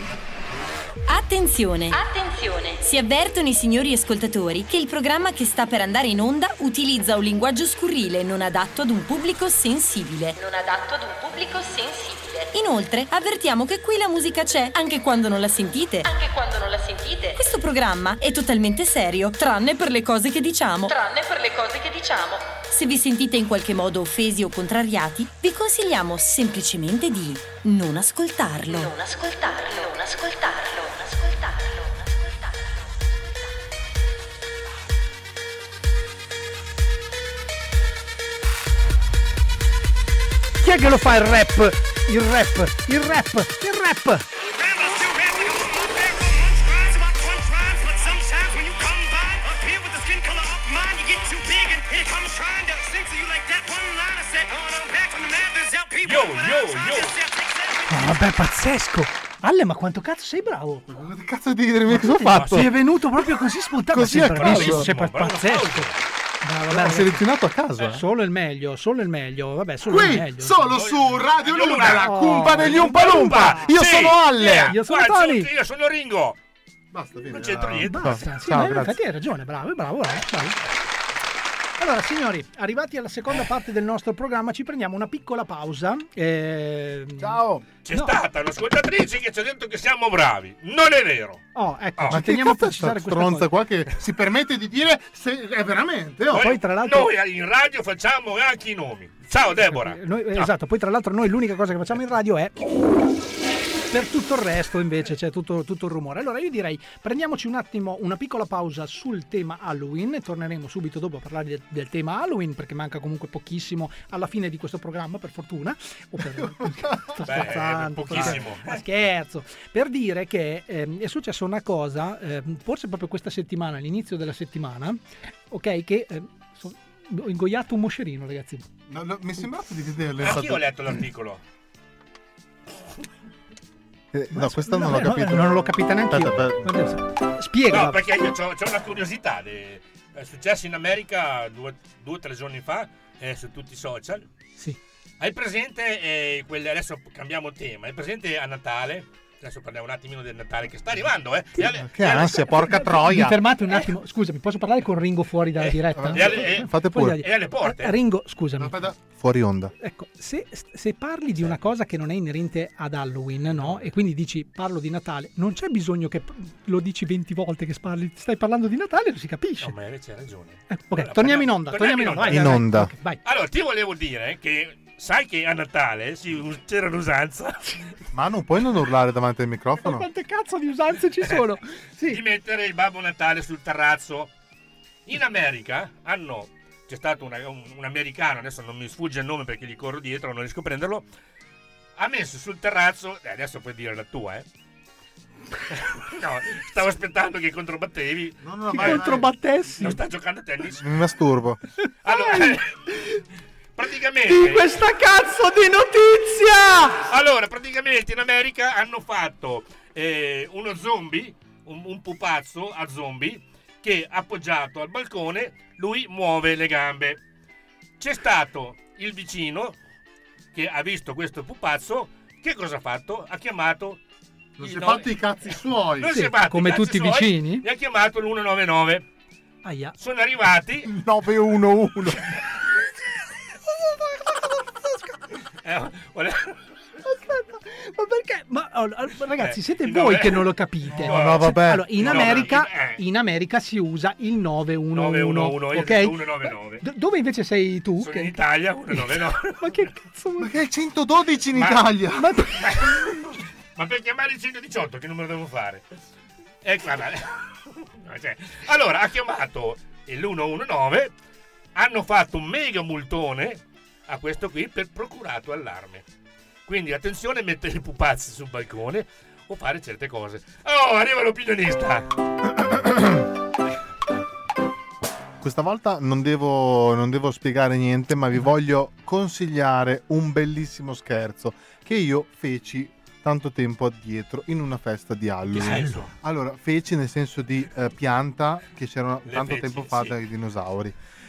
Attenzione! Attenzione! Si avvertono i signori ascoltatori che il programma che sta per andare in onda utilizza un linguaggio scurrile non adatto ad un pubblico sensibile. Non adatto ad un pubblico sensibile. Inoltre, avvertiamo che qui la musica c'è, anche quando non la sentite. Anche quando non la sentite. Questo programma è totalmente serio, tranne per le cose che diciamo. Tranne per le cose che diciamo. Se vi sentite in qualche modo offesi o contrariati, vi consigliamo semplicemente di non ascoltarlo. Non ascoltarlo. Non ascoltarlo. Non ascoltarlo. Non ascoltarlo. Chi è che lo fa il rap? Il rap, il rap, il rap. Yo, yo, yo. Ah, vabbè, pazzesco. Alle, ma quanto cazzo sei bravo? Che cazzo di dire cosa ho fatto? Sei venuto proprio così spontaneo. Così sei a bravissimo, caso. sei pa- Bravo, pazzesco. Bravo, L'ho bravo. selezionato a caso. eh. Solo il meglio, solo il meglio. Vabbè, solo il Qui, meglio. solo su Radio Radio Luna, la Oh. cumpa degli Umpa Lumpa. Io Sì, sono Alle. yeah, Io sono guarda, Tony. Io sono Ringo. Basta, vieni, Non c'entro ah, niente. Basta, sì, Ciao, ma grazie. infatti hai ragione, bravo, bravo, bravo, bravo. Allora, signori, arrivati alla seconda parte del nostro programma, ci prendiamo una piccola pausa. Eh... Ciao. C'è No. stata un'ascoltatrice che ci ha detto che siamo bravi. Non è vero. Oh, ecco, Oh. ci Ma che teniamo a cazzo è precisare sta questa stronza cosa. qua che si permette di dire se è veramente? Oh. Poi, tra l'altro- Noi in radio facciamo anche i nomi. Ciao Deborah. Noi- Ciao. Esatto, poi tra l'altro noi l'unica cosa che facciamo in radio è... Per tutto il resto invece c'è tutto, tutto il rumore. Allora io direi prendiamoci un attimo una piccola pausa sul tema Halloween e torneremo subito dopo a parlare del, del tema Halloween, perché manca comunque pochissimo alla fine di questo programma, per fortuna. O per... Sto Beh, scherzando, pochissimo. Ma scherzo. Per dire che ehm, è successa una cosa, ehm, forse proprio questa settimana, all'inizio della settimana, ok, che... ehm, so- ho ingoiato un moscerino, ragazzi. No, no, mi è sembrato di vederlo. Anch'io infatti. ho letto l'articolo. Eh, no, questo non No, l'ho no, capito. non l'ho capita neanche io. Aspetta, aspetta. Spiega. No, perché io ho una curiosità. de- È successo in America due o tre giorni fa, eh, su tutti i social. Sì. Hai presente, eh, quelle, adesso cambiamo tema, hai presente a Natale? Adesso parliamo un attimino del Natale che sta arrivando, eh? E alle- Che e alle- ansia, porca Mi troia. fermate un attimo, scusami, posso parlare con Ringo fuori dalla Eh, diretta? e alle- e- Fate Fuori pure. dalla- e alle porte. Eh, Ringo, scusami. Aspetta, fuori onda. Ecco, se, se parli di una cosa che non è inerente ad Halloween, no? E quindi dici parlo di Natale, non c'è bisogno che lo dici venti volte che parli, stai parlando di Natale, lo si capisce. No, ma invece hai ragione. Eh, ok, Allora, torniamo in parliamo- onda, torniamo in onda. vai, In vai, vai. onda. Ok, vai. Allora, ti volevo dire che sai che a Natale si us- c'era l'usanza Ma non puoi non urlare davanti al Ma microfono? quante cazzo di usanze ci sono? di Sì. mettere il Babbo Natale sul terrazzo. In America hanno, c'è stato una- un, un americano, adesso non mi sfugge il nome perché gli corro dietro, non riesco a prenderlo, ha messo sul terrazzo, eh, adesso puoi dire la tua, eh. No, stavo aspettando che controbattevi. No, no, Ti vai, vai. controbattessi. Non sta giocando a tennis. Mi masturbo. Allora, praticamente di questa cazzo di notizia. Allora, praticamente in America hanno fatto eh, uno zombie, un, un pupazzo a zombie che appoggiato al balcone lui muove le gambe. C'è stato il vicino che ha visto questo pupazzo, che cosa ha fatto? Ha chiamato Non il si è no- fatto i cazzi suoi. Non Sì, si è fatto come i cazzi tutti i suoi, vicini. e ha chiamato l'uno nove nove. Aia. Sono arrivati nove uno uno. eh, vole- Aspetta, ma perché? Ma oh, ragazzi, Eh, siete il voi nove- che non lo capite. No, no, vabbè. Allora, in No, America, eh. in America si usa il nove uno nove uno uno, uno, io ho ok? detto uno nove nove. D- dove invece sei tu? Sono Che- in Italia uno nove nove. Ma che cazzo? Ma che è il centododici in Ma- Italia? Ma... Ma per chiamare il centodiciotto che numero devo fare? Ecco, vabbè. No, cioè, allora ha chiamato il uno uno nove, hanno fatto un mega multone a questo qui per procurato allarme. Quindi attenzione a mettere i pupazzi sul balcone o fare certe cose. Oh, arriva l'opinionista. Questa volta non devo, non devo spiegare niente, ma vi voglio consigliare un bellissimo scherzo che io feci tanto tempo addietro in una festa di Halloween. senso? Allora, feci nel senso di eh, pianta che c'era Le tanto feci, tempo fa sì. dai dinosauri.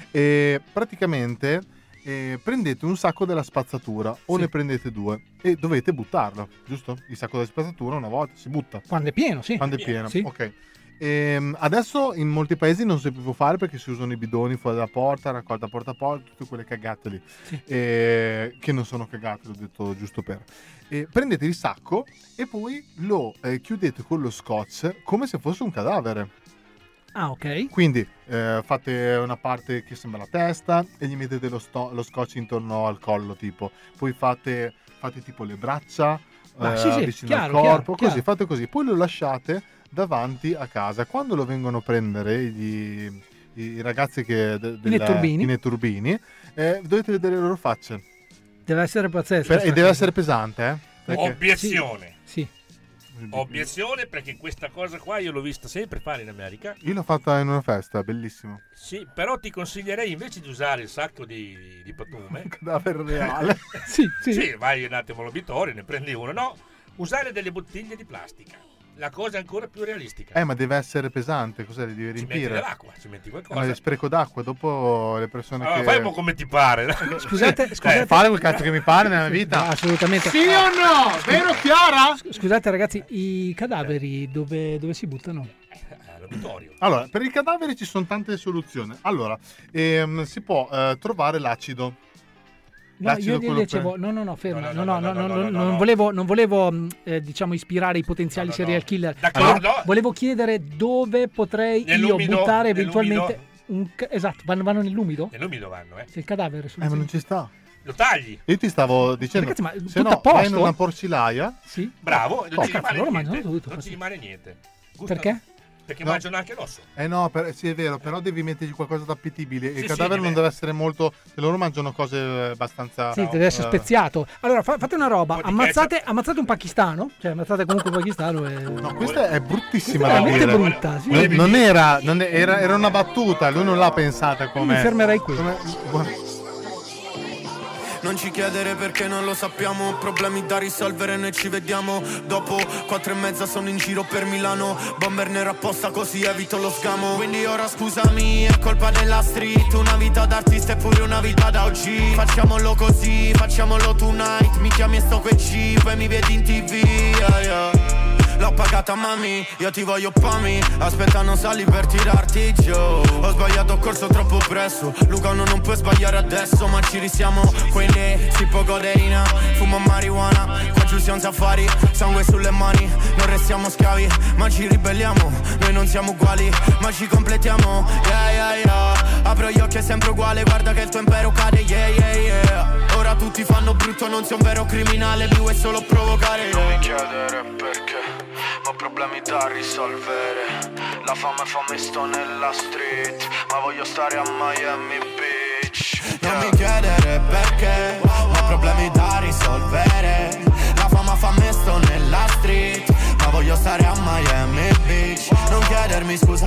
E praticamente eh, prendete un sacco della spazzatura o Sì. ne prendete due e dovete buttarlo, giusto? Il sacco della spazzatura una volta si butta. Quando è pieno, sì. Quando è pieno, Sì. ok. Ehm, adesso in molti paesi non si può più fare perché si usano i bidoni fuori dalla porta, raccolta porta a porta, tutte quelle cagate lì. Sì. Eh, che non sono cagate, l'ho detto giusto per. Eh, prendete il sacco e poi lo eh, chiudete con lo scotch come se fosse un cadavere. Ah, ok. Quindi eh, fate una parte che sembra la testa e gli mettete lo, sto- lo scotch intorno al collo, tipo. Poi fate, fate tipo le braccia Ah, eh, sì, sì, vicino chiaro, al corpo, chiaro, così, chiaro. fate così. Poi lo lasciate davanti a casa. Quando lo vengono a prendere gli, i, i ragazzi che de, della- netturbini. i netturbini, eh, dovete vedere le loro facce. Deve essere pazzesco. Per- e sta deve cosa. essere pesante, eh? Perché- Obiezione. Sì. Obiezione, perché questa cosa qua io l'ho vista sempre fare in America. Io l'ho fatta in una festa, bellissimo. Sì, però ti consiglierei invece di usare il sacco di, di patume. Un cadavere reale. Sì, sì. Sì, vai un attimo all'obitorio, ne prendi uno. No, usare delle bottiglie di plastica. La cosa è ancora più realistica. Eh, ma deve essere pesante, cos'è? Li devi Ci metti riempire. dell'acqua, ci metti Eh, ma qualcosa. è spreco d'acqua, dopo le persone Allora, che... fai un po' come ti pare. Scusate, scusate. Eh, fare quel cazzo che mi pare nella vita. No, assolutamente. Sì o no? Vero Chiara? Scusate ragazzi, i cadaveri dove, dove si buttano? All'obitorio. Allora, per i cadaveri ci sono tante soluzioni. Allora, ehm, si può eh, trovare l'acido. No, L'acido io vi quello dicevo, per- no, no, no, ferma, No, no, no, no, no, no, no, no, no, no, non no. volevo, non volevo, mh, eh, diciamo, ispirare i potenziali No, no, serial no. killer. D'accordo. Allora, volevo chiedere dove potrei Nell'umido, io buttare nell'umido. eventualmente un ca- esatto, vanno, vanno nell'umido? Nell'umido vanno, eh. C'è il cadavere sul Eh, ma non ci sta. Lo tagli. Io ti stavo dicendo, Ragazzi, ma se tutto no, a posto? vai in una porcilaia. Sì. Bravo, non Oh, ci cazzo, rimane loro niente. mangiano tutto, Non così. ci rimane niente. Gusta- Perché? Perché No. mangiano anche l'osso. Eh no, per- sì è vero, però devi mettergli qualcosa d'appetibile. Sì, il sì, cadavere non deve- deve essere molto... che loro mangiano cose abbastanza... Sì, deve essere eh, speziato. Allora, fa- fate una roba, Un po' di ammazzate, ammazzate un pakistano, cioè ammazzate comunque un pakistano e... No, questa è bruttissima È da veramente dire. brutta, sì. Non, non era, non è- era, era una battuta, lui non l'ha pensata come... Mi fermerei qui. come- Non ci chiedere perché non lo sappiamo. Problemi da risolvere, noi ci vediamo dopo. Quattro e mezza sono in giro per Milano. Bomber nero apposta così evito lo scamo. Quindi ora scusami, è colpa della street. Una vita d'artista e pure una vita da O G. Facciamolo così, facciamolo tonight. Mi chiami e sto quei G, poi mi vedi in tv, yeah, yeah. L'ho pagata mami, io ti voglio pami. Aspetta non sali per tirarti giù. Ho sbagliato, ho corso troppo presto. Luca no, non puoi sbagliare adesso. Ma ci risiamo, qui lì, tipo codeina. Fumo marijuana, qua giù siamo safari. Sangue sulle mani, non restiamo schiavi. Ma ci ribelliamo, noi non siamo uguali. Ma ci completiamo, yeah yeah yeah. Apro gli occhi è sempre uguale, guarda che il tuo impero cade, yeah yeah yeah. Ora tutti fanno brutto, non sei un vero criminale. Mi vuoi solo provocare. Non mi chiedere perché, ho problemi da risolvere. La fame fa me sto nella street, ma voglio stare a Miami Beach. Non mi chiedere perché, ho problemi da risolvere. La fama fa me sto nella street, ma voglio stare a Miami Beach. Non chiedermi scusa, basta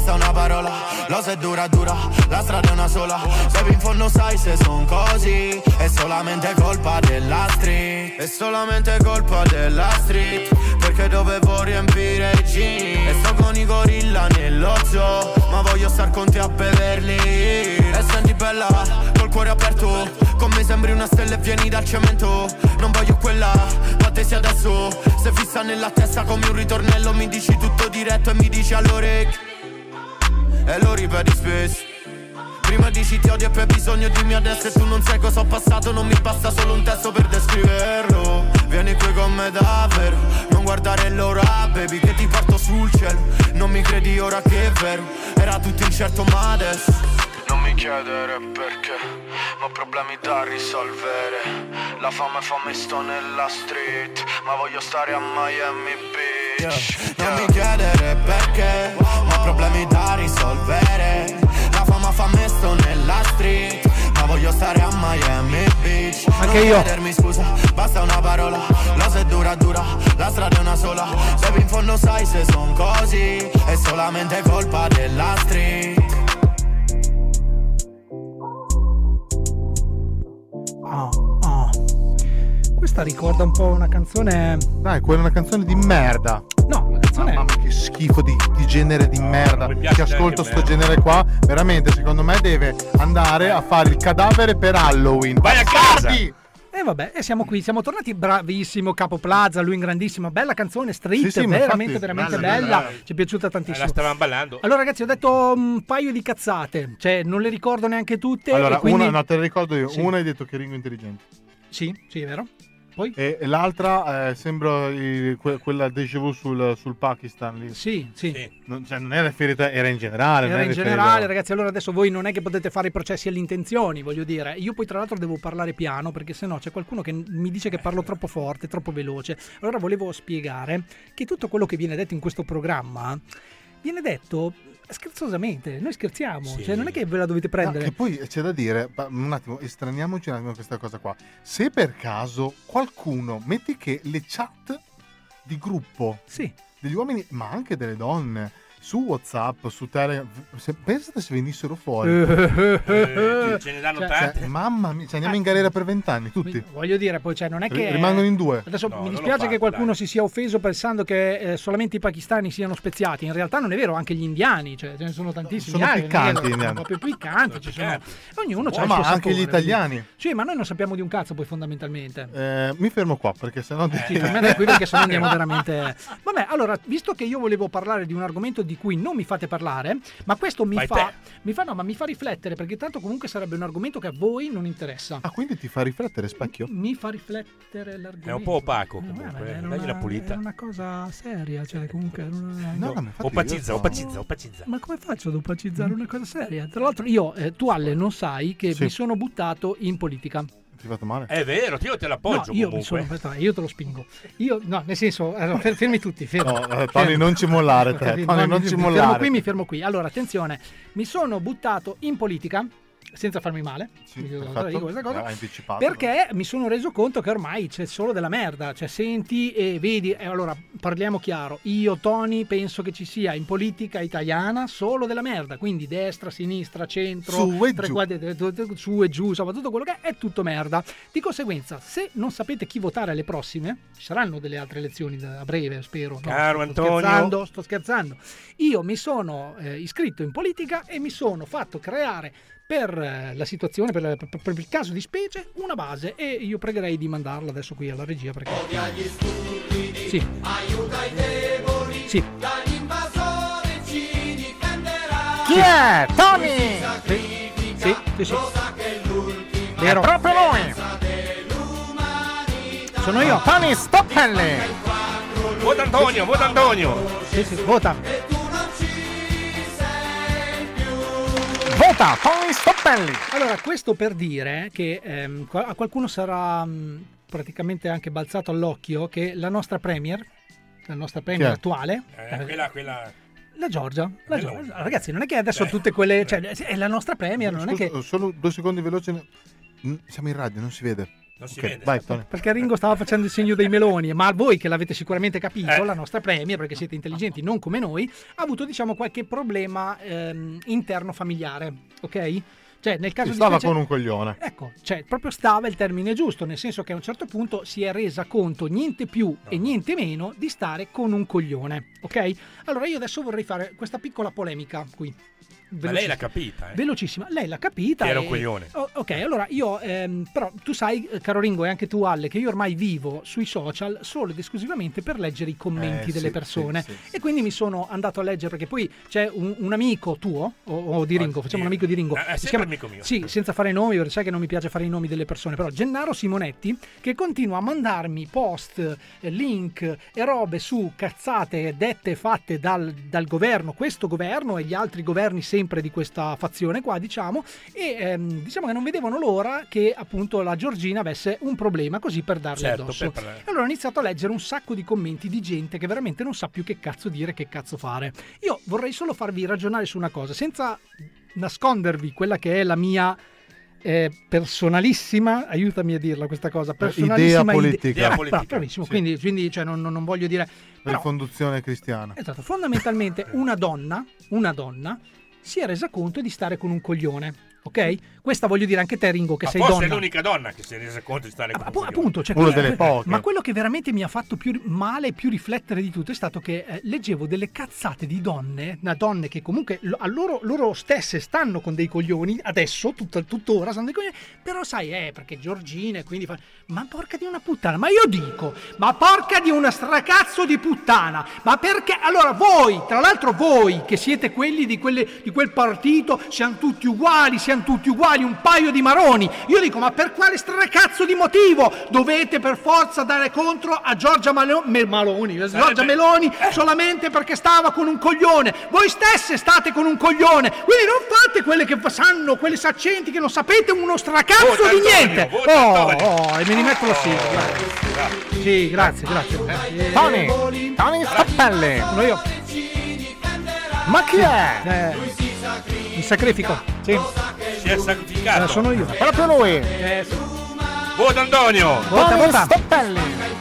basta una parola, lo se dura dura, la strada è una sola. Se in fondo sai se son così, è solamente colpa della street. È solamente colpa della street, perché dovevo riempire i jeans. E sto con i gorilla nello zoo, ma voglio star con te a Beverly. E senti bella, col cuore aperto, con me sembri una stella e vieni dal cemento. Non voglio quella, ma te sei adesso. Se fissa nella testa come un ritornello, mi dici tutto diretto e mi dici all'orecchio e lo ripeti spesso. Prima dici ti odio e poi hai bisogno di me adesso. E tu non sai cosa ho passato, non mi basta solo un testo per descriverlo. Vieni qui con me davvero, non guardare l'ora baby che ti porto sul cielo. Non mi credi ora che è vero, era tutto incerto ma adesso. Non mi chiedere perché, ma ho problemi da risolvere. La fame fa me sto nella street, ma voglio stare a Miami Beach. Non mi chiedere perché, ma ho problemi da risolvere. La fama fa me sto nella street, ma voglio stare a Miami Beach. Anche non io. chiedermi scusa, basta una parola, lo se dura dura, la strada è una sola. Se in fondo sai se son così, è solamente colpa della street. Oh, oh. Questa ricorda un po' una canzone. Dai, quella è una canzone di merda. No, la canzone Mamma mia, che schifo di, di genere di merda. mi piace Che ascolto neanche sto me. genere qua, veramente secondo me deve andare a fare il cadavere per Halloween. Vai a casa! Bastardi! E vabbè, e siamo qui, siamo tornati, bravissimo Capo Plaza, lui in grandissimo, bella canzone, street, Sì, sì, ma veramente, infatti, veramente bella, bella, bella. ci è piaciuta Eh, tantissimo. la stavamo ballando. Allora ragazzi, ho detto un paio di cazzate, cioè non le ricordo neanche tutte. Allora, e quindi... una, no, te la ricordo io. Sì. Una hai detto che Ringo è intelligente. Sì, sì, è vero. Poi? E, e l'altra eh, sembra i- que- quella déjà vu sul, sul Pakistan lì. Sì, sì. Non, cioè, non era riferita, era in generale. non Era è in riferita- generale, ragazzi, allora adesso voi non è che potete fare i processi alle intenzioni, voglio dire. Io poi tra l'altro devo parlare piano perché sennò c'è qualcuno che mi dice che parlo troppo forte, troppo veloce. Allora volevo spiegare che tutto quello che viene detto in questo programma viene detto scherzosamente, noi scherziamo, Sì. cioè non è che ve la dovete prendere. No, che poi c'è da dire, ma un attimo, estraniamoci un attimo questa cosa qua. Se per caso qualcuno, metti che le chat di gruppo sì. degli uomini, ma anche delle donne, su WhatsApp, su Telegram, se, pensate se venissero fuori. Eh, ce ne danno Cioè, tante. mamma mia, cioè, andiamo in galera per vent'anni, tutti. Voglio dire, poi cioè, non è che R- rimangono in due. Adesso No, mi non dispiace lo fate, che qualcuno si sia offeso pensando che eh, solamente i pakistani siano speziati. In realtà non è vero, anche gli indiani, cioè ce ne sono tantissimi. Sono Ah, piccanti, sono indiani. proprio piccanti, ci sono. Ognuno Oh, c'ha il ma suo anche sapore, gli italiani. Sì, ma noi non sappiamo di un cazzo poi fondamentalmente. Eh, mi fermo qua perché sennò Sì, fermate qui perché sennò andiamo veramente. Vabbè, allora, visto che io volevo parlare di un argomento di cui non mi fate parlare, ma questo mi Fai fa te. mi fa no, ma mi fa riflettere perché tanto comunque sarebbe un argomento che a voi non interessa. Ah, quindi ti fa riflettere, Specchio? Mi fa riflettere l'argomento. È un po' opaco Eh, comunque. vabbè, era Dagli una- una pulita. Era una cosa seria, cioè comunque era una- No, no, ma infatti Opacizza, io- opacizza, opacizza. Ma come faccio ad opacizzare una cosa seria? Tra l'altro io, eh, tu Ale, non sai che Sì. mi sono buttato in politica. Ti hai fatto male? È vero, io te l'appoggio No, io mi comunque. sono aspetta, io te lo spingo. Io no, nel senso, allora, fer- fermi tutti, fermi. No, eh, Tony, Fermi. non ci mollare te, Fermi, Tony, no, non mi- ci mi mollare. Fermo qui, mi fermo qui. Allora, attenzione, mi sono buttato in politica senza farmi male. Mi dico perfetto. questa cosa, Hai anticipato. perché mi sono reso conto che ormai c'è solo della merda, cioè senti e vedi, e allora parliamo chiaro, io Tony penso che ci sia in politica italiana solo della merda, quindi destra, sinistra, centro, Su e tre giù. quadri- su e giù, insomma tutto quello che è, è tutto merda. Di conseguenza, se non sapete chi votare alle prossime, ci saranno delle altre elezioni da- a breve, spero. No, Caro sto Antonio. scherzando, sto scherzando. Io mi sono eh, iscritto in politica e mi sono fatto creare per eh, la situazione, per, la- per- per il caso di specie, una base e io pregherei di mandarla adesso qui alla regia perché... Sì. Aiuta i deboli, Sì. dall'invasore ci difenderà. Chi è? Tony! Sì, sì, sì, sì. Vero. È proprio lui! Sono io, Tony Stoppelli! Vota Antonio, vota Antonio! Sì, sì, vota! Vota Tony Stoppelli! Allora, questo per dire che ehm, qua- a qualcuno sarà mh, praticamente anche balzato all'occhio che la nostra premier, la nostra premier Chi è? attuale, Eh, quella, quella... la Giorgia, la Eh, Giorgia. Ragazzi, non è che adesso tutte quelle, cioè è la nostra premier, non è che Scusa, solo due secondi veloci. Mm, Siamo in radio, non si vede. Non si Ok, vede. vai, Tony. Perché Ringo stava facendo il segno dei meloni, ma voi che l'avete sicuramente capito, Eh. la nostra Premier, perché siete intelligenti, non come noi, ha avuto diciamo qualche problema ehm, interno familiare, ok? Cioè nel caso Si di stava specie- con un coglione. Ecco, cioè proprio stava il termine giusto, nel senso che a un certo punto si è resa conto niente più e niente meno di stare con un coglione, ok? Allora io adesso vorrei fare questa piccola polemica qui. Ma lei l'ha capita, eh? Velocissima, lei l'ha capita. Che era un e- coglione. Oh, ok, allora io, ehm, però tu sai, eh, caro Ringo, e anche tu, Alle, che io ormai vivo sui social solo ed esclusivamente per leggere i commenti Eh, delle sì, persone. sì, sì, E quindi mi sono andato a leggere, perché poi c'è un, un amico tuo, o, o di Ringo, facciamo un amico di Ringo. Eh, è si sempre amico mio. Sì, senza fare nomi, perché sai che non mi piace fare i nomi delle persone, però Gennaro Simonetti, che continua a mandarmi post, eh, link e robe su cazzate dette e fatte dal, dal governo, questo governo e gli altri governi sempre di questa fazione qua, diciamo, e ehm, diciamo che non vedevano l'ora che appunto la Giorgina avesse un problema, così per darle Certo, addosso. per parlare. E allora ho iniziato a leggere un sacco di commenti di gente che veramente non sa più che cazzo dire, che cazzo fare. Io vorrei solo farvi ragionare su una cosa, senza nascondervi quella che è la mia eh, personalissima, aiutami a dirla questa cosa, personalissima Idea politica. ide- Idea Ah, politica, bravissimo, sì. quindi, quindi cioè, non, non- non voglio dire... però- Rifonduzione cristiana. Esatto, fondamentalmente una donna, una donna si è resa conto di stare con un coglione, ok? Questa voglio dire anche te, Ringo, che Ma sei forse donna. è l'unica donna che si è resa conto di stare con un Appu- coglione. appunto, cioè, Una quello- delle poche. ma quello che veramente mi ha fatto più male e più riflettere di tutto è stato che eh, leggevo delle cazzate di donne, da donne che comunque lo- a loro, loro stesse stanno con dei coglioni adesso, tutta, tuttora stanno dei coglioni, però sai, eh, perché Giorgina e quindi fa... Ma porca di una puttana, ma io dico, ma porca di una stracazzo di puttana, ma perché? Allora voi, tra l'altro voi che siete quelli di, quelle, di quel partito, siamo tutti uguali, siamo tutti uguali, un paio di maroni. Io dico, ma per quale stracazzo di motivo dovete per forza dare contro a Giorgia Malo- Me- Maloni, a Giorgia Sarebbe- Meloni solamente perché stava con un coglione? Voi stesse state con un coglione, quindi non fate quelle che sanno, quelle saccenti che non sapete uno stracazzo Vota di Antonio, niente. vota Oh, Antonio. oh, e mi rimetto la sigla. grazie. Sì, grazie, grazie. Eh, Tony, Tony Stappelli. Sono io. Ma chi è? Eh, mi sacrifico. Sì. Si è sacrificato. Eh, sono io. Proprio lui. Eh, sì. Vota Antonio. Vota, Tony vota. Stappelli.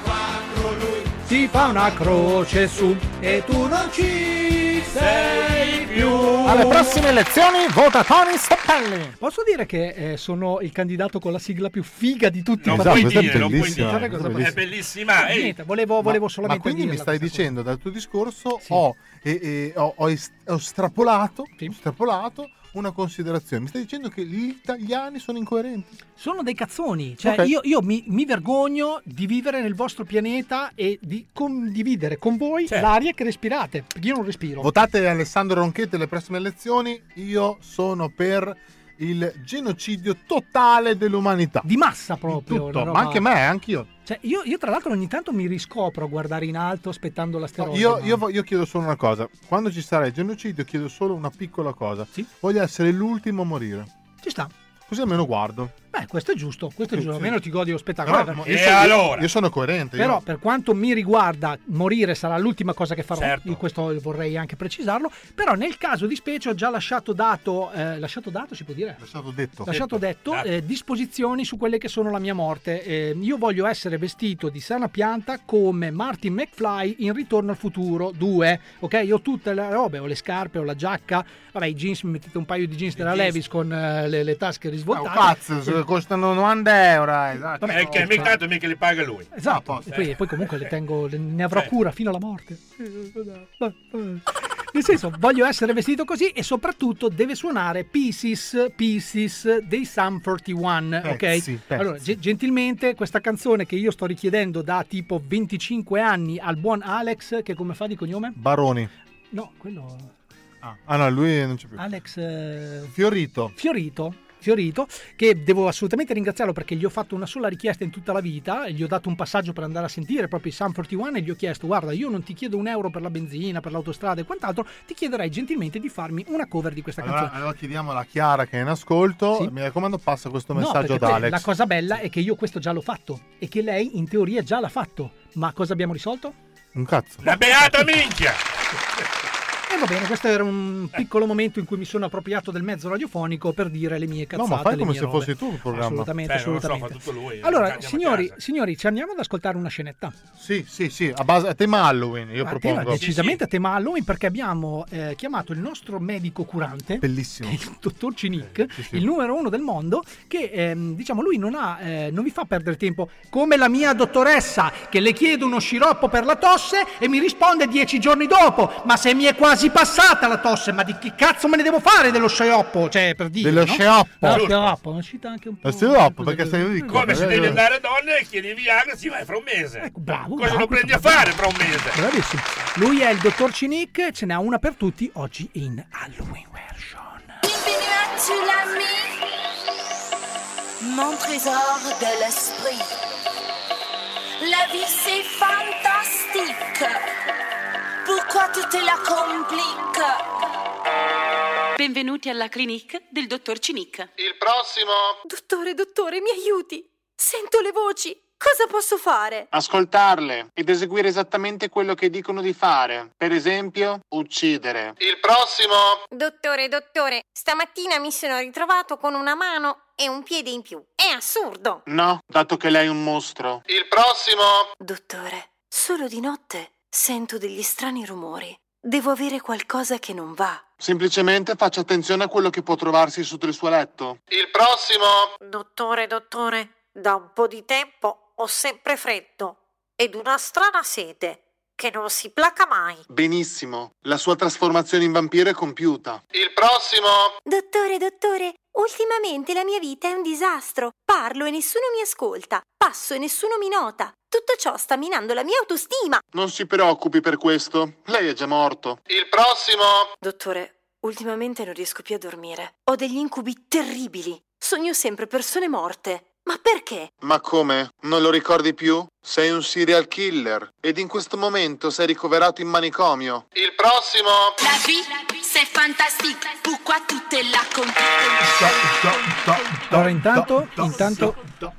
Ti fa una croce su e tu non ci sei più. Alle prossime elezioni vota Tony Stappelli. Posso dire che eh, sono il candidato con la sigla più figa di tutti Non i Esatto, puoi questa è dire, non puoi bellissima, dire. Guarda cosa questa È bellissima. Ehi. Niente, volevo, volevo Ma- solamente Ma quindi mi dirla stai questa dicendo dal tuo discorso Sì. ho, e- e- ho, ho est- ho strapolato, Sì. strapolato una considerazione. Mi stai dicendo che gli italiani sono incoerenti? cosa. Sono dei cazzoni. Cioè, Ok. io, io mi, mi vergogno di vivere nel vostro pianeta e di condividere con voi Certo. l'aria che respirate. Perché io non respiro. Votate Alessandro Ronchetti alle prossime elezioni. Io sono per il genocidio totale dell'umanità. Di massa proprio. Tutto, una ma roba- anche me, anche io. Cioè, io, io tra l'altro ogni tanto mi riscopro a guardare in alto aspettando l'asteroide. Io, ma- io vo- io chiedo solo una cosa. Quando ci sarà il genocidio, chiedo solo una piccola cosa. Sì. Voglio essere l'ultimo a morire. Ci sta. Così almeno guardo. Beh, questo è giusto, questo è Sì, giusto, sì. almeno ti godi lo spettacolo. Però, Eh, ma perché- io, E sono, allora? io sono coerente. Però io- per quanto mi riguarda, morire sarà l'ultima cosa che farò, Certo. io questo vorrei anche precisarlo, però nel caso di specie ho già lasciato dato, eh, lasciato dato si può dire? Lasciato detto. Lasciato detto Dato. eh, disposizioni su quelle che sono la mia morte. Eh, io voglio essere vestito di sana pianta come Martin McFly in Ritorno al futuro due, ok? Io ho tutte le robe, ho le scarpe, ho la giacca, vabbè i jeans, mi mettete un paio di jeans della jeans. Levi's con eh, le, le tasche Oh, risvoltate. cazzo, se costano novanta euro. eh, Esatto. Vabbè, Eh, che mica tanto mica li paga lui. Esatto, Ah, e poi, e poi comunque le tengo, le- ne avrò Eh. cura fino alla morte. Nel senso, voglio essere vestito così e soprattutto deve suonare Pieces, Pieces dei Sum quarantuno, ok? Pezzi, pezzi. Allora, ge- gentilmente questa canzone che io sto richiedendo da tipo venticinque anni al buon Alex, che come fa di cognome? Baroni. No, quello... Ah, ah, no, lui non c'è più. Alex... eh, Fiorito. Fiorito, Fiorito, che devo assolutamente ringraziarlo perché gli ho fatto una sola richiesta in tutta la vita e gli ho dato un passaggio per andare a sentire proprio i Sum quarantuno e gli ho chiesto: guarda, io non ti chiedo un euro per la benzina, per l'autostrada e quant'altro, ti chiederei gentilmente di farmi una cover di questa Allora, canzone. allora chiediamo alla Chiara che è in ascolto. Sì. Mi raccomando, passa questo No, messaggio perché ad poi Alex. la cosa bella è che io questo già l'ho fatto e che lei in teoria già l'ha fatto. Ma cosa abbiamo risolto? Un cazzo. La beata minchia! E va bene, questo era un piccolo momento in cui mi sono appropriato del mezzo radiofonico per dire le mie cazzate. No, ma fai le come mie se robe. fossi tu il programma. Assolutamente, Beh, non lo so, assolutamente. fa tutto lui, Allora, andiamo a signori, casa. signori, ci andiamo ad ascoltare una scenetta. Sì, sì, sì, a base a tema Halloween, io A propongo. tema, decisamente a tema Halloween, perché abbiamo eh, chiamato il nostro medico curante, bellissimo, il dottor Cinic, sì, sì. il numero uno del mondo, che ehm, diciamo lui non ha eh, non vi fa perdere tempo come la mia dottoressa, che le chiedo uno sciroppo per la tosse e mi risponde dieci giorni dopo: ma se mi è quasi passata la tosse, ma di che cazzo me ne devo fare dello sciroppo? Cioè, per dire, Dello no? sciroppo. Dello sciroppo, una uscita anche un po'. Lo sciroppo, perché sei di Come se devi andare a donne e chiedi Viagra, si vai fra un mese. Ecco, bravo, Cosa bravo, lo prendi a bravo. fare fra un mese? Bravissimo. Lui è il dottor Cinic, ce n'ha una per tutti oggi in Halloween version. Bienvenue, tu l'ami, mon trésor de l'esprit. La vie c'est fantastique. Pourquoi tu te la compliques? Benvenuti alla clinique del dottor Cinic. Il prossimo. Dottore, dottore, mi aiuti. Sento le voci. Cosa posso fare? Ascoltarle ed eseguire esattamente quello che dicono di fare. Per esempio, uccidere. Il prossimo. Dottore, dottore, stamattina mi sono ritrovato con una mano e un piede in più. È assurdo. No, dato che lei è un mostro. Il prossimo. Dottore, solo di notte sento degli strani rumori. Devo avere qualcosa che non va. Semplicemente faccia attenzione a quello che può trovarsi sotto il suo letto. Il prossimo. Dottore, dottore, da un po' di tempo ho sempre freddo ed una strana sete che non si placa mai. Benissimo, la sua trasformazione in vampiro è compiuta. Il prossimo. Dottore, dottore, ultimamente la mia vita è un disastro. Parlo e nessuno mi ascolta. Passo e nessuno mi nota. Tutto ciò sta minando la mia autostima. Non si preoccupi per questo, lei è già morto. Il prossimo. Dottore, ultimamente non riesco più a dormire. Ho degli incubi terribili. Sogno sempre persone morte. Ma perché? Ma come? Non lo ricordi più? Sei un serial killer ed in questo momento sei ricoverato in manicomio. Il prossimo. La vie c'est fantastique. Pourquoi tu te la compliques? Allora intanto, intanto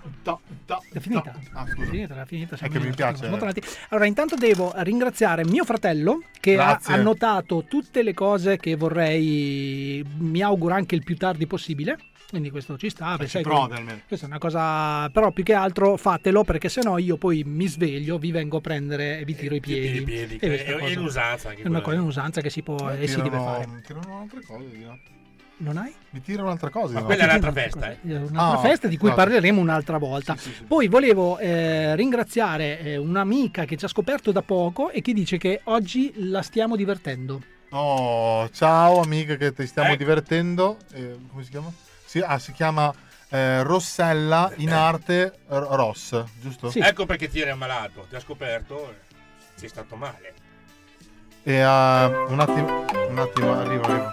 è finita. Ah, È finita, è finita. È che mi piace. Molto avanti. Allora intanto devo ringraziare mio fratello che ha Grazie. annotato tutte le cose che vorrei, mi auguro anche il più tardi possibile. Quindi questo ci sta, perché ci sai provi che- almeno. questa è una cosa, però più che altro fatelo, perché sennò io poi mi sveglio, vi vengo a prendere e vi tiro i piedi. I piedi, E che questa è- cosa- è un'usanza anche è una, quella. cosa- è un'usanza che si può e si deve Tirano- fare. Mi tirano altre cose di notte. Non hai? Mi tirano altre cose. Ma di quella è notte. un'altra festa, eh. Un'altra Ah, festa di cui no. parleremo un'altra volta. Poi volevo eh, ringraziare eh, un'amica che ci ha scoperto da poco e che dice che oggi la stiamo divertendo. Oh, ciao amica che ti stiamo Eh. divertendo. Eh, come si chiama? Si, ah, si chiama eh, Rossella, in arte R- Ross, giusto? Ecco perché ti eri ammalato, ti ha scoperto, eh, sei stato male. E uh, un attimo, un attimo, arrivo, arrivo.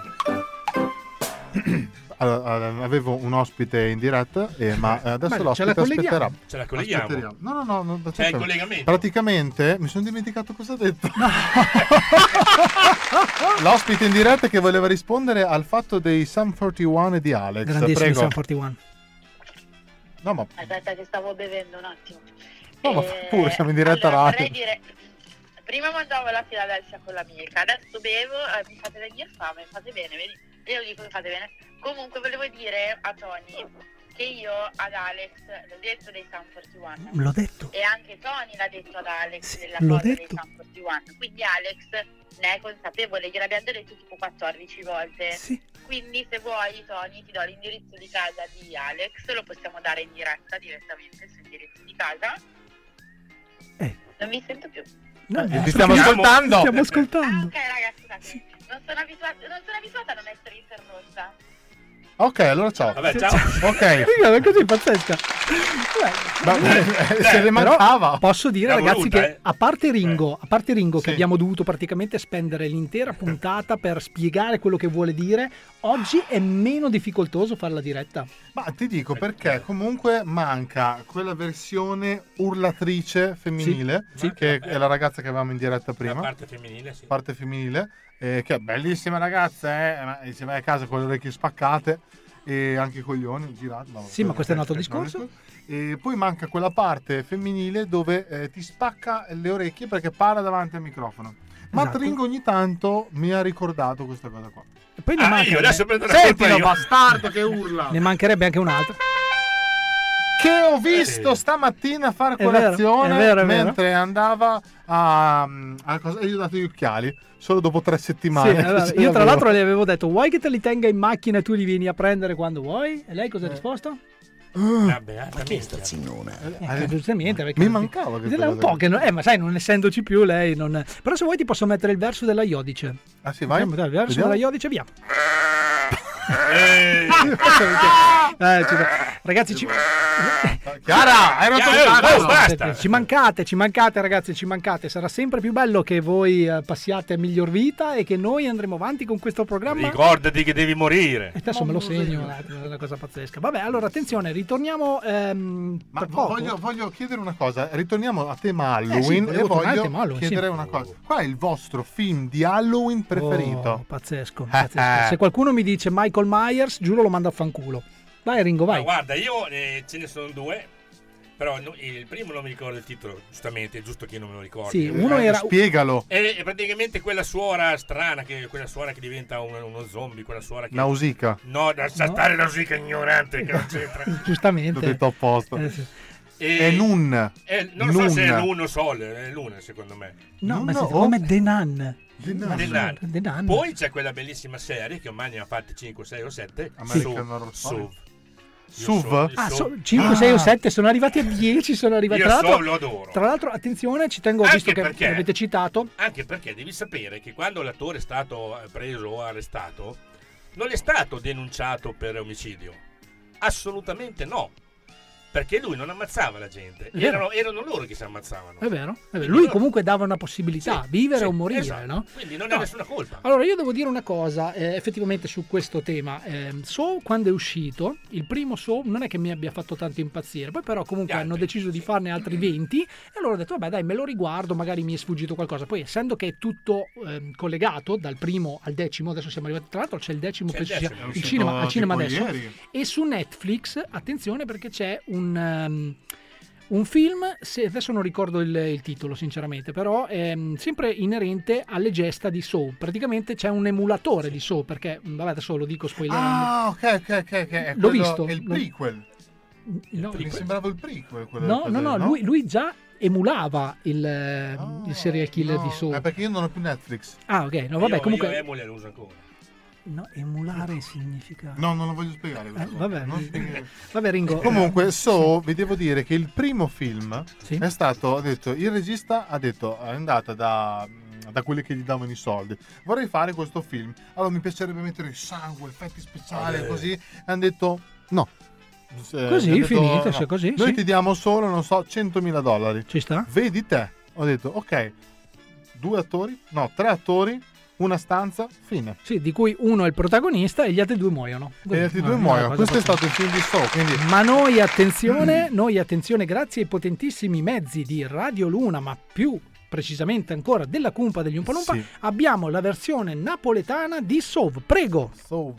Allora, eh, avevo un ospite in diretta, eh, ma eh, adesso Beh, ce l'ospite la colleghiamo. aspetterà. Ce la colleghiamo. Aspetterà. No, no, no, no, C'è il aspetta. collegamento. Praticamente mi sono dimenticato cosa ha detto. L'ospite in diretta che voleva rispondere al fatto dei Sum quarantuno e di Alex. Grandissimi Prego. Sum quarantuno. No, ma Aspetta che stavo bevendo un attimo. No, ma Eh, pure, siamo in diretta allora, radio. vorrei dire, prima mangiavo la Philadelphia con l'amica, adesso bevo, eh, mi fate venire fame, fate bene, vedi? Io dico che fate bene. Comunque volevo dire a Tony che io ad Alex l'ho detto dei Sum quarantuno. L'ho detto. E anche Tony l'ha detto ad Alex della l'ho cosa detto. dei Sum quarantuno. Quindi Alex ne è consapevole, gliel'abbiamo già detto tipo quattordici volte. Sì. Quindi se vuoi Tony ti do l'indirizzo di casa di Alex, lo possiamo dare in diretta direttamente sul indirizzo di casa. Eh. Non vi sento più. No, Ti stiamo ascoltando. Stiamo ascoltando. Ok ragazzi, scusate, non sono abituata, non sono abituata a non essere interrotta. Ok, allora ciao. Vabbè, ciao. Ok. Guarda, così pazzesca. Ma, eh, se ne mancava. Però posso dire, L'ha ragazzi, voluta, che eh. a parte Ringo, a parte Ringo che Sì. abbiamo dovuto praticamente spendere l'intera puntata per spiegare quello che vuole dire, oggi è meno difficoltoso fare la diretta. Ma ti dico perché comunque manca quella versione urlatrice femminile, Sì, sì. che è la ragazza che avevamo in diretta prima. La parte femminile, sì. Parte femminile, eh, che è bellissima ragazza, eh, ma se vai a casa con le orecchie spaccate e anche i coglioni girati. no, Sì, ma questo è un altro questo discorso. E poi manca quella parte femminile dove eh, ti spacca le orecchie perché parla davanti al microfono. Ma Esatto. Ringo ogni tanto mi ha ricordato questa cosa qua. E poi ne Ah, manca- io adesso prendo la Sentilo, colpa io. bastardo che urla. Ne mancherebbe anche un altro. Che ho visto stamattina a fare È vero, colazione è vero, è vero. mentre andava a, a cosa, e gli ho dato gli occhiali solo dopo tre Sì, settimane. allora, che ce io tra l'avevo. l'altro le avevo detto vuoi che te li tenga in macchina e tu li vieni a prendere quando vuoi? E lei cosa ha risposto? Vabbè, Ma che è sta zinnona? Eh, giustamente, perché Mi mancava questa è un cosa. po' che non, eh, ma sai, non essendoci più lei non. Però se vuoi ti posso mettere il verso della Iodice. Ah sì, vai. Diciamo, dai, il verso Vediamo. della Iodice, via. Eh, Eh, ci- ragazzi, ci, Chiara, hai rotto Chiara, il cazzo. oh, basta. ci mancate, ci mancate, ragazzi, ci mancate. Sarà sempre più bello che voi eh, passiate a miglior vita e che noi andremo avanti con questo programma. Ricordati che devi morire. E adesso me lo segno, eh, è una cosa pazzesca. Vabbè, allora attenzione, ritorniamo. Ehm, Ma per vo- poco. voglio, voglio chiedere una cosa, ritorniamo a tema Eh sì, Halloween volevo e tornare al voglio tema Halloween, chiedere sì. una cosa. Qual è il vostro film di Halloween preferito? Oh, pazzesco, pazzesco. Se qualcuno mi dice Michael Myers, giuro lo mando a fanculo. Vai Ringo, Ma vai. guarda, io eh, ce ne sono due. Però no- il primo non mi ricordo il titolo, giustamente, è giusto che io non me lo ricordo. Sì, uno era- Spiegalo. È, è praticamente quella suora strana, che, quella suora che diventa un- uno zombie, quella suora che... Nausicaa. No, lascia No. stare Nausicaa ignorante, che non c'entra. Giustamente. L'ho detto apposta. Eh, sì. E- È Nun. è- non so se è Nun o Sol, è Luna secondo me. No, No, ma no, siete come oh. The Nun. The Nun. The Nun. The Nun. Poi c'è quella bellissima serie che ormai ne ha fatte cinque, sei o sette. American Horror Story. Suv. Suv? Ah, so, cinque, sei o sette, sono arrivati a dieci, sono arrivati. Io Tra l'altro, so, lo adoro. tra l'altro, attenzione, ci tengo, Anche visto che perché- l'avete citato. Anche perché devi sapere che quando l'attore è stato eh, preso o arrestato, non è stato denunciato per omicidio. Assolutamente no. Perché lui non ammazzava la gente. È vero. Erano, erano loro che si ammazzavano. È vero, è vero. Quindi Lui loro- comunque dava una possibilità, Sì, vivere sì, o morire, esatto. no? Quindi non No. ha nessuna colpa. Allora, io devo dire una cosa, eh, effettivamente su questo tema. Eh, Saw, quando è uscito, il primo Saw non è che mi abbia fatto tanto impazzire, poi però comunque Gli hanno altri, deciso di farne altri venti e allora ho detto, vabbè dai, me lo riguardo, magari mi è sfuggito qualcosa. Poi essendo che è tutto ehm, collegato, dal primo al decimo, adesso siamo arrivati, tra l'altro c'è il decimo, C'è il penso sia decimo, è il uscito cinema, al cinema tipo adesso, ieri. e su Netflix, attenzione perché c'è un... ehm, un film, se adesso non ricordo il, il titolo sinceramente, però è mh, sempre inerente alle gesta di Saw. Praticamente c'è un emulatore di Saw, perché, mh, vabbè adesso lo dico spoilerando. Ah, ok, ok, ok. ok. È L'ho quello- visto. È il L'ho- prequel. No, Mi sembrava il prequel. quello no, del- no, no, no? lui, lui già emulava il, eh, il serial killer No, di Saw. è perché io non ho più Netflix. Ah, ok, no, vabbè, io, comunque... Io Emule lo uso ancora. No, emulare significa... No, non lo voglio spiegare. Eh, questa cosa. vabbè, Non spiegare. vabbè, Ringo. Comunque, so, vi devo dire che il primo film Sì. è stato, ha detto, il regista ha detto, è andata da, da quelli che gli davano i soldi, vorrei fare questo film, allora mi piacerebbe mettere il sangue, effetti speciali, Eh. così, e hanno detto no. Eh, Così, hanno detto, finito, se così, Noi sì. ti diamo solo, non so, centomila dollari. Ci sta? Vedi te. Ho detto, ok, due attori, no, tre attori, una stanza, fine. Sì, di cui uno è il protagonista e gli altri due muoiono. E gli altri Ah, due una muoiono. cosa Questo è pazzesca. stato il film di Saw, quindi... Ma noi attenzione, noi attenzione, grazie ai potentissimi mezzi di Radio Luna, ma più precisamente ancora della Cumpa degli Umpalumpa, Sì. abbiamo la versione napoletana di Saw. Prego. Saw.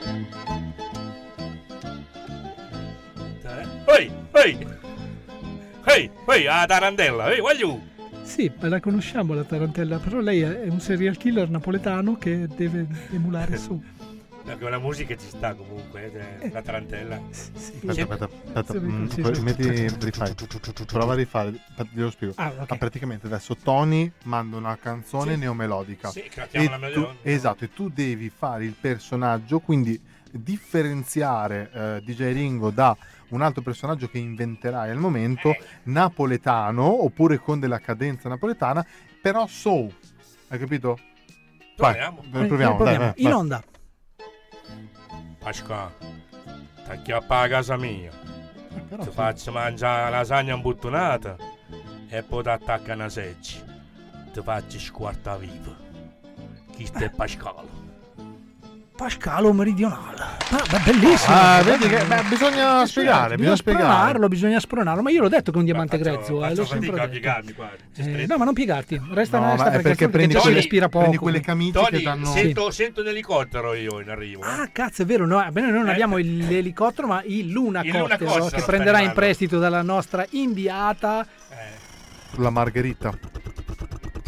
Ehi, ehi! Ehi, ehi, la tarantella, ehi, voglio! Sì, la conosciamo la tarantella, però lei è un serial killer napoletano che deve emulare Saw. Perché la musica ci sta comunque, eh, la tarantella. Aspetta, aspetta, aspetta. Sì, mm, sì, poi sì. metti, rifai. Prova a rifare, aspetta, glielo spiego. Ah, ok. Ah, praticamente adesso Tony manda una canzone Sì. neomelodica. Sì, che la E chiama la tu- melodica. esatto, e tu devi fare il personaggio, quindi differenziare eh, D J Ringo da un altro personaggio che inventerai al momento, Eh. napoletano, oppure con della cadenza napoletana, però Saw. Hai capito? Proviamo. Vai, proviamo, Eh, dai, vai, in vai. onda. Pasqua, ti acchiappa a casa mia, Però ti sì. faccio mangiare la lasagna imbuttonata e poi ti attacca una seccia, ti faccio squarta vivo. Chi sta è Pasquale? Pascalo meridionale. Ah, beh, bellissimo. Ah, vedi che beh, bisogna spiegare, bisogna spiegare. spronarlo, bisogna spronarlo. Ma io l'ho detto che è un diamante Faccio- grezzo, eh, faccio l'ho fatica sempre a detto. piegarmi qua. C'è Eh, stretto. no, ma non piegarti, resta No, resta ma è perché il prendi, giace quelle, respira poco. prendi quelle camicie Tony, che danno... sento, sento un elicottero io in arrivo. eh. Ah, cazzo, è vero, no, bene, noi non Eh. abbiamo il- l'elicottero, ma il Luna Il Luna Cottero, Cottero che sta prenderà in arrivando. prestito dalla nostra inviata. Eh, La margherita.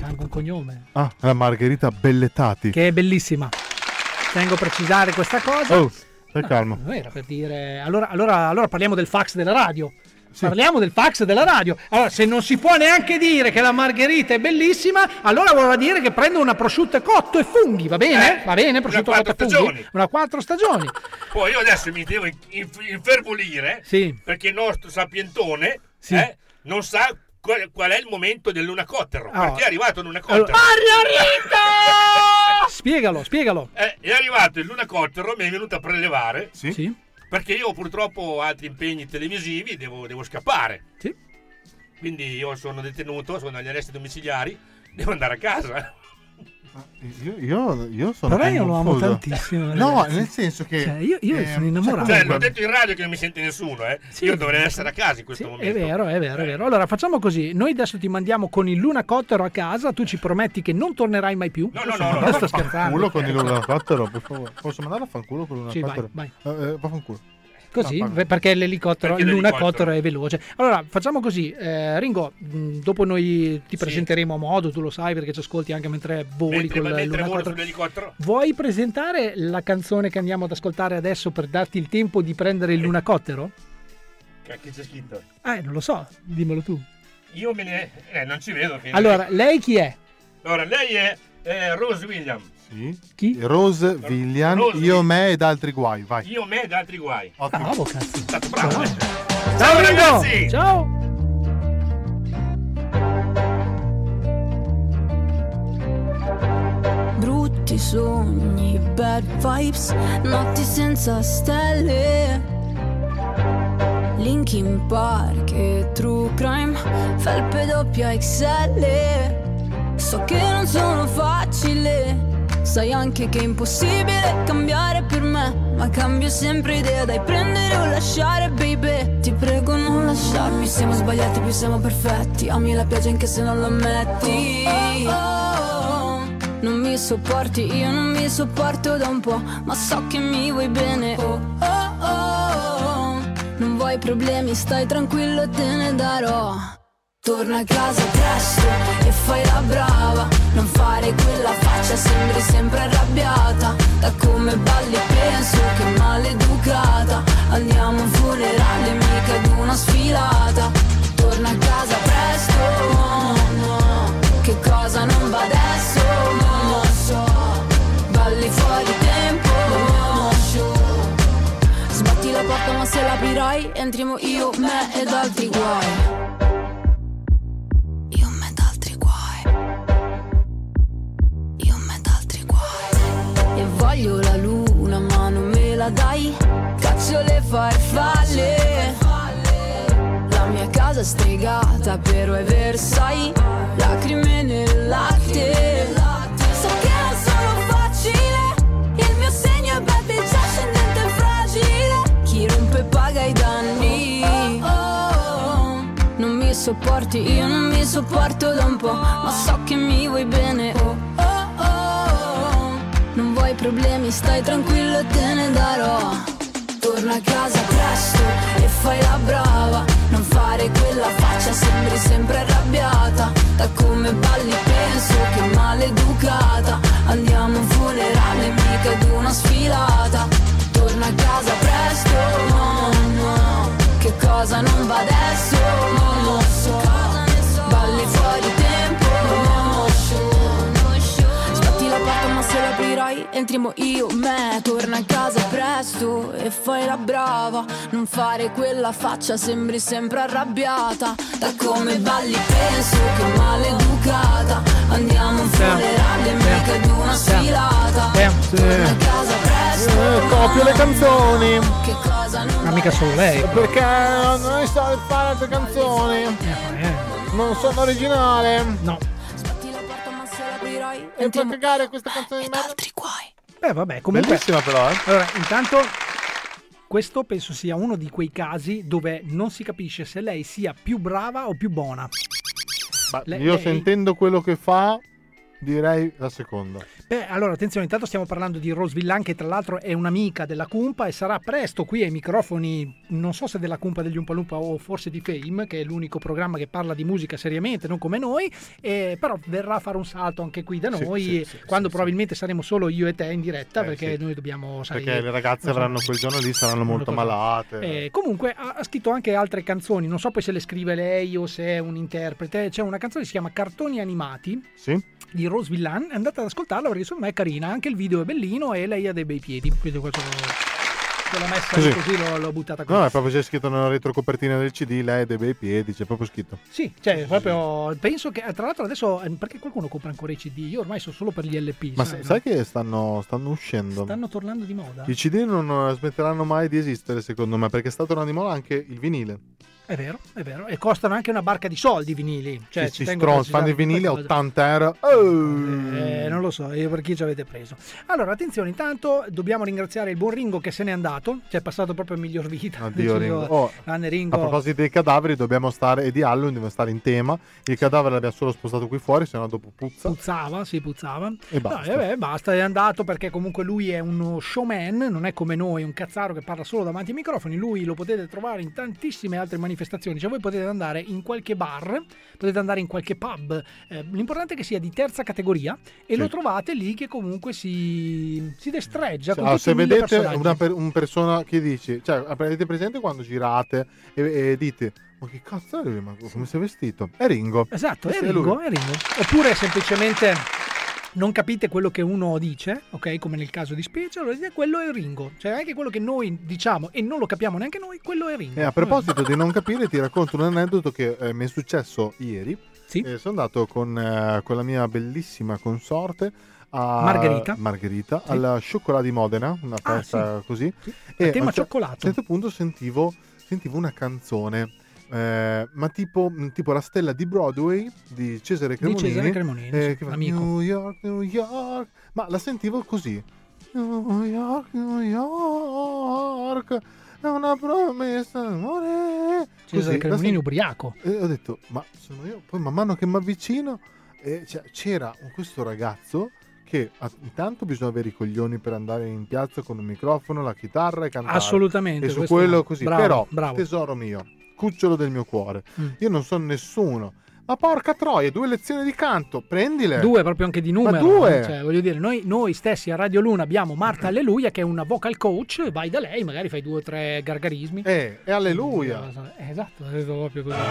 c'è anche un cognome. Ah, la Margherita Bellettati. Che è bellissima. Tengo a precisare questa cosa. Oh, stai calmo. No, era per dire. Allora, allora, allora parliamo del fax della radio. Sì. Parliamo del fax della radio. Allora, se non si può neanche dire che la Margherita è bellissima, allora vuol dire che prendo una prosciutto cotto e funghi, va bene? Eh, va bene, prosciutto una cotto e quattro funghi. stagioni. Una quattro stagioni. Poi io adesso mi devo inf- infervolire sì. perché il nostro sapientone sì. eh, non sa qual, qual è il momento del Luna Cottero. Oh. Perché è arrivato il Luna Cottero. Allora... Margherita! spiegalo, spiegalo. Eh, è arrivato il Luna Cottero, mi è venuto a prelevare. Sì. sì. Perché io purtroppo ho altri impegni televisivi, devo, devo scappare. Sì. Quindi io sono detenuto, sono agli arresti domiciliari, devo andare a casa. Io, io, io sono però io lo amo confuso. tantissimo. No, ragazzi. nel senso che cioè, io, io eh, sono innamorato. Cioè, l'ho detto in radio che non mi sente nessuno, eh. Sì. Io dovrei essere a casa in questo Sì, momento. è vero, è vero, è vero. Allora facciamo così: noi adesso ti mandiamo con il Luna Cottero a casa, tu ci prometti che non tornerai mai più. No, no, no, no, no, no sto scherzando. Fanculo con il Luna Cottero, per favore. Posso mandare a fanculo con il Luna Sì, vai, Cottero? vai. Eh, vaffanculo. Così, No, perché l'elicottero, Perché il Luna l'elicottero? Cottero è veloce. Allora, facciamo così, eh, Ringo, mh, dopo noi ti Sì. presenteremo a modo, tu lo sai perché ci ascolti anche mentre voli Mentre, con il mentre Luna volo Cottero. sull'elicottero. Vuoi presentare la canzone che andiamo ad ascoltare adesso per darti il tempo di prendere il Luna Cottero? Che c'è scritto? Eh, non lo so, dimmelo tu. Io me ne... Eh, non ci vedo. Che... Allora, lei chi è? Allora, lei è eh, Rose Williams. Sì. Chi? Rose Villian, Rose Io, me ed altri guai, vai. Io, me ed altri guai. Ottimo. Bravo, cazzo. Stato bravo. eh. Ciao, Ciao, Ringo! ragazzi! Ciao! Brutti sogni, bad vibes, notti senza stelle, Linkin Park e True Crime, felpe doppia X L. So che non sono facile, sai anche che è impossibile cambiare per me, ma cambio sempre idea, dai prendere o lasciare, baby. Ti prego non lasciarmi, siamo sbagliati più siamo perfetti, ami la pioggia anche se non lo ammetti. Oh, oh, oh. Non mi sopporti, io non mi sopporto da un po', ma so che mi vuoi bene. Oh, oh, oh. Non vuoi problemi, stai tranquillo, te ne darò. Torna a casa presto e fai la brava, non fare quella faccia, sembri sempre arrabbiata. Da come balli penso che maleducata, andiamo a un funerale, mica ad una sfilata. Torna a casa presto, no, no. Che cosa non va adesso, non lo so. Balli fuori tempo, no, show. Sbatti la porta ma se l'aprirai, entriamo io, me ed altri guai. E voglio la luna ma non me la dai, caccio le farfalle. La mia casa è stregata però è Versailles, lacrime nel latte. So che non sono facile, il mio segno è bad bitch ascendente e fragile. Chi rompe paga i danni. Oh, oh, oh. Non mi sopporti, io non mi sopporto da un po', ma so che mi vuoi bene. Oh, oh, oh. Non vuoi problemi, stai tranquillo, te ne darò. Torna a casa presto e fai la brava, non fare quella faccia, sembri sempre arrabbiata. Da come balli penso che maleducata, andiamo a un funerale, mica ad una sfilata. Torna a casa presto, no, no. Che cosa non va adesso, non lo so. Balli fuori tempo, no, show. Sbatti la porta ma se l'aprirai, entriamo io, me. Torna a casa presto e fai la brava, non fare quella faccia, sembri sempre arrabbiata. Da come balli penso che maleducata, andiamo a un funerale, mica ad una sfilata. Torna a casa presto, Eh, copio le canzoni. che cosa non Ma mica solo lei. Perché non so fare altre canzoni. Non sono originale. No. E per cagare questa canzone di merda. Beh, vabbè, comunque. Bellissima però, eh. Allora, intanto questo penso sia uno di quei casi dove non si capisce se lei sia più brava o più buona. Ma Lei- io lei- sentendo quello che fa, Direi la seconda. Beh, allora attenzione, intanto stiamo parlando di Rose Villan, che tra l'altro è un'amica della Cumpa e sarà presto qui ai microfoni, non so se della Cumpa degli Umpa Lumpa o forse di Fame, che è l'unico programma che parla di musica seriamente, non come noi, eh, però verrà a fare un salto anche qui da noi, sì, sì, sì, quando sì, probabilmente sì. saremo solo io e te in diretta, eh, perché sì. noi dobbiamo... Sai, perché le ragazze avranno quel giorno lì, saranno molto malate. Eh, comunque ha, ha scritto anche altre canzoni, non so poi se le scrive lei o se è un interprete. C'è una canzone che si chiama Cartoni Animati, sì. di Rose Villan, andate ad ascoltarla perché secondo me è carina, anche il video è bellino e lei ha dei bei piedi, quindi questo l'ho messa così, così l'ho, l'ho buttata così. No, è proprio c'è scritto nella retrocopertina del C D, lei ha dei bei piedi, c'è proprio scritto. Sì, cioè proprio penso che tra l'altro adesso, perché qualcuno compra ancora i C D? Io ormai sono solo per gli L P. Ma sai, sai no? che stanno, stanno uscendo? Stanno tornando di moda. I C D non smetteranno mai di esistere secondo me, perché sta tornando di moda anche il vinile. È vero, è vero, e costano anche una barca di soldi i vinili. Cioè, sì, ci stronzi, fanno i vinili a ottanta euro. Oh. Eh, non lo so, io per chi ci avete preso. Allora, attenzione, intanto dobbiamo ringraziare il buon Ringo che se n'è andato, cioè è passato proprio a miglior vita. Addio Ringo. Oh, Ringo. A proposito dei cadaveri, dobbiamo stare, e di Halloween dobbiamo stare in tema. Il cadavere l'abbiamo solo spostato qui fuori, se no dopo puzza. Puzzava, sì, puzzava. E basta. No, eh beh, basta, è andato perché comunque lui è uno showman, non è come noi, un cazzaro che parla solo davanti ai microfoni. Lui lo potete trovare in tantissime altre manifestazioni, cioè voi potete andare in qualche bar, potete andare in qualche pub, eh, l'importante è che sia di terza categoria e sì. lo trovate lì che comunque si, si destreggia. Con allora, se vedete una per, un persona che dice, cioè avete presente quando girate e, e dite ma che cazzo è lui, ma come sei vestito? È Ringo. Esatto, è Ringo, è Ringo. Oppure semplicemente non capite quello che uno dice, ok, come nel caso di Specie, allora dite quello è Ringo, cioè anche quello che noi diciamo e non lo capiamo neanche noi, quello è Ringo. E a proposito di non capire, ti racconto un aneddoto che eh, mi è successo ieri. Sì. Eh, sono andato con, eh, con la mia bellissima consorte a Margherita, Margherita sì. alla Cioccola di Modena, una festa ah, sì. così. Sì. E tema a un cioccolato. A un certo punto sentivo, sentivo una canzone. Eh, ma tipo, tipo la stella di Broadway di Cesare Cremonini, di Cesare Cremonini eh, che fa amico. New York, New York, ma la sentivo così, New York, New York, è una promessa d'amore. Cesare Cremonini ubriaco. E ho detto, ma sono io? Poi man mano che mi avvicino eh, cioè, c'era questo ragazzo che intanto bisogna avere i coglioni per andare in piazza con un microfono, la chitarra e cantare. Assolutamente. E su quello così, bravo, però bravo. tesoro mio, cucciolo del mio cuore, mm. io non sono nessuno, ma porca troia, due lezioni di canto, prendile. Due proprio anche di numero. Ma due. Cioè, voglio dire, noi, noi stessi a Radio Luna abbiamo Marta Alleluia che è una vocal coach, vai da lei, magari fai due o tre gargarismi. Eh, e alleluia. Eh, esatto, è proprio così.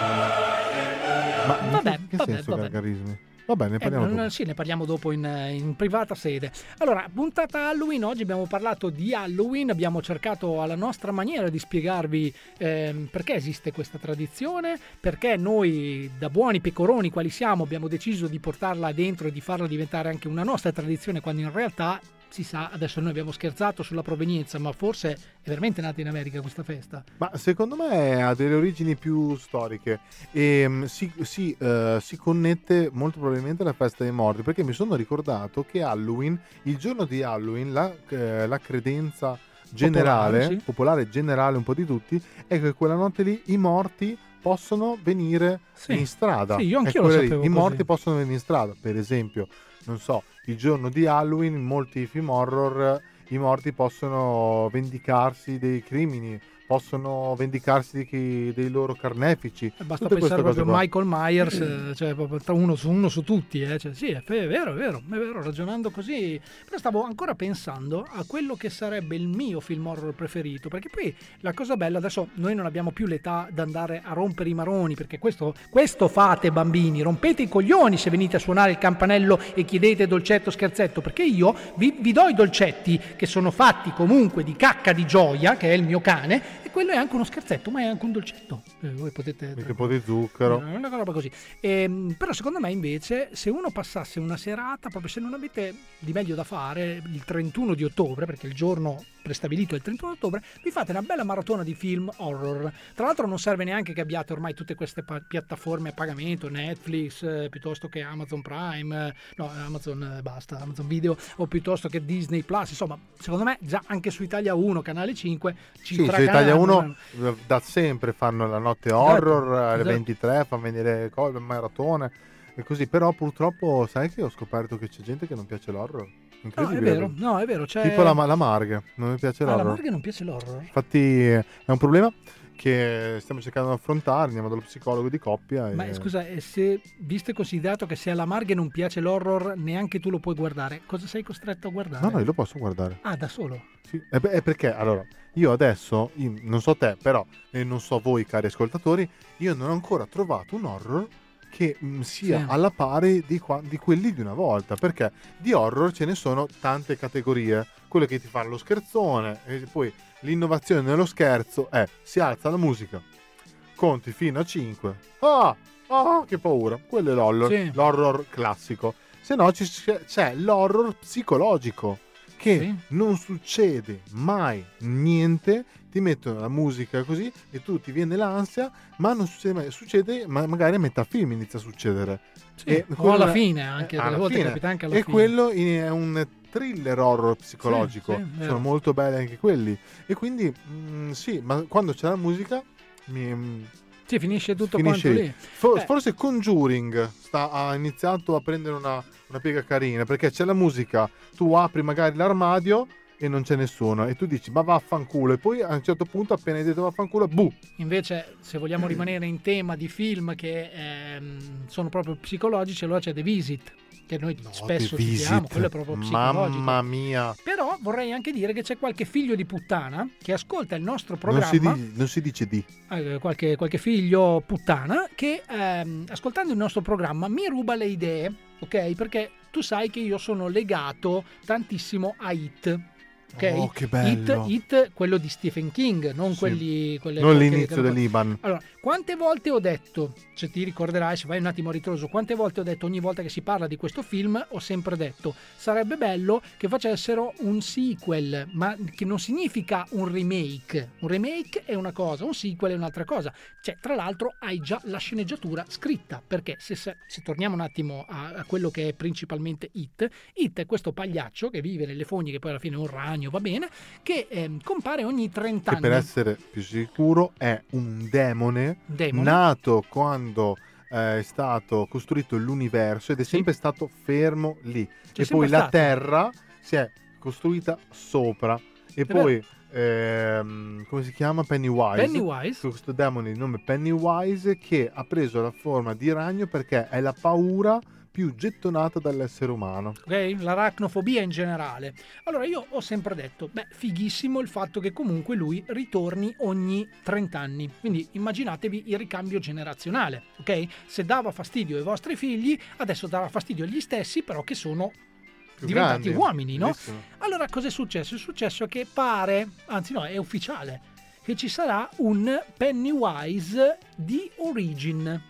Ma vabbè, che vabbè, senso vabbè. gargarismi? Vabbè, ne parliamo eh, dopo. Sì, ne parliamo dopo in, in privata sede. Allora, puntata Halloween, oggi abbiamo parlato di Halloween, abbiamo cercato alla nostra maniera di spiegarvi ehm, perché esiste questa tradizione, perché noi da buoni pecoroni quali siamo abbiamo deciso di portarla dentro e di farla diventare anche una nostra tradizione, quando in realtà si sa, adesso noi abbiamo scherzato sulla provenienza, ma forse è veramente nata in America questa festa. Ma secondo me ha delle origini più storiche e um, si, si, uh, si connette molto probabilmente alla festa dei morti, perché mi sono ricordato che Halloween, il giorno di Halloween, la, eh, la credenza generale, popolare, sì. popolare generale un po' di tutti, è che quella notte lì i morti possono venire sì. in strada. Sì, io anch'io lo sapevo lì. I così. morti possono venire in strada, per esempio, non so, il giorno di Halloween in molti film horror i morti possono vendicarsi dei crimini, possono vendicarsi di chi, dei loro carnefici. Basta pensare proprio a Michael Myers, mm. cioè proprio uno su uno su tutti, eh. Cioè, sì, è vero, è vero, è vero, ragionando così. Però stavo ancora pensando a quello che sarebbe il mio film horror preferito, perché poi la cosa bella, adesso noi non abbiamo più l'età di andare a rompere i maroni, perché questo, questo fate bambini, rompete i coglioni se venite a suonare il campanello e chiedete dolcetto scherzetto, perché io vi, vi do i dolcetti che sono fatti comunque di cacca di gioia, che è il mio cane, e quello è anche uno scherzetto, ma è anche un dolcetto. Eh, voi potete... Un po' di zucchero. Una roba così. E, però secondo me invece, se uno passasse una serata, proprio se non avete di meglio da fare, il trentuno di ottobre, perché il giorno prestabilito è il trentuno ottobre, vi fate una bella maratona di film horror. Tra l'altro non serve neanche che abbiate ormai tutte queste pa- piattaforme a pagamento, Netflix, eh, piuttosto che Amazon Prime, eh, no, Amazon eh, basta, Amazon Video, o piuttosto che Disney Plus. Insomma, secondo me già anche su Italia uno, Canale cinque, ci sì, su Italia uno da sempre fanno la notte horror, esatto, alle esatto. ventitré, fanno venire cose, maratone. è così. Però purtroppo sai che ho scoperto che c'è gente che non piace l'horror. No, è Incredibile. vero, no, è vero. C'è... Tipo la, la Marghe, non mi piace Ah, l'horror. la Marghe non piace l'horror? Infatti è un problema che stiamo cercando di affrontare, andiamo dallo psicologo di coppia. Ma e... scusa, e se, visto e considerato che se alla Marghe non piace l'horror, neanche tu lo puoi guardare, cosa sei costretto a guardare? No, no, io lo posso guardare. Ah, da solo? Sì. È, è perché, allora, io adesso, io non so te, però, e non so voi cari ascoltatori, io non ho ancora trovato un horror che mh, sia Sì. alla pari di, qua- di quelli di una volta, perché di horror ce ne sono tante categorie, quelle che ti fanno lo scherzone, e poi l'innovazione nello scherzo è si alza la musica, conti fino a cinque, ah, ah che paura, quello è l'horror, Sì. l'horror classico, se no ci- c'è l'horror psicologico, che Sì. non succede mai niente, ti mettono la musica così e tu ti viene l'ansia, ma non succede mai, succede ma magari a metà film inizia a succedere. Sì, E o quello alla è- fine anche, eh, delle alla volte fine. capita anche alla e fine. quello è un thriller horror psicologico, Sì, sì, vero. sono molto belli anche quelli. E quindi mm, sì, ma quando c'è la musica mi, Sì, finisce tutto finisce quanto lì. lì. For- Eh. Forse Conjuring sta, ha iniziato a prendere una, una piega carina, perché c'è la musica, tu apri magari l'armadio e non c'è nessuno e tu dici ma vaffanculo, e poi a un certo punto appena hai detto vaffanculo, buh, Invece, se vogliamo rimanere in tema di film che ehm, sono proprio psicologici, allora c'è The Visit, che noi spesso The citiamo, Visit. quello è proprio psicologico. Mamma mia, Però vorrei anche dire che c'è qualche figlio di puttana che ascolta il nostro non si, programma, di- non si dice di eh, qualche, qualche figlio puttana, che ehm, ascoltando il nostro programma mi ruba le idee, ok? Perché tu sai che io sono legato tantissimo a It. Ok? Oh, che bello. It, It, quello di Stephen King, non Sì. quelli quelle non porcherie l'inizio che- dell'Iban. Allora, quante volte ho detto, se ti ricorderai, se vai un attimo a ritroso, quante volte ho detto ogni volta che si parla di questo film, ho sempre detto sarebbe bello che facessero un sequel, ma che non significa un remake. Un remake è una cosa, un sequel è un'altra cosa. Cioè, tra l'altro hai già la sceneggiatura scritta, perché se, se, se torniamo un attimo a, a quello che è principalmente It, It è questo pagliaccio che vive nelle fogne, che poi alla fine è un ragno, va bene, che ehm, compare ogni trenta Che anni. per essere più sicuro è un demone, Demone. nato quando eh, è stato costruito l'universo ed è sempre stato fermo lì. C'è e sempre poi la stato. Terra si è costruita sopra. E È poi, ehm, come si chiama? Pennywise. Pennywise. Questo demone di nome Pennywise che ha preso la forma di ragno perché è la paura più gettonata dall'essere umano. Ok? L'aracnofobia in generale. Allora io ho sempre detto, beh, fighissimo il fatto che comunque lui ritorni ogni trenta anni. Quindi immaginatevi il ricambio generazionale, ok? Se dava fastidio ai vostri figli, adesso darà fastidio agli stessi, però che sono Più diventati grandi. uomini, no? Bellissimo. Allora cosa è successo? È successo che pare, anzi no, è ufficiale, che ci sarà un Pennywise di origin.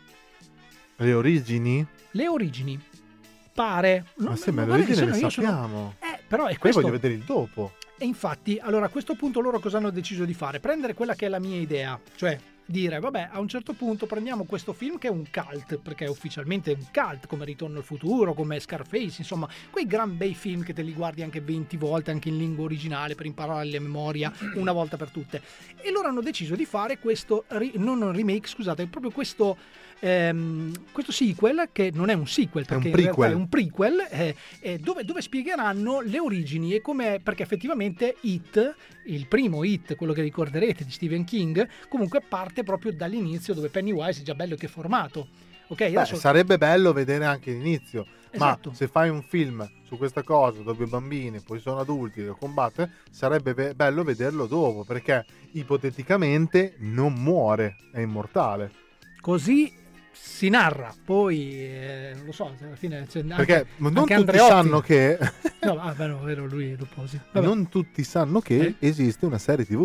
Le origini? Le origini. Pare. Ma No, sì, ma le guarda che origini le sono- io sono- sappiamo. Eh, però è Poi questo. voglio vedere il dopo. E infatti, allora a questo punto loro cosa hanno deciso di fare? Prendere quella che è la mia idea, cioè dire, vabbè, a un certo punto prendiamo questo film che è un cult, perché è ufficialmente un cult, come Ritorno al futuro, come Scarface, insomma, quei gran bei film che te li guardi anche venti volte, anche in lingua originale, per imparare a memoria una volta per tutte. E loro hanno deciso di fare questo, ri- non un remake, scusate, proprio questo... ehm, questo sequel, che non è un sequel perché un in realtà prequel. è un prequel, eh, eh, dove, dove spiegheranno le origini e come, perché effettivamente It, il primo It, quello che ricorderete di Stephen King, comunque parte proprio dall'inizio, dove Pennywise è già bello che formato. Ok, Beh, adesso sarebbe bello vedere anche l'inizio, Esatto. ma se fai un film su questa cosa dove i bambini poi sono adulti e combattono, sarebbe be- bello vederlo dopo, perché ipoteticamente non muore, è immortale. così si narra, poi eh, non lo so, alla fine c'è anche, Perché non anche tutti Andreotti. sanno che No, ah, beh, no, vero, lui dopo sì. Vabbè. non tutti sanno che Eh? esiste una serie tivù.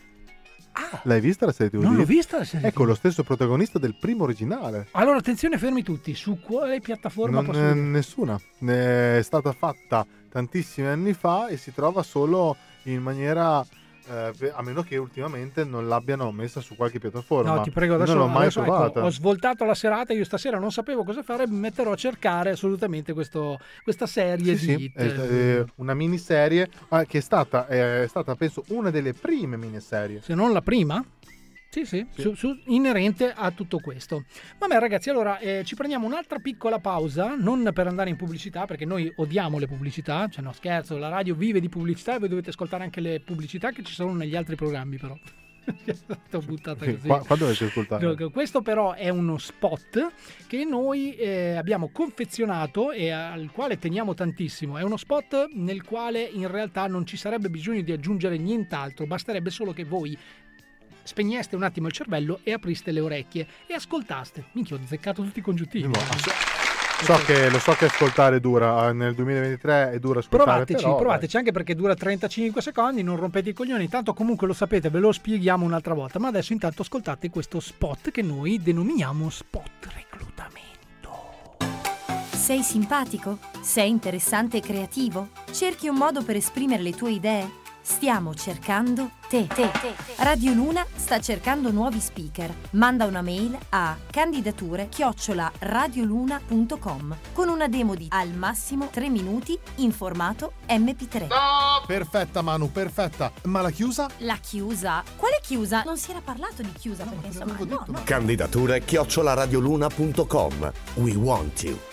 L'hai vista la serie tivù? Non di- l'ho vista la serie Ecco, lo stesso protagonista del primo originale. Allora, attenzione, fermi tutti, su quale piattaforma Non, posso eh, vedere? nessuna. È stata fatta tantissimi anni fa e si trova solo in maniera, eh, a meno che ultimamente non l'abbiano messa su qualche piattaforma. No, ti prego, adesso, non l'ho mai adesso, ecco, trovata. ho svoltato la serata, io stasera non sapevo cosa fare, mi metterò a cercare assolutamente questo, questa serie Sì, di sì, hit. è, è una miniserie ah, che è stata, è stata, penso, una delle prime miniserie. Se non la prima? Sì, sì, sì. Su, su, inerente a tutto questo. Vabbè ragazzi, allora eh, ci prendiamo un'altra piccola pausa, non per andare in pubblicità, perché noi odiamo le pubblicità, cioè no scherzo, la radio vive di pubblicità e voi dovete ascoltare anche le pubblicità che ci sono negli altri programmi però. L'ho buttata così. Qua, qua dovete ascoltare. Questo però è uno spot che noi eh, abbiamo confezionato e al quale teniamo tantissimo. È uno spot nel quale in realtà non ci sarebbe bisogno di aggiungere nient'altro, basterebbe solo che voi spegneste un attimo il cervello e apriste le orecchie e ascoltaste. Minchia, ho azzeccato tutti i congiuntivi. So che, lo so che ascoltare dura, nel duemilaventitré è dura ascoltare. Provateci, però, provateci, anche perché dura trentacinque secondi, non rompete i coglioni, tanto comunque lo sapete, ve lo spieghiamo un'altra volta, ma adesso intanto ascoltate questo spot che noi denominiamo spot reclutamento. Sei simpatico? Sei interessante e creativo? Cerchi un modo per esprimere le tue idee? Stiamo cercando te. te. Radio Luna sta cercando nuovi speaker. Manda una mail a candidature chiocciola radioluna punto com con una demo di al massimo tre minuti in formato emme pi tre. No! Perfetta Manu, perfetta. Ma la chiusa? La chiusa? Quale chiusa? Non si era parlato di chiusa, no, perché insomma no, no. Candidature chiocciola radioluna punto com. We want you.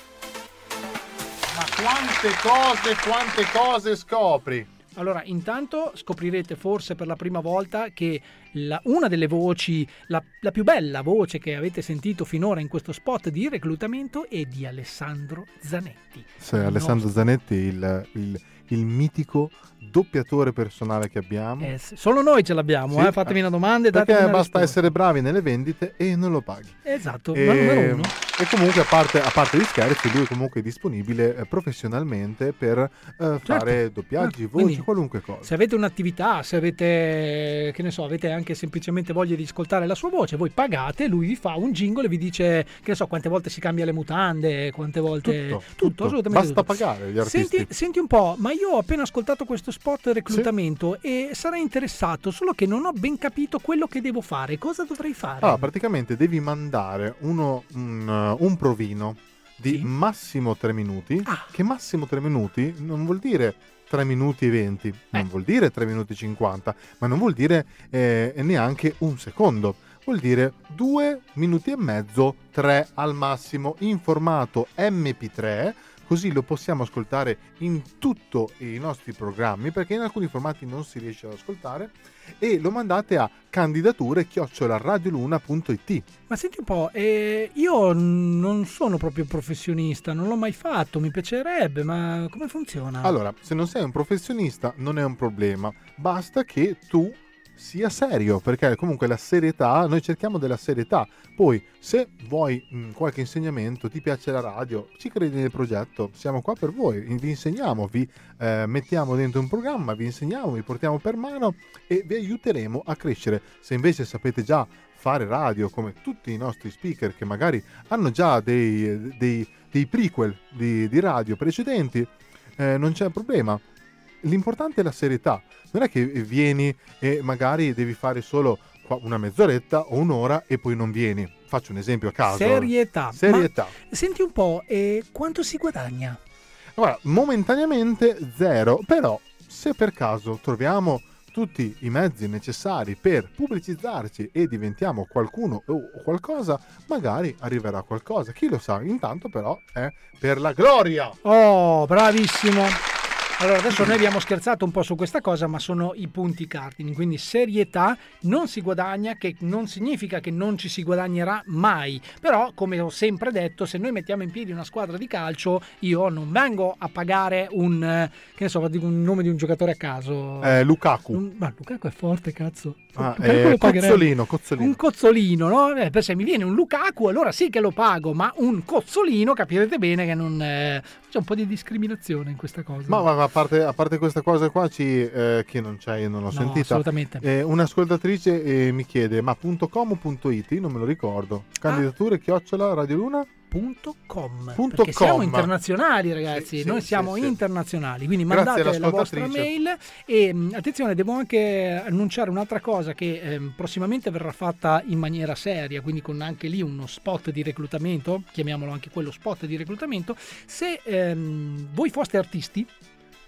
Ma quante cose, quante cose scopri? Allora, intanto scoprirete forse per la prima volta che la, una delle voci, la, la più bella voce che avete sentito finora in questo spot di reclutamento è di Alessandro Zanetti. Sì, Alessandro nostro... Zanetti, il, il, il mitico doppiatore personale che abbiamo. Eh, solo noi ce l'abbiamo, sì, eh? Fatemi una domanda e perché datemi una basta risposta. Essere bravi nelle vendite e non lo paghi. Esatto, e, ma numero uno. E comunque a parte, a parte gli scherzi, lui comunque è disponibile eh, professionalmente per eh, certo. fare doppiaggi, certo. voci, Quindi, qualunque cosa. Se avete un'attività, se avete, che ne so, avete anche semplicemente voglia di ascoltare la sua voce, voi pagate, lui vi fa un jingle e vi dice, che ne so, quante volte si cambia le mutande, quante volte... Tutto, tutto, tutto. assolutamente Basta tutto. pagare gli artisti. Senti, senti un po', ma io ho appena ascoltato questo spot reclutamento sì. e sarei interessato, solo che non ho ben capito quello che devo fare. Cosa dovrei fare? Allora, praticamente devi mandare uno, un, un provino di sì. massimo tre minuti, ah. che massimo tre minuti non vuol dire tre minuti e venti, non eh. vuol dire tre minuti e cinquanta, ma non vuol dire eh, neanche un secondo. Vuol dire due minuti e mezzo, tre al massimo, in formato emme pi tre, così lo possiamo ascoltare in tutti i nostri programmi, perché in alcuni formati non si riesce ad ascoltare, e lo mandate a candidature chiocciola radioluna punto it. Ma senti un po', eh, io non sono proprio professionista, non l'ho mai fatto, mi piacerebbe, ma come funziona? Allora, se non sei un professionista non è un problema, basta che tu sia serio, perché comunque la serietà, noi cerchiamo della serietà. Poi se vuoi mh, qualche insegnamento, ti piace la radio, ci credi nel progetto, siamo qua per voi, vi insegniamo, vi eh, mettiamo dentro un programma, vi insegniamo, vi portiamo per mano e vi aiuteremo a crescere. Se invece sapete già fare radio come tutti i nostri speaker che magari hanno già dei, dei, dei prequel di, di radio precedenti, eh, non c'è problema. L'importante è la serietà, non è che vieni e magari devi fare solo una mezz'oretta o un'ora e poi non vieni. Faccio un esempio a caso. Serietà. Serietà. Ma senti un po', e quanto si guadagna? Guarda, momentaneamente zero, però se per caso troviamo tutti i mezzi necessari per pubblicizzarci e diventiamo qualcuno o qualcosa, magari arriverà qualcosa, chi lo sa. Intanto però è per la gloria. Oh, bravissimo. Allora, adesso noi abbiamo scherzato un po' su questa cosa, ma sono i punti cardini, quindi serietà, non si guadagna, che non significa che non ci si guadagnerà mai, però come ho sempre detto, se noi mettiamo in piedi una squadra di calcio, io non vengo a pagare un, che ne so, dico un nome di un giocatore a caso. Eh, Lukaku. Un, ma Lukaku è forte, cazzo. Ah, eh, cozzolino, cozzolino. Un cozzolino, no? Eh, per se mi viene un Lukaku, allora sì che lo pago, ma un cozzolino capirete bene che non... Eh, c'è un po' di discriminazione in questa cosa. Ma, ma, ma a, parte, a parte questa cosa qua, ci, eh, che non c'è, io non l'ho no, sentita. Assolutamente. Eh, un'ascoltatrice eh, mi chiede, ma .com o .it? Non me lo ricordo. Candidature ah. chiocciola radioluna? Punto com, Punto perché com. siamo internazionali, ragazzi, sì, sì, noi siamo sì, internazionali, quindi Grazie mandate la vostra mail. E attenzione, devo anche annunciare un'altra cosa che eh, prossimamente verrà fatta in maniera seria, quindi con anche lì uno spot di reclutamento, chiamiamolo anche quello spot di reclutamento. Se ehm, voi foste artisti,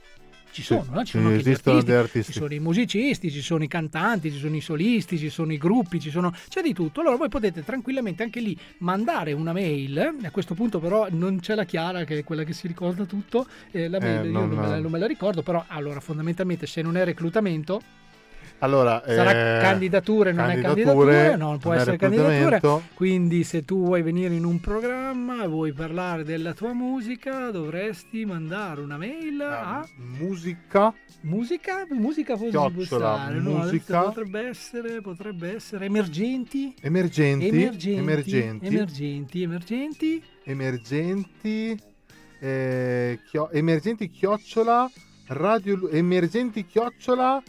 ci sono, Sì, no? Ci sì, sono anche gli esistono artisti, degli artisti. ci sono i musicisti, ci sono i cantanti, ci sono i solisti, ci sono i gruppi, ci sono, c'è di tutto. Allora voi potete tranquillamente anche lì mandare una mail. A questo punto però non c'è la Chiara, che è quella che si ricorda tutto, eh, la mail Eh, io non- non me, la, non me la ricordo, però allora fondamentalmente se non è reclutamento Allora, sarà eh, candidature, non è candidature, candidature, no, non può non è essere candidature. reclutamento. Quindi se tu vuoi venire in un programma e vuoi parlare della tua musica, dovresti mandare una mail a musica musica, musica forse si può Chiocciola, stare, no? Adesso musica. potrebbe essere, potrebbe essere emergenti, emergenti, emergenti, emergenti, emergenti, emergenti, emergenti, eh, chio- emergenti chiocciola radio emergenti chiocciola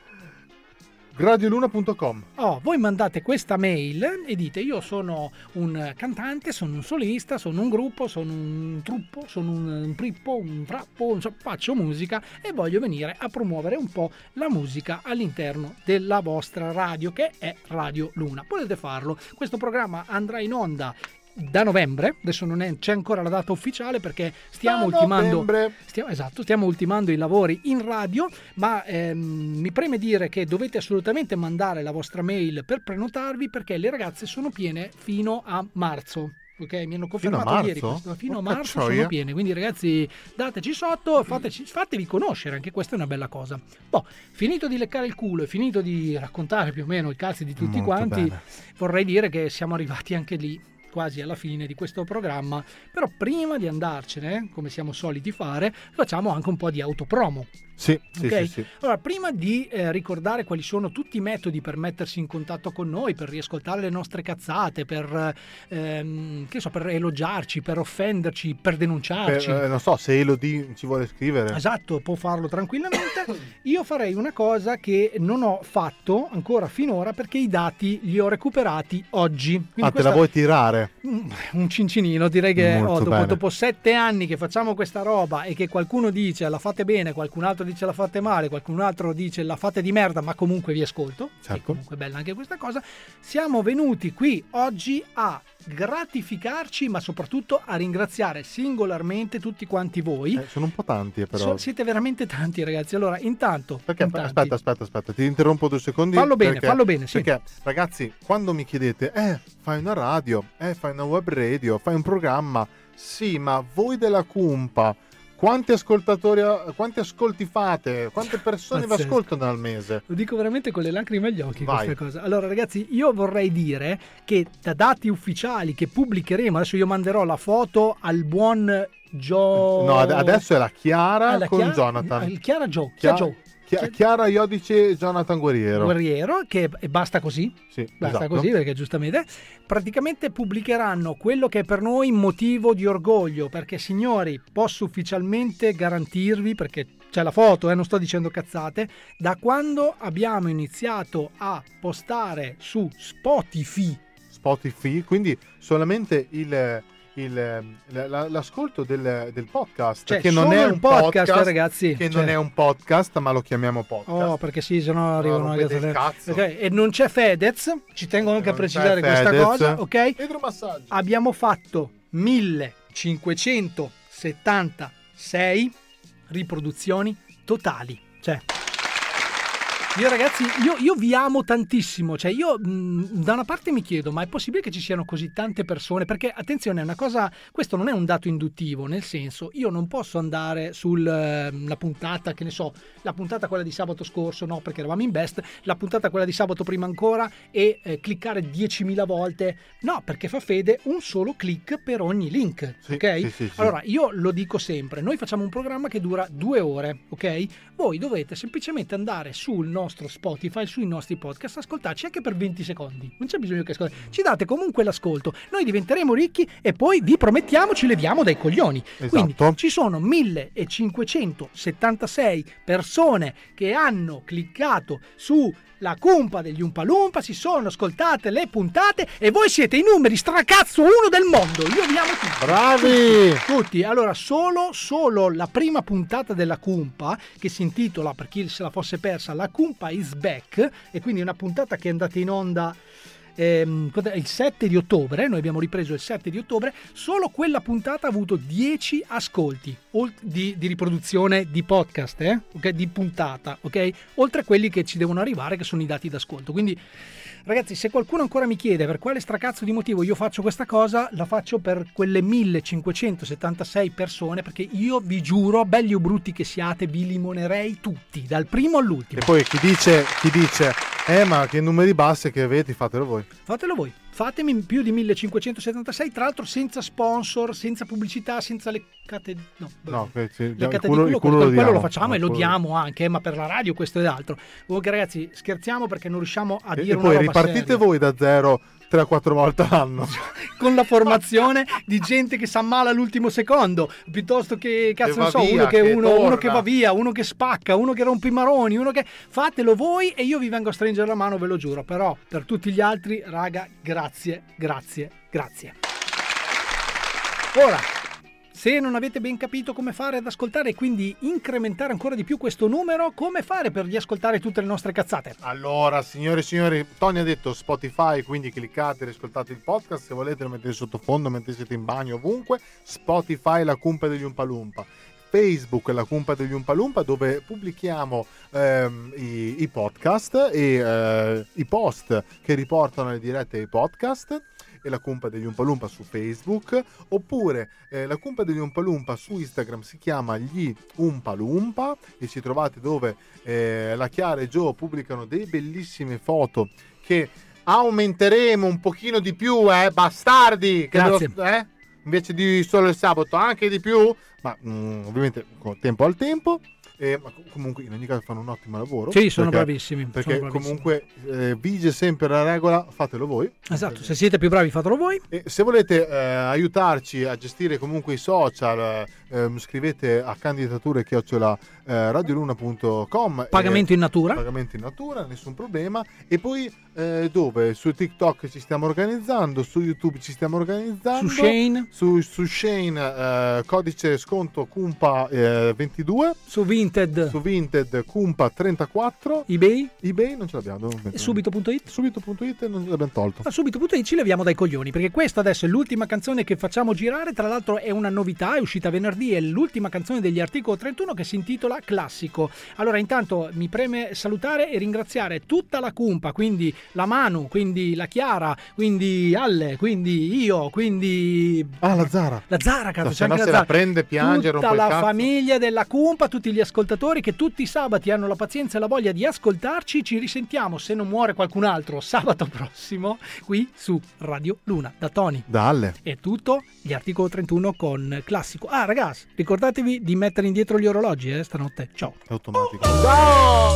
radioluna punto com. Oh, voi mandate questa mail e dite: io sono un cantante, sono un solista, sono un gruppo, sono un truppo, sono un, un prippo, un frappo, insomma, faccio musica e voglio venire a promuovere un po' la musica all'interno della vostra radio, che è Radio Luna. Potete farlo. Questo programma andrà in onda da novembre, adesso non è, c'è ancora la data ufficiale perché stiamo Da ultimando novembre. stiamo, esatto, stiamo ultimando i lavori in radio, ma ehm, mi preme dire che dovete assolutamente mandare la vostra mail per prenotarvi, perché le ragazze sono piene fino a marzo. Ok, mi hanno confermato Fino a ieri marzo? questo, fino a Porca marzo gioia. sono piene, quindi ragazzi dateci sotto, fateci, fatevi conoscere, anche questa è una bella cosa. Boh, finito di leccare il culo e finito di raccontare più o meno i cazzi di tutti Molto quanti, bene. vorrei dire che siamo arrivati anche lì quasi alla fine di questo programma, però prima di andarcene, come siamo soliti fare, facciamo anche un po' di autopromo. Sì, sì, Ok? sì, sì. Allora, prima di eh, ricordare quali sono tutti i metodi per mettersi in contatto con noi, per riascoltare le nostre cazzate, per, ehm, che so, per elogiarci, per offenderci, per denunciarci. Per, eh, non so se Elodie ci vuole scrivere. Esatto, può farlo tranquillamente. Io farei una cosa che non ho fatto ancora finora, perché i dati li ho recuperati oggi. Quindi Ah, te questa- la vuoi tirare? un cincinino, direi che Molto oh, dopo, bene. dopo sette anni che facciamo questa roba e che qualcuno dice la fate bene, qualcun altro dice la fate male, qualcun altro dice la fate di merda, ma comunque vi ascolto, Certo. e comunque è bella anche questa cosa, siamo venuti qui oggi a gratificarci, ma soprattutto a ringraziare singolarmente tutti quanti voi. Eh, sono un po' tanti, eh, però. So- siete veramente tanti, ragazzi. Allora, intanto, Perché, intanti- aspetta, aspetta, aspetta, ti interrompo due secondi. Fallo bene, perché- fallo bene, sì. Perché, ragazzi, quando mi chiedete, eh, fai una radio, eh, fai una web radio, fai un programma, sì, ma voi della Cumpa, quanti ascoltatori, quanti ascolti fate? Quante persone vi Pazzesco. ascoltano al mese? Lo dico veramente con le lacrime agli occhi, Vai. questa cosa. Allora, ragazzi, io vorrei dire che da dati ufficiali che pubblicheremo, adesso io manderò la foto al buon Gio. No, ad- adesso è la Chiara Ah, la con Chiara- Jonathan. il Chiara Gio. Chia- Chia Gio. Chia- Chiara Iodice e Jonathan Guerriero. Guerriero, che e basta così. Sì, Basta esatto. così, perché giustamente praticamente pubblicheranno quello che è per noi motivo di orgoglio, perché signori, posso ufficialmente garantirvi, perché c'è la foto, eh, non sto dicendo cazzate, da quando abbiamo iniziato a postare su Spotify, Spotify, quindi solamente il, il- la- l'ascolto del, del podcast, Cioè, che non solo è il un podcast, podcast, ragazzi, che cioè- non è un podcast, ma lo chiamiamo podcast. oh, perché sì, se no arrivano No, anche rompete il cazzo. Ok, e non c'è Fedez, ci tengo anche a Non precisare c'è questa Fedez. cosa, ok? Idromassaggio. Abbiamo fatto millecinquecentosettantasei riproduzioni totali, cioè io ragazzi, io, io vi amo tantissimo, cioè io mh, da una parte mi chiedo, ma è possibile che ci siano così tante persone? Perché attenzione, è una cosa, questo non è un dato induttivo, nel senso, io non posso andare sulla puntata, che ne so, la puntata quella di sabato scorso, no, perché eravamo in best, la puntata quella di sabato prima ancora e eh, cliccare diecimila volte, no, perché fa fede un solo click per ogni link, Sì, ok? sì, sì, sì. Allora, io lo dico sempre, noi facciamo un programma che dura due ore, ok? Voi dovete semplicemente andare sul nostro Spotify, sui nostri podcast, ascoltarci anche per venti secondi. Non c'è bisogno che ascoltate. Ci date comunque l'ascolto. Noi diventeremo ricchi e poi vi promettiamo ci leviamo dai coglioni. Esatto. Quindi ci sono millecinquecentosettantasei persone che hanno cliccato su la cumpa degli Umpalumpa, si sono ascoltate le puntate e voi siete i numeri stracazzo uno del mondo. Io vi amo tutti. Bravi! Tutti, tutti. Allora, solo, solo la prima puntata della cumpa, che si intitola, per chi se la fosse persa, La Cumpa is Back, e quindi una puntata che è andata in onda ehm, il sette di ottobre, noi abbiamo ripreso il sette di ottobre, solo quella puntata ha avuto dieci ascolti di, di riproduzione di podcast, eh? Okay? Di puntata, ok? Oltre a quelli che ci devono arrivare, che sono i dati d'ascolto. Quindi ragazzi, se qualcuno ancora mi chiede per quale stracazzo di motivo io faccio questa cosa, la faccio per quelle millecinquecentosettantasei persone, perché io vi giuro, belli o brutti che siate, vi limonerei tutti, dal primo all'ultimo. E poi chi dice, chi dice eh ma che numeri bassi che avete, fatelo voi. Fatelo voi. Fatemi più di millecinquecentosettantasei, tra l'altro senza sponsor, senza pubblicità, senza le cate... No, no che, sì, le cate culo, di culo, culo quello, lo, quello lo diamo, facciamo no, e lo culo... diamo anche, ma per la radio questo ed altro. Comunque ragazzi, scherziamo perché non riusciamo a e, dire e una poi roba ripartite seria. Voi da zero tre a quattro volte all'anno con la formazione di gente che s'ammala all'ultimo secondo, piuttosto che cazzo che non so, via, uno che, che uno, uno che torna. va via, uno che spacca, uno che rompe i maroni, uno che... Fatelo voi e io vi vengo a stringere la mano, ve lo giuro. Però per tutti gli altri, raga, grazie, grazie, grazie. Ora, se non avete ben capito come fare ad ascoltare e quindi incrementare ancora di più questo numero, come fare per riascoltare tutte le nostre cazzate? Allora, signore e signori, Tony ha detto Spotify, quindi cliccate e ascoltate il podcast. Se volete lo mettete sottofondo mentre siete in bagno, ovunque. Spotify, la cumpa degli Umpalumpa. Facebook, la cumpa degli Umpalumpa, dove pubblichiamo ehm, i, i podcast e eh, i post che riportano le dirette ai podcast. E la cumpa degli Umpalumpa su Facebook, oppure eh, la cumpa degli Umpalumpa su Instagram si chiama gli Umpalumpa e ci trovate dove eh, la Chiara e Joe pubblicano delle bellissime foto che aumenteremo un pochino di più, eh, bastardi, che Grazie. Lo, eh? Invece di solo il sabato anche di più, ma mm, ovviamente con tempo al tempo. Eh, ma comunque in ogni caso fanno un ottimo lavoro. Sì, sono perché, bravissimi. Perché sono bravissimi. comunque eh, vige sempre la regola, fatelo voi. Esatto, se siete più bravi fatelo voi. E se volete eh, aiutarci a gestire comunque i social, eh, scrivete a candidature chiocciola eh, radioluna punto com. Pagamento eh, in natura. Pagamento in natura, nessun problema. E poi eh, dove? Su TikTok ci stiamo organizzando, su YouTube ci stiamo organizzando. Su Shane. Su, su Shane, eh, codice sconto Cumpa eh, ventidue. Su Vinted. Su Vinted Cumpa trentaquattro. eBay. eBay non ce l'abbiamo. E subito punto it. Subito punto it non l'abbiamo tolto. A subito punto it ci leviamo dai coglioni, perché questa adesso è l'ultima canzone che facciamo girare. Tra l'altro è una novità, è uscita venerdì, è l'ultima canzone degli Articolo trentuno che si intitola Classico. Allora intanto mi preme salutare e ringraziare tutta la cumpa, quindi la Manu, quindi la Chiara, quindi Alle, quindi io, quindi ah la Zara la Zara, cazzo, no, c'è anche la se Zara. la prende, piange, tutta la famiglia della cumpa, tutti gli ascoltatori che tutti i sabati hanno la pazienza e la voglia di ascoltarci. Ci risentiamo, se non muore qualcun altro, sabato prossimo qui su Radio Luna. Da Tony, da Alle è tutto. Gli Articolo trentuno con Classico. Ah ragazzi, ricordatevi di mettere indietro gli orologi eh, stanotte. Ciao. È automatico. Ciao.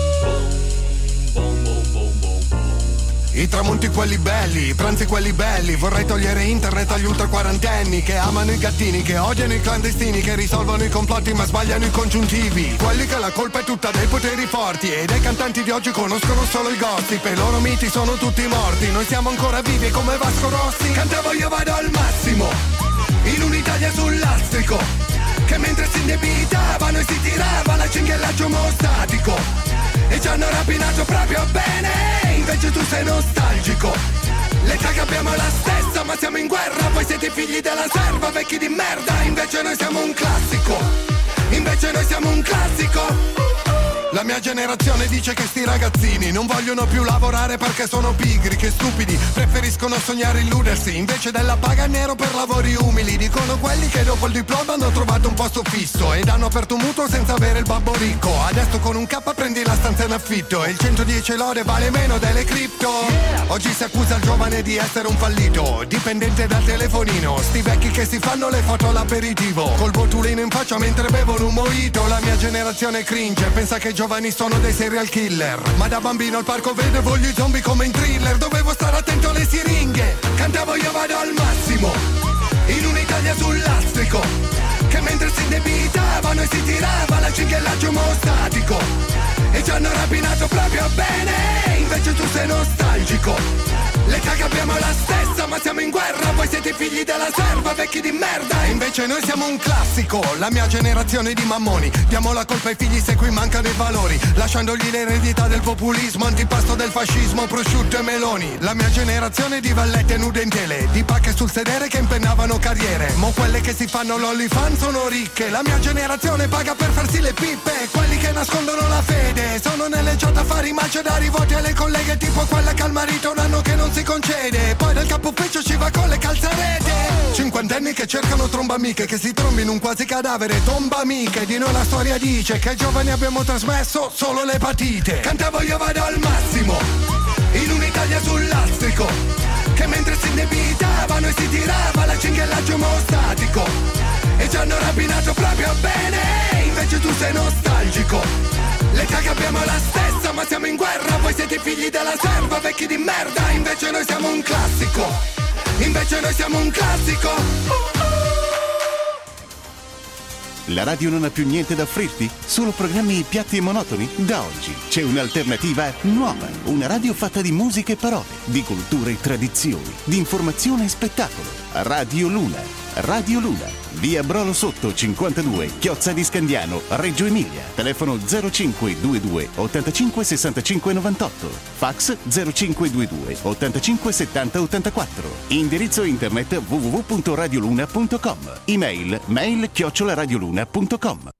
I tramonti quelli belli, i pranzi quelli belli. Vorrei togliere internet agli ultra quarantenni che amano i gattini, che odiano i clandestini, che risolvono i complotti ma sbagliano i congiuntivi. Quelli che la colpa è tutta dei poteri forti e dei cantanti di oggi conoscono solo i gossip. E i loro miti sono tutti morti, noi siamo ancora vivi come Vasco Rossi. Cantavo io vado al massimo, in un'Italia sul lastrico, che mentre si indebitavano e si tirava la cinghiallaggio mostatico. E ci hanno rapinato proprio bene, invece tu sei nostalgico. L'età che abbiamo è la stessa, ma siamo in guerra. Voi siete figli della serva, vecchi di merda. Invece noi siamo un classico, invece noi siamo un classico. La mia generazione dice che sti ragazzini non vogliono più lavorare perché sono pigri, che stupidi, preferiscono sognare e illudersi invece della paga nero per lavori umili. Dicono quelli che dopo il diploma hanno trovato un posto fisso ed hanno aperto un mutuo senza avere il babbo ricco. Adesso con un K prendi la stanza in affitto e il centodieci lode vale meno delle cripto. Oggi si accusa il giovane di essere un fallito, dipendente dal telefonino. Sti vecchi che si fanno le foto all'aperitivo, col botulino in faccia mentre bevono un mojito. La mia generazione cringe, pensa che i giovani sono dei serial killer, ma da bambino al parco vedevo gli zombie come in thriller. Dovevo stare attento alle siringhe, cantavo io vado al massimo, in un'Italia sul lastrico, che mentre si indebitavano e si tirava la cinghiallaggio mostatico. E ci hanno rapinato proprio bene, invece tu sei nostalgico. L'età che abbiamo è la stessa, ma siamo in guerra. Voi siete figli della serva, vecchi di merda. Invece noi siamo un classico, la mia generazione di mammoni. Diamo la colpa ai figli se qui mancano i valori, lasciandogli l'eredità del populismo, antipasto del fascismo, prosciutto e meloni. La mia generazione di vallette nude in tele, di pacche sul sedere che impennavano carriere. Mo quelle che si fanno l'OnlyFans sono ricche. La mia generazione paga per farsi le pippe. Quelli che nascondono la fede sono nelle chat a fare i maci da rivoti alle colleghe, tipo quella che al marito un anno che non si concede. Poi dal capo ufficio ci va con le calzarete. Cinquantenni che cercano trombamiche, che si trombino un quasi cadavere. Tomba amiche, di noi la storia dice che ai giovani abbiamo trasmesso solo l'epatite. Cantavo io vado al massimo, in un'Italia sul lastrico, che mentre si indebitavano e si tirava la cinghiallaggio omostatico. E ci hanno rapinato proprio bene, invece tu sei nostalgico. L'età che abbiamo è la stessa, ma siamo in guerra. Voi siete figli della serva, vecchi di merda. Invece noi siamo un classico. Invece noi siamo un classico. La radio non ha più niente da offrirti? Solo programmi piatti e monotoni? Da oggi c'è un'alternativa nuova. Una radio fatta di musica e parole, di cultura e tradizioni, di informazione e spettacolo. Radio Luna. Radio Luna, via Brolo Sotto cinquantadue, Chiozza di Scandiano, Reggio Emilia. Telefono zero cinque due due ottantacinque sessantacinque novantotto. Fax zero cinque due due ottantacinque settanta ottantaquattro. Indirizzo internet w w w punto radioluna punto com. Email mail chiocciola radioluna punto com.